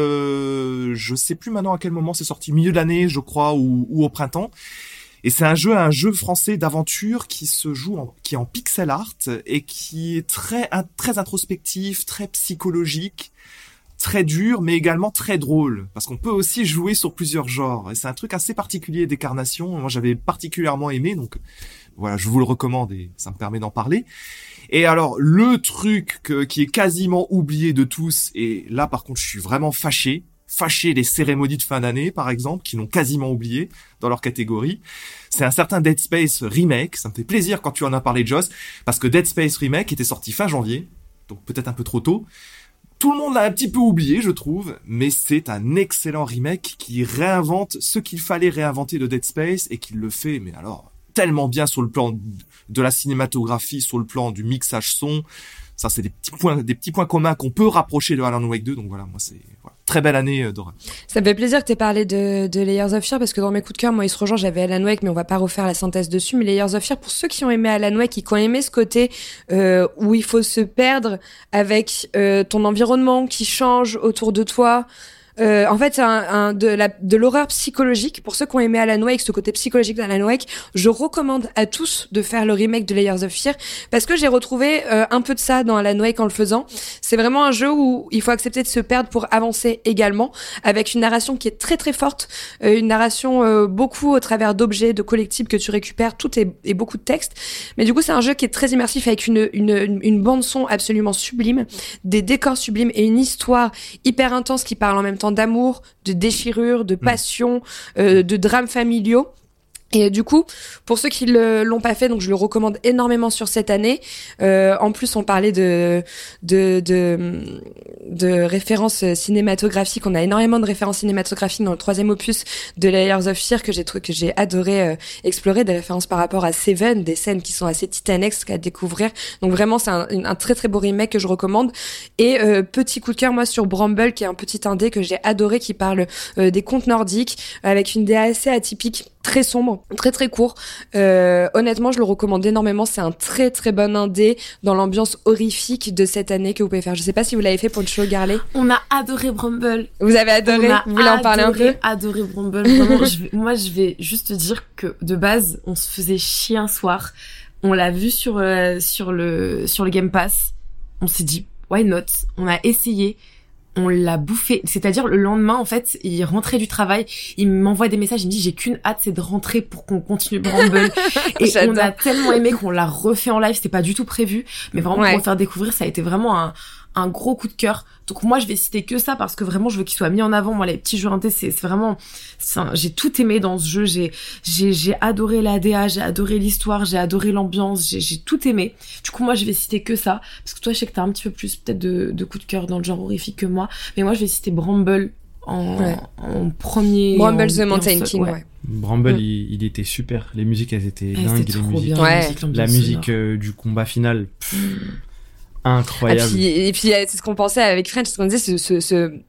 euh, je sais plus maintenant à quel moment c'est sorti, milieu de l'année je crois ou, ou au printemps. Et c'est un jeu, un jeu français d'aventure qui se joue, en, qui est en pixel art et qui est très, un, très introspectif, très psychologique, très dur, mais également très drôle. Parce qu'on peut aussi jouer sur plusieurs genres. Et c'est un truc assez particulier, Décarnation. Moi, j'avais particulièrement aimé, donc voilà, je vous le recommande et ça me permet d'en parler. Et alors, le truc que, qui est quasiment oublié de tous, et là, par contre, je suis vraiment fâché. Fâché les cérémonies de fin d'année, par exemple, qui l'ont quasiment oublié dans leur catégorie. C'est un certain Dead Space Remake. Ça me fait plaisir quand tu en as parlé, Joss, parce que Dead Space Remake était sorti fin janvier, donc peut-être un peu trop tôt. Tout le monde l'a un petit peu oublié, je trouve, mais c'est un excellent remake qui réinvente ce qu'il fallait réinventer de Dead Space et qui le fait, mais alors, tellement bien sur le plan de la cinématographie, sur le plan du mixage son. Ça, c'est des petits points, des petits points communs qu'on peut rapprocher de Alan Wake deux. Donc voilà, moi, c'est voilà, très belle année euh, d'horreur. Ça me fait plaisir que t'aies parlé de, de Layers of Fear parce que dans mes coups de cœur, moi, il se rejoint, j'avais Alan Wake, mais on va pas refaire la synthèse dessus. Mais Layers of Fear, pour ceux qui ont aimé Alan Wake, qui ont aimé ce côté euh, où il faut se perdre avec euh, ton environnement qui change autour de toi. Euh, en fait, c'est un, un, de, la, de l'horreur psychologique. Pour ceux qui ont aimé Alan Wake, ce côté psychologique d'Alan Wake, je recommande à tous de faire le remake de Layers of Fear parce que j'ai retrouvé euh, un peu de ça dans Alan Wake en le faisant. C'est vraiment un jeu où il faut accepter de se perdre pour avancer également, avec une narration qui est très très forte, euh, une narration euh, beaucoup au travers d'objets, de collectibles que tu récupères, tout est, et beaucoup de texte. Mais du coup, c'est un jeu qui est très immersif avec une, une, une, une bande son absolument sublime, des décors sublimes et une histoire hyper intense qui parle en même temps d'amour, de déchirure, de passion, euh, de drames familiaux. Et du coup, pour ceux qui le, l'ont pas fait, donc je le recommande énormément sur cette année. Euh, en plus, on parlait de, de, de, de références cinématographiques. On a énormément de références cinématographiques dans le troisième opus de Layers of Fear que j'ai que j'ai adoré euh, explorer, des références par rapport à Seven, des scènes qui sont assez titanesques à découvrir. Donc vraiment, c'est un, un très très beau remake que je recommande. Et euh, petit coup de cœur, moi, sur Bramble, qui est un petit indé que j'ai adoré, qui parle euh, des contes nordiques, avec une D A assez atypique, très sombre, très très court. Euh, honnêtement, je le recommande énormément. C'est un très très bon indé dans l'ambiance horrifique de cette année que vous pouvez faire. Je sais pas si vous l'avez fait, Poncho Garlet. On a adoré Bramble. Vous avez adoré. Vous voulez en parler un peu? Adoré Bramble. Vraiment, je vais, moi, je vais juste dire que de base, on se faisait chier un soir. On l'a vu sur euh, sur le sur le Game Pass. On s'est dit why not? On a essayé. On l'a bouffé. C'est-à-dire, le lendemain, en fait, il rentrait du travail, il m'envoie des messages, il me dit, j'ai qu'une hâte, c'est de rentrer pour qu'on continue Bramble. Et J'adore. On a tellement aimé qu'on l'a refait en live, c'était pas du tout prévu, mais vraiment, ouais. pour le faire découvrir, ça a été vraiment un, un gros coup de cœur. Donc moi, je vais citer que ça parce que vraiment, je veux qu'il soit mis en avant. Moi, les petits jeux indés, c'est, c'est vraiment, c'est un, j'ai tout aimé dans ce jeu. J'ai, j'ai, j'ai adoré la D A, j'ai adoré l'histoire, j'ai adoré l'ambiance, j'ai, j'ai tout aimé. Du coup, moi, je vais citer que ça parce que toi, je sais que t'as un petit peu plus peut-être de, de coups de cœur dans le genre horrifique que moi. Mais moi, je vais citer Bramble en, ouais. en premier. Bramble en, the Mountain King, ouais. ouais. Bramble, mmh. il, il était super. Les musiques, elles étaient elles dingues. Étaient les musiques. Bien, ouais. la musique, la musique euh, du combat final. Pff, mmh. Incroyable. Et puis, et puis c'est ce qu'on pensait avec French, ce qu'on disait, ce, ce, ce,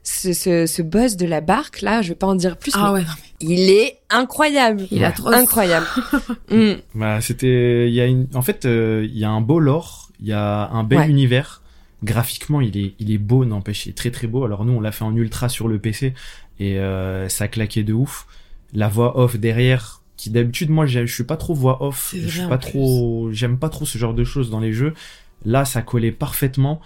ce, ce, ce boss de la barque là, je vais pas en dire plus. Ah mais ouais. il est incroyable. Il ouais. a trop incroyable. mm. Bah, c'était, il y a une, en fait, il euh, y a un beau lore, il y a un bel Ouais. univers. Graphiquement, il est, il est beau, n'empêche, il est très très beau. Alors nous, on l'a fait en ultra sur le P C et euh, ça claquait de ouf. La voix off derrière, qui d'habitude, moi, je suis pas trop voix off. C'est Je suis vrai, pas en trop, j'aime pas trop ce genre de choses dans les jeux. Là, ça collait parfaitement.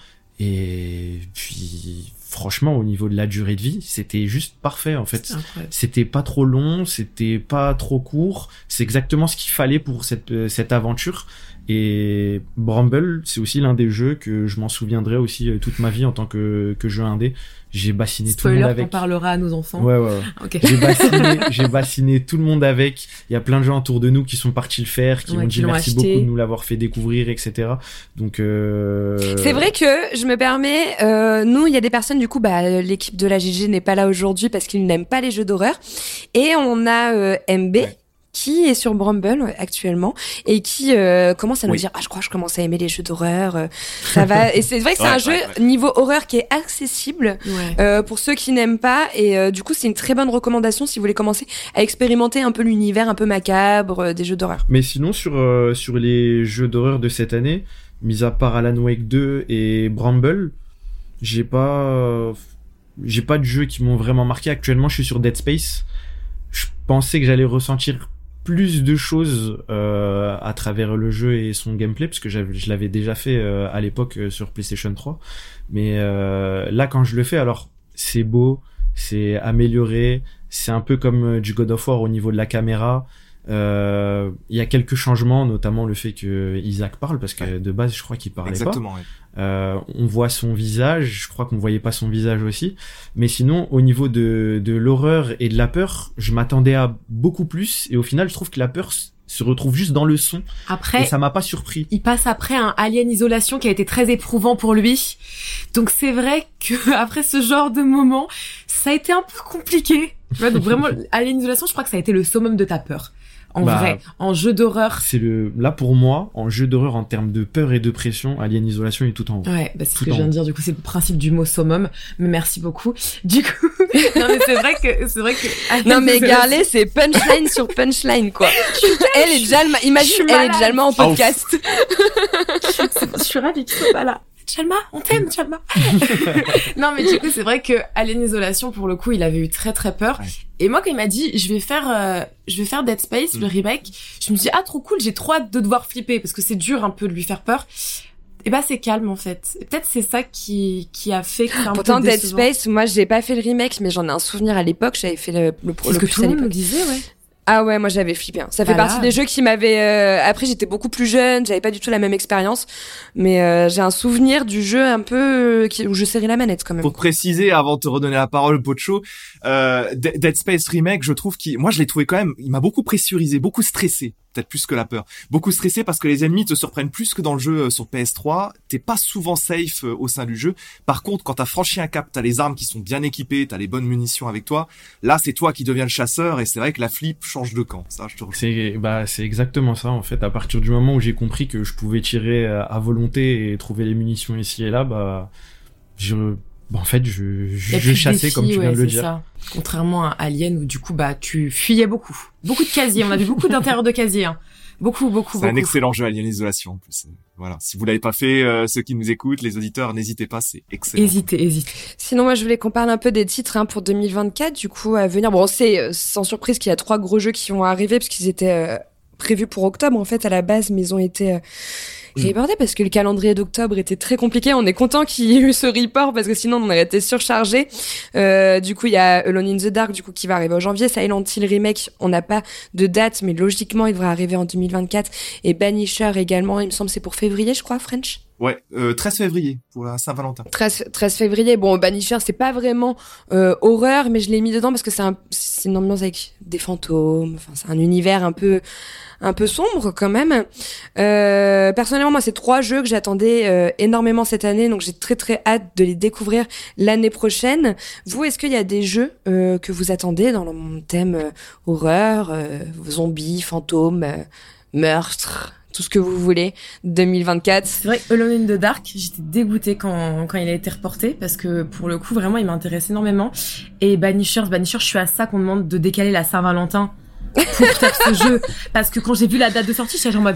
Et puis, franchement, au niveau de la durée de vie, c'était juste parfait, en fait. C'est incroyable. C'était pas trop long, c'était pas trop court. C'est exactement ce qu'il fallait pour cette, euh, cette aventure. Et Bramble, c'est aussi l'un des jeux que je m'en souviendrai aussi euh, toute ma vie en tant que, que jeu indé. J'ai bassiné tout le Spoiler, monde on avec. parlera à nos enfants. Ouais, ouais, ouais. Ok. J'ai bassiné, j'ai bassiné tout le monde avec. Il y a plein de gens autour de nous qui sont partis le faire, qui Ouais, m'ont qui dit l'ont merci acheté. beaucoup de nous l'avoir fait découvrir, et cetera. Donc, euh... C'est vrai que je me permets, euh, nous, il y a des personnes, du coup, bah, l'équipe de la G G n'est pas là aujourd'hui parce qu'ils n'aiment pas les jeux d'horreur. Et on a euh, M B. Ouais. Qui est sur Bramble actuellement et qui euh, commence à nous oui. dire ah je crois que je commence à aimer les jeux d'horreur euh, ça va et c'est vrai que c'est ouais, un ouais, jeu ouais. niveau horreur qui est accessible ouais. euh, pour ceux qui n'aiment pas et euh, du coup c'est une très bonne recommandation si vous voulez commencer à expérimenter un peu l'univers un peu macabre euh, des jeux d'horreur. Mais sinon sur euh, sur les jeux d'horreur de cette année, mis à part Alan Wake deux et Bramble, j'ai pas euh, j'ai pas de jeux qui m'ont vraiment marqué. Actuellement je suis sur Dead Space. Je pensais que j'allais ressentir plus de choses euh, à travers le jeu et son gameplay parce que j'avais, je l'avais déjà fait euh, à l'époque euh, sur PlayStation trois, mais euh, là quand je le fais, alors c'est beau, c'est amélioré, c'est un peu comme euh, du God of War au niveau de la caméra. Il euh, y a quelques changements, notamment le fait que Isaac parle parce que ouais. de base je crois qu'il parlait Exactement, pas. Ouais. Euh, on voit son visage, je crois qu'on voyait pas son visage aussi, mais sinon au niveau de, de l'horreur et de la peur, je m'attendais à beaucoup plus et au final je trouve que la peur se retrouve juste dans le son. Après, et ça m'a pas surpris. Il passe après un Alien Isolation qui a été très éprouvant pour lui, donc c'est vrai que après ce genre de moment, ça a été un peu compliqué. Tu vois, donc vraiment Alien Isolation, je crois que ça a été le summum de ta peur. En bah, vrai, en jeu d'horreur. C'est le, là pour moi, en jeu d'horreur en termes de peur et de pression, Alien Isolation est tout en haut. Ouais, bah c'est tout ce que je viens de dire, du coup, c'est le principe du mot summum, mais merci beaucoup. Du coup, non mais c'est vrai que, c'est vrai que... Alien non mais Garlet, c'est punchline sur punchline, quoi. Elle est Jalma, imagine, elle est Jalma en podcast. Je suis ravie que tu sois pas là. Chalma, on t'aime, Chalma. Non, mais du coup, c'est vrai que Alien Isolation, pour le coup, il avait eu très très peur. Ouais. Et moi, quand il m'a dit, je vais faire, euh, je vais faire Dead Space, mm. le remake, je me suis dit, ah, trop cool, j'ai trop hâte de devoir flipper, parce que c'est dur un peu de lui faire peur. Et bah, c'est calme, en fait. Et peut-être c'est ça qui, qui a fait que c'est un Pourtant, peu Dead décevant. Space, moi, j'ai pas fait le remake, mais j'en ai un souvenir à l'époque, j'avais fait le, le, c'est le plus que tout le monde me disait, ouais. Ah ouais, moi j'avais flippé. Hein. Ça fait voilà. partie des jeux qui m'avaient... Euh... Après, j'étais beaucoup plus jeune, j'avais pas du tout la même expérience, mais euh, j'ai un souvenir du jeu un peu... Euh, qui... où je serrais la manette quand même. Pour te préciser, avant de te redonner la parole, Pocho, euh, Dead Space Remake, je trouve qu'il... Moi, je l'ai trouvé quand même... Il m'a beaucoup pressurisé, beaucoup stressé. Peut-être plus que la peur. Beaucoup stressé parce que les ennemis te surprennent plus que dans le jeu sur P S trois. T'es pas souvent safe au sein du jeu. Par contre, quand t'as franchi un cap, t'as les armes qui sont bien équipées, t'as les bonnes munitions avec toi. Là, c'est toi qui deviens le chasseur et c'est vrai que la flip change de camp. Ça, je te c'est, bah, c'est exactement ça, en fait. À partir du moment où j'ai compris que je pouvais tirer à volonté et trouver les munitions ici et là, bah, je, bah, en fait, je, je, je chassais défi, comme tu viens ouais, de le dire. Ça. Contrairement à Alien où du coup, bah, tu fuyais beaucoup. Beaucoup de casiers. On a vu beaucoup d'intérieur de casiers, hein. Beaucoup, beaucoup, c'est beaucoup. C'est un excellent jeu Alien Isolation, en plus. Voilà. Si vous l'avez pas fait, euh, ceux qui nous écoutent, les auditeurs, n'hésitez pas, c'est excellent. Hésitez, hésitez. Sinon, moi, je voulais qu'on parle un peu des titres, hein, pour deux mille vingt-quatre, du coup, à venir. Bon, c'est euh, sans surprise qu'il y a trois gros jeux qui vont arriver, parce qu'ils étaient euh, prévus pour octobre, en fait, à la base, mais ils ont été... Euh, débordé parce que le calendrier d'octobre était très compliqué. On est content qu'il y ait eu ce report parce que sinon on aurait été surchargé. Euh, du coup, il y a Alone in the Dark du coup qui va arriver en janvier. Silent Hill Remake, on n'a pas de date, mais logiquement il devrait arriver en deux mille vingt-quatre. Et Banisher également, il me semble c'est pour février, je crois, French. Ouais, euh, treize février pour la Saint-Valentin. treize, treize février. Bon, Banisher, c'est pas vraiment euh, horreur, mais je l'ai mis dedans parce que c'est un, c'est une ambiance avec des fantômes. Enfin, c'est un univers un peu, un peu sombre quand même. Euh, personnellement, moi, c'est trois jeux que j'attendais euh, énormément cette année, donc j'ai très très hâte de les découvrir l'année prochaine. Vous, est-ce qu'il y a des jeux euh, que vous attendez dans le thème euh, horreur, euh, zombies, fantômes, euh, meurtres, tout ce que vous voulez, deux mille vingt-quatre. C'est vrai que Alone in the Dark, j'étais dégoûtée quand, quand il a été reporté, parce que pour le coup, vraiment, il m'intéresse énormément. Et Banishers, Banishers, je suis à ça qu'on demande de décaler la Saint-Valentin pour faire ce jeu. Parce que quand j'ai vu la date de sortie, j'étais en mode...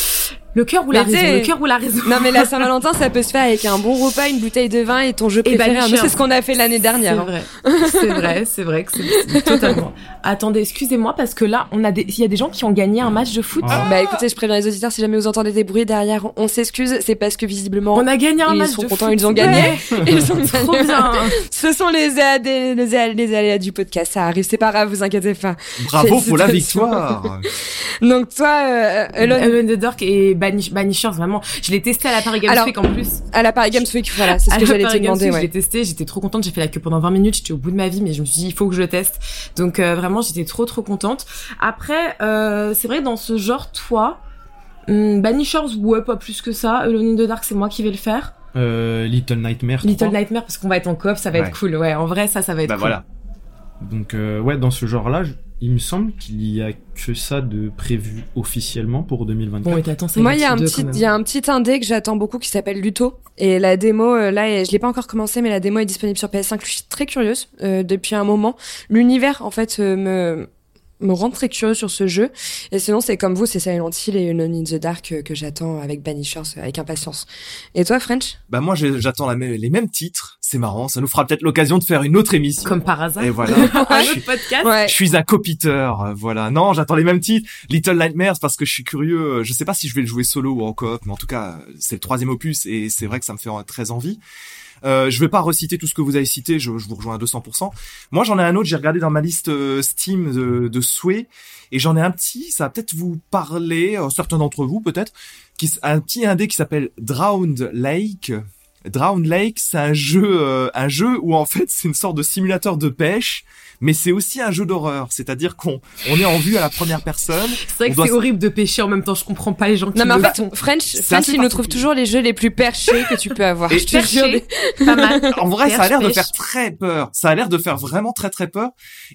Le cœur ou la Mais raison, t'sais- le cœur ou la raison. Non mais la Saint-Valentin, ça peut se faire avec un bon repas, une bouteille de vin et ton jeu Et préféré. Banishers. Nous, c'est ce qu'on a fait l'année C'est dernière. hein. vrai, c'est vrai, c'est vrai que c'est, c'est totalement. Attendez, excusez-moi parce que là, on a des, il y a des gens qui ont gagné un match de foot. Ah. Bah écoutez, je préviens les auditeurs, si jamais vous entendez des bruits derrière, on s'excuse, c'est parce que visiblement, On a gagné un ils match sont de contents, foot. ils ont gagné. Ouais. Ils ont Trop gagné. bien. Ce sont les aléas, des- les aléas, les aléas du podcast, ça arrive, c'est pas grave, vous inquiétez pas. Bravo pour la Félicitations. victoire. Donc toi, euh, Alone, Alone in the Dark et Banish, Banishers, vraiment, je l'ai testé à la Paris Games Alors, Week en plus. à la Paris Games Week, voilà, c'est ce À que la j'allais te Paris Games demander, Week, Je ouais. l'ai testé, j'étais trop contente, j'ai fait la queue pendant vingt minutes, j'étais au bout de ma vie, mais je me suis dit, il faut que je le teste. Donc euh, vraiment, j'étais trop trop contente. Après, euh, c'est vrai, dans ce genre, toi, hum, Banishers, ouais, pas plus que ça. Alone in the Dark, c'est moi qui vais le faire. Euh, Little Nightmare. je Little crois. Nightmare, parce qu'on va être en coop, ça va Ouais. être cool. Ouais, en vrai, ça, ça va être Bah cool. voilà. Donc euh, ouais, dans ce genre-là, je- il me semble qu'il y a que ça de prévu officiellement pour deux mille vingt-quatre. Bon, et t'attends, ça Moi, il y a un deux, petit, quand même. il y a un petit indé que j'attends beaucoup qui s'appelle Luto. Et la démo, euh, là, je l'ai pas encore commencé, mais la démo est disponible sur P S cinq. Je suis très curieuse, euh, depuis un moment. L'univers, en fait, euh, me, me rend très curieuse sur ce jeu. Et sinon, c'est comme vous, c'est Silent Hill et Alone in the Dark euh, que j'attends avec Banishers, euh, avec impatience. Et toi, French? Bah moi j'ai- j'attends la même- les mêmes titres. C'est marrant, ça nous fera peut-être l'occasion de faire une autre émission. Comme par hasard. Et voilà. un je, suis, autre podcast. Ouais. je suis un copiteur, euh, voilà. Non, j'attends les mêmes titres. Little Nightmares parce que je suis curieux. Je sais pas si je vais le jouer solo ou en coop, mais en tout cas c'est le troisième opus et c'est vrai que ça me fait euh, très envie. Euh, je vais pas reciter tout ce que vous avez cité, je, je vous rejoins à deux cents pour cent. Moi, j'en ai un autre, j'ai regardé dans ma liste euh, Steam de, de souhaits, et j'en ai un petit, ça va peut-être vous parler, euh, certains d'entre vous peut-être, qui, un petit indé qui s'appelle Drowned Lake. Drowned Lake, c'est un jeu, euh, un jeu où en fait c'est une sorte de simulateur de pêche, mais c'est aussi un jeu d'horreur, c'est-à-dire qu'on on est en vue à la première personne. C'est vrai On que doit c'est s- horrible de pêcher en même temps, je comprends pas les gens qui Non, mais en le fait, font. French, C'est French, assez il nous trouve particulier. toujours les jeux les plus perchés que tu peux avoir. Et Je te jure. Perché, pas mal. En vrai, ça a l'air de Pêche, faire très peur. Ça a l'air de faire vraiment très très peur.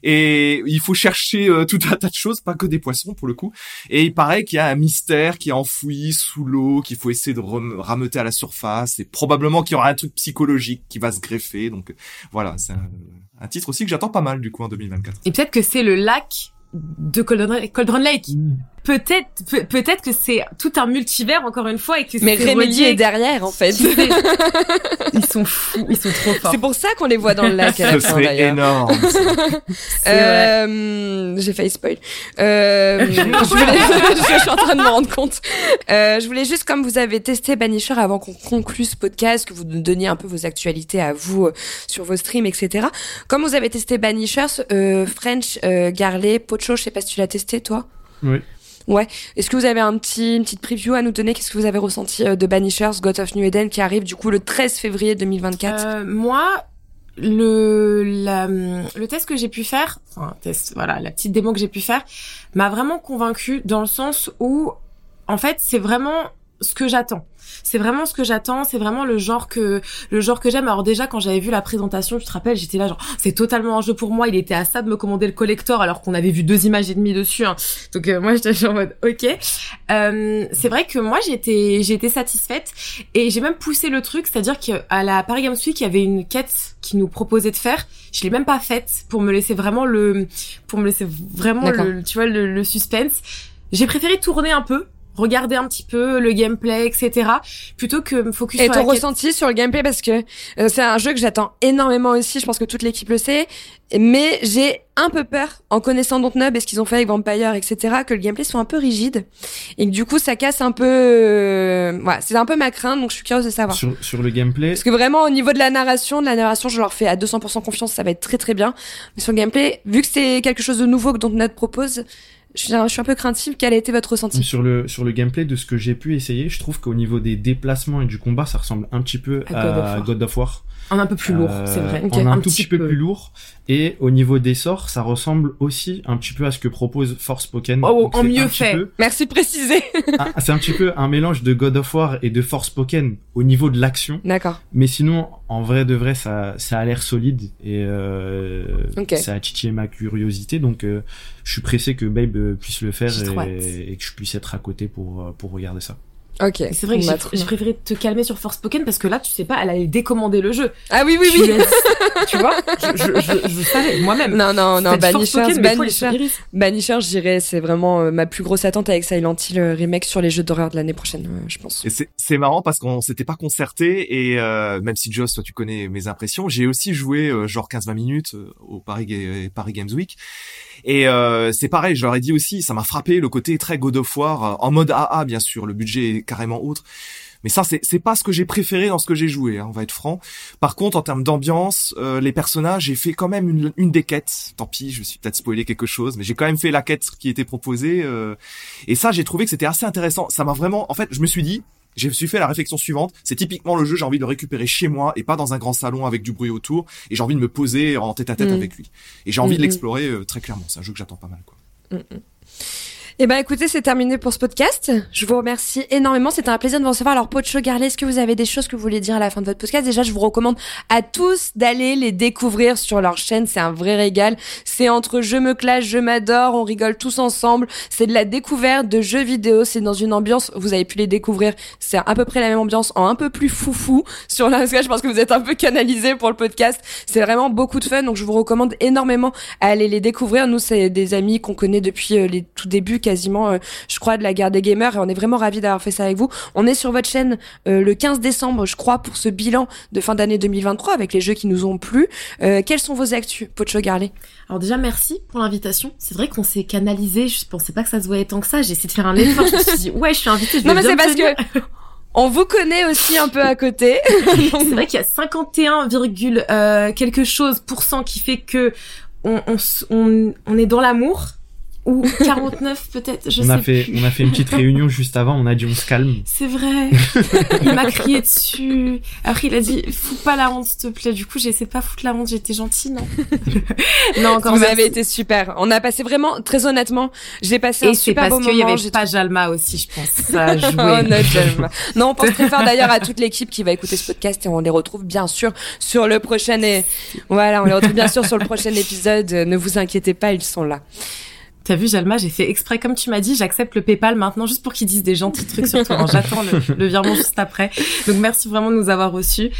Et il faut chercher euh, tout un tas de choses, pas que des poissons pour le coup. Et il paraît qu'il y a un mystère qui est enfoui sous l'eau, qu'il faut essayer de rem- rameuter à la surface. Et probablement qu'il y aura un truc psychologique qui va se greffer. Donc voilà, c'est un, un titre aussi que j'attends pas mal du coup en deux mille vingt-quatre. Et peut-être que c'est le lac de Cauldron, Cauldron Lake. Peut-être, peut- peut-être que c'est tout un multivers encore une fois et que Mais c'est Remedy relié. est derrière, en fait. Qui sait Ils sont fous, ils sont trop forts. C'est pour ça qu'on les voit dans le lac à Ce la fin, serait d'ailleurs. énorme. C'est vrai. Euh, j'ai failli spoil. Euh, je, voulais, je suis en train de me rendre compte. Euh, je voulais juste, comme vous avez testé Banisher avant qu'on conclue ce podcast, que vous nous donniez un peu vos actualités à vous euh, sur vos streams, et cetera. Comme vous avez testé Banishers, euh, French, euh, Garlet, Pocho, je sais pas si tu l'as testé, toi. Oui. Ouais. Est-ce que vous avez un petit, une petite preview à nous donner? Qu'est-ce que vous avez ressenti euh, de Banishers, God of New Eden, qui arrive du coup le treize février deux mille vingt-quatre? Euh, moi, le la, le test que j'ai pu faire, enfin test, voilà, la petite démo que j'ai pu faire, m'a vraiment convaincue dans le sens où, en fait, c'est vraiment ce que j'attends. C'est vraiment ce que j'attends, c'est vraiment le genre que le genre que j'aime. Alors déjà quand j'avais vu la présentation, tu te rappelles, j'étais là genre c'est totalement un jeu pour moi, il était à ça de me commander le collector alors qu'on avait vu deux images et demie dessus hein. Donc euh, moi j'étais genre en mode OK. Euh, c'est vrai que moi j'ai été j'ai été satisfaite et j'ai même poussé le truc, c'est-à-dire qu'à la Paris Games Week, il y avait une quête qui nous proposait de faire, je l'ai même pas faite pour me laisser vraiment le pour me laisser vraiment D'accord. le tu vois le, le suspense. J'ai préféré tourner un peu, regarder un petit peu le gameplay, et cetera, plutôt que me focus Et sur ton la quête. ressenti sur le gameplay, parce que euh, c'est un jeu que j'attends énormément aussi, je pense que toute l'équipe le sait, mais j'ai un peu peur, en connaissant Dontnod et ce qu'ils ont fait avec Vampire, et cetera, que le gameplay soit un peu rigide, et que du coup ça casse un peu... Euh... Voilà, c'est un peu ma crainte, donc je suis curieuse de savoir. Sur, sur le gameplay, Parce que vraiment, au niveau de la narration, de la narration, je leur fais à deux cents pour cent confiance, ça va être très très bien. Mais sur le gameplay, vu que c'est quelque chose de nouveau que Dontnod propose, je suis, un, je suis un peu craintive. Quel a été votre ressenti? sur le sur le gameplay de ce que j'ai pu essayer, je trouve qu'au niveau des déplacements et du combat, ça ressemble un petit peu À God of à War. God of War. Un, un peu plus lourd, Euh, c'est vrai. en Ok, un, un tout petit petit peu peu. plus lourd. Et au niveau des sorts, ça ressemble aussi un petit peu à ce que propose Forspoken. Oh, Donc, en c'est mieux un petit fait. peu- Merci de préciser. un- c'est un petit peu un mélange de God of War et de Forspoken au niveau de l'action. D'accord. Mais sinon, en vrai de vrai, ça, ça a l'air solide et euh, Ok. ça a titillé ma curiosité. Donc, euh, je suis pressé que Babe euh, puisse le faire J'ai trop hâte. et, et que je puisse être à côté pour euh, pour regarder ça. Ok. C'est vrai que Bah, j'ai, trop j'ai bien. préféré te calmer sur Forspoken parce que là, tu sais pas, elle allait décommander le jeu. Ah oui, oui, Tu oui. lui as dit- tu vois, je, je, je, je savais moi-même. Non, non, non, C'était Banishers, Forspoken, mais toi, les Banishers, Iris. Banishers, je dirais, c'est vraiment euh, ma plus grosse attente avec Silent Hill euh, remake sur les jeux d'horreur de l'année prochaine, euh, je pense. Et c'est, c'est marrant parce qu'on s'était pas concerté et euh, même si Joss, toi tu connais mes impressions, j'ai aussi joué euh, genre quinze vingt minutes euh, au Paris, Ga- Paris Games Week. Et euh, c'est pareil, je leur ai dit aussi, ça m'a frappé le côté très God of War, euh, en mode A A bien sûr, le budget est carrément autre. Mais ça, c'est, c'est pas ce que j'ai préféré dans ce que j'ai joué, hein, on va être franc. Par contre, en termes d'ambiance, euh, les personnages, j'ai fait quand même une, une des quêtes. Tant pis, je me suis peut-être spoilé quelque chose, mais j'ai quand même fait la quête qui était proposée. Euh, et ça, j'ai trouvé que c'était assez intéressant. Ça m'a vraiment... En fait, je me suis dit, je me suis fait la réflexion suivante. C'est typiquement le jeu, j'ai envie de le récupérer chez moi et pas dans un grand salon avec du bruit autour. Et j'ai envie de me poser en tête-à-tête Mm. avec lui. Et j'ai envie Mm, de mm. l'explorer euh, très clairement. C'est un jeu que j'attends pas mal, quoi. Eh ben, écoutez, c'est terminé pour ce podcast. Je vous remercie énormément. C'était un plaisir de vous recevoir. Alors, Pocho Garlet, est-ce que vous avez des choses que vous voulez dire à la fin de votre podcast? Déjà, je vous recommande à tous d'aller les découvrir sur leur chaîne. C'est un vrai régal. C'est entre je me clash, je m'adore, on rigole tous ensemble. C'est de la découverte de jeux vidéo. C'est dans une ambiance, vous avez pu les découvrir. C'est à peu près la même ambiance en un peu plus foufou sur la, parce que je pense que vous êtes un peu canalisés pour le podcast. C'est vraiment beaucoup de fun. Donc, je vous recommande énormément à aller les découvrir. Nous, c'est des amis qu'on connaît depuis euh, les tout débuts, quasiment, euh, je crois, de la guerre des gamers, et on est vraiment ravis d'avoir fait ça avec vous. On est sur votre chaîne euh, le quinze décembre, je crois, pour ce bilan de fin d'année deux mille vingt-trois avec les jeux qui nous ont plu. Euh, quels sont vos actus, Pocho Garlet? Alors déjà, merci pour l'invitation. C'est vrai qu'on s'est canalisé. Je pensais pas que ça se voyait tant que ça. J'ai essayé de faire un effort. Je me suis dit, ouais, je suis invitée. Je Non, vais mais bien c'est me parce tenir. que on vous connaît aussi un peu à côté. C'est vrai qu'il y a cinquante et un, euh, quelque chose pour cent qui fait que on, on, s- on, on est dans l'amour. Ou quarante-neuf peut-être, je on sais a fait, plus. on a fait une petite réunion juste avant. On a dit on se calme. C'est vrai. Il m'a crié dessus. Après, il a dit, fous pas la honte, s'il te plaît. Du coup, j'ai essayé de pas foutre la honte. J'étais gentille, non? Non, encore Vous merci. avez été super. On a passé vraiment, très honnêtement, j'ai passé un Et c'est super parce beau qu'il moment. y avait J'ai pas Jalma aussi, je pense. Ça a joué. Oh, notre Jalma. Non, on pense très fort d'ailleurs à toute l'équipe qui va écouter ce podcast et on les retrouve bien sûr sur le prochain et voilà, on les retrouve bien sûr sur le prochain épisode. Ne vous inquiétez pas, ils sont là. T'as vu, Jalma, j'ai fait exprès, comme tu m'as dit, j'accepte le PayPal maintenant juste pour qu'ils disent des gentils trucs sur toi. J'attends le, le virement juste après. Donc merci vraiment de nous avoir reçus.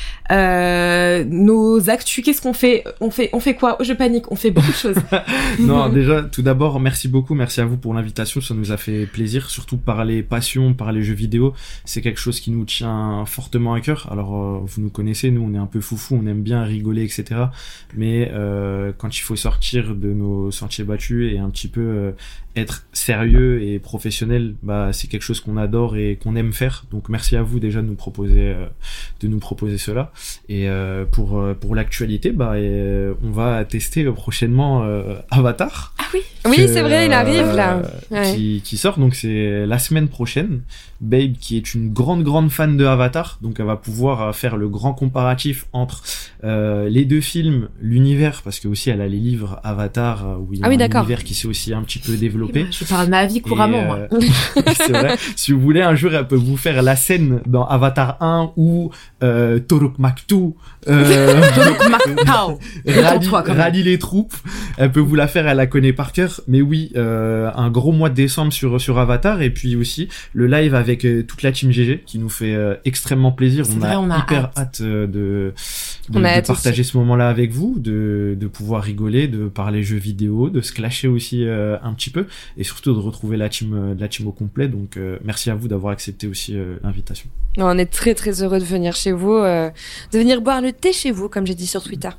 Euh, nos actus, qu'est-ce qu'on fait? On fait, on fait quoi? Oh, je panique. On fait beaucoup de choses. Non, déjà, tout d'abord, merci beaucoup, merci à vous pour l'invitation, ça nous a fait plaisir, surtout parler passion, parler jeux vidéo, c'est quelque chose qui nous tient fortement à cœur. Alors, euh, vous nous connaissez, nous, on est un peu foufou, on aime bien rigoler, et cetera. Mais euh, quand il faut sortir de nos sentiers battus et un petit peu euh, être sérieux et professionnel, bah c'est quelque chose qu'on adore et qu'on aime faire. Donc, merci à vous déjà de nous proposer, euh, de nous proposer cela. Et euh, pour euh, pour l'actualité, bah euh, on va tester prochainement euh, Avatar. Ah oui. Oui, que, c'est vrai, il arrive là. euh, Ouais. qui, qui sort, donc c'est la semaine prochaine. Babe, qui est une grande grande fan de Avatar, donc elle va pouvoir euh, faire le grand comparatif entre euh, les deux films, l'univers, parce que aussi elle a les livres Avatar euh, où il y a Ah oui, un d'accord. univers qui s'est aussi un petit peu développé. Je parle ma vie couramment, Et, moi. euh, c'est vrai. Si vous voulez, un jour, elle peut vous faire la scène dans Avatar un où euh, Toruk Maktu euh, Macao. rallie, Toi, quand même. rallie les troupes. Elle peut vous la faire, elle la connaît par cœur. Mais oui, euh, un gros mois de décembre sur sur Avatar, et puis aussi le live avec euh, toute la team G G qui nous fait euh, extrêmement plaisir. C'est On, vrai, a on a hyper hâte. hâte, euh, de de, On a de hâte partager ce moment-là avec vous, de de pouvoir rigoler, de parler jeux vidéo, de se clasher aussi euh, un petit peu, et surtout de retrouver la team euh, la team au complet. Donc euh, merci à vous d'avoir accepté aussi euh, l'invitation. Non, on est très très heureux de venir chez vous, euh, de venir boire le thé chez vous, comme j'ai dit sur Twitter.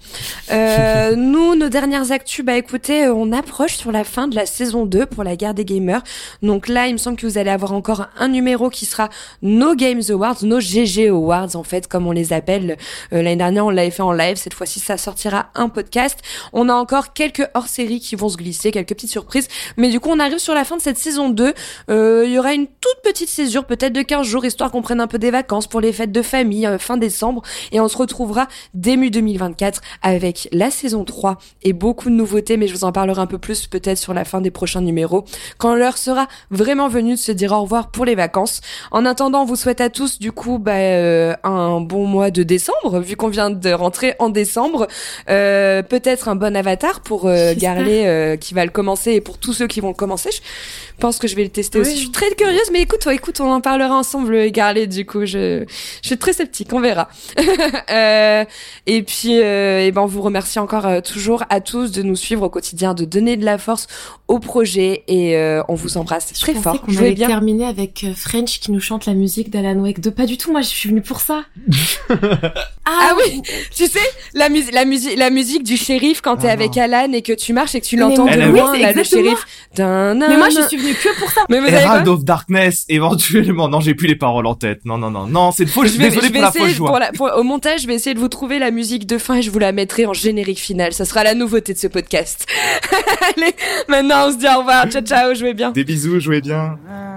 Euh, nous, nos dernières actus, bah écoutez, euh, on approche sur la fin de la saison deux pour la guerre des gamers. Donc là, il me semble que vous allez avoir encore un numéro qui sera nos Games Awards, nos G G Awards en fait, comme on les appelle. Euh, l'année dernière, on l'avait fait en live. Cette fois-ci, ça sortira un podcast. On a encore quelques hors-séries qui vont se glisser, quelques petites surprises. Mais du coup, on arrive sur la fin de cette saison deux. Euh, il y aura une toute petite césure, peut-être de quinze jours, histoire qu'on prenne un peu des vacances pour les fêtes de famille, euh, fin décembre. Et on se retrouvera début deux mille vingt-quatre avec la saison trois et beaucoup de nouveautés, mais je vous en parlerai un peu plus peut-être sur la fin des prochains numéros, quand l'heure sera vraiment venue de se dire au revoir pour les vacances. En attendant, on vous souhaite à tous, du coup, bah, euh, un bon mois de décembre, vu qu'on vient de rentrer en décembre. Euh, peut-être un bon Avatar pour euh, Garlet euh, qui va le commencer, et pour tous ceux qui vont le commencer. Je pense que je vais le tester oui. aussi. Je suis très curieuse, mais écoute, écoute, on en parlera ensemble, Garlet, du coup. Je, je suis très sceptique, on verra. euh, et puis, euh, et ben, on vous remercie encore euh, toujours à tous de nous suivre au quotidien, de donner de la force au projet, et euh, on vous embrasse je très fort. Je pensais qu'on allait bien terminer avec euh, French qui nous chante la musique d'Alan Wake deux. Pas du tout, moi je suis venue pour ça. ah, ah oui, tu sais, la musique, la musique, la musique du shérif quand ah, t'es non. avec Alan et que tu marches et que tu l'entends de loin, là, le shérif. Mais moi je suis venue que pour ça. Mais Herald of Darkness, éventuellement. Non, j'ai plus les paroles en tête. Non, non, non, non, c'est faux. Je suis désolé pour la fausse joie. Pour la, pour, au montage, je vais essayer de vous trouver la musique de fin et je vous la mettrai en générique final. Ça sera la nouveauté de ce podcast. Allez, maintenant on se dit au revoir. Ciao, ciao, jouez bien. Des bisous, jouez bien.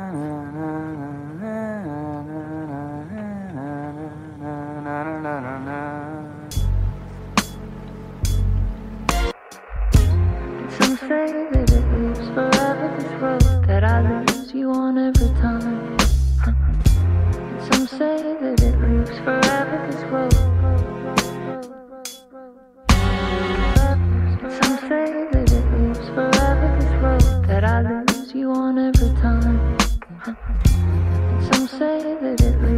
Some say that it lives forever, this road that I lose you on every time. Some say that it lives forever, this road. Some say that it lives forever, this road that I lose you on every time. Some say that it lives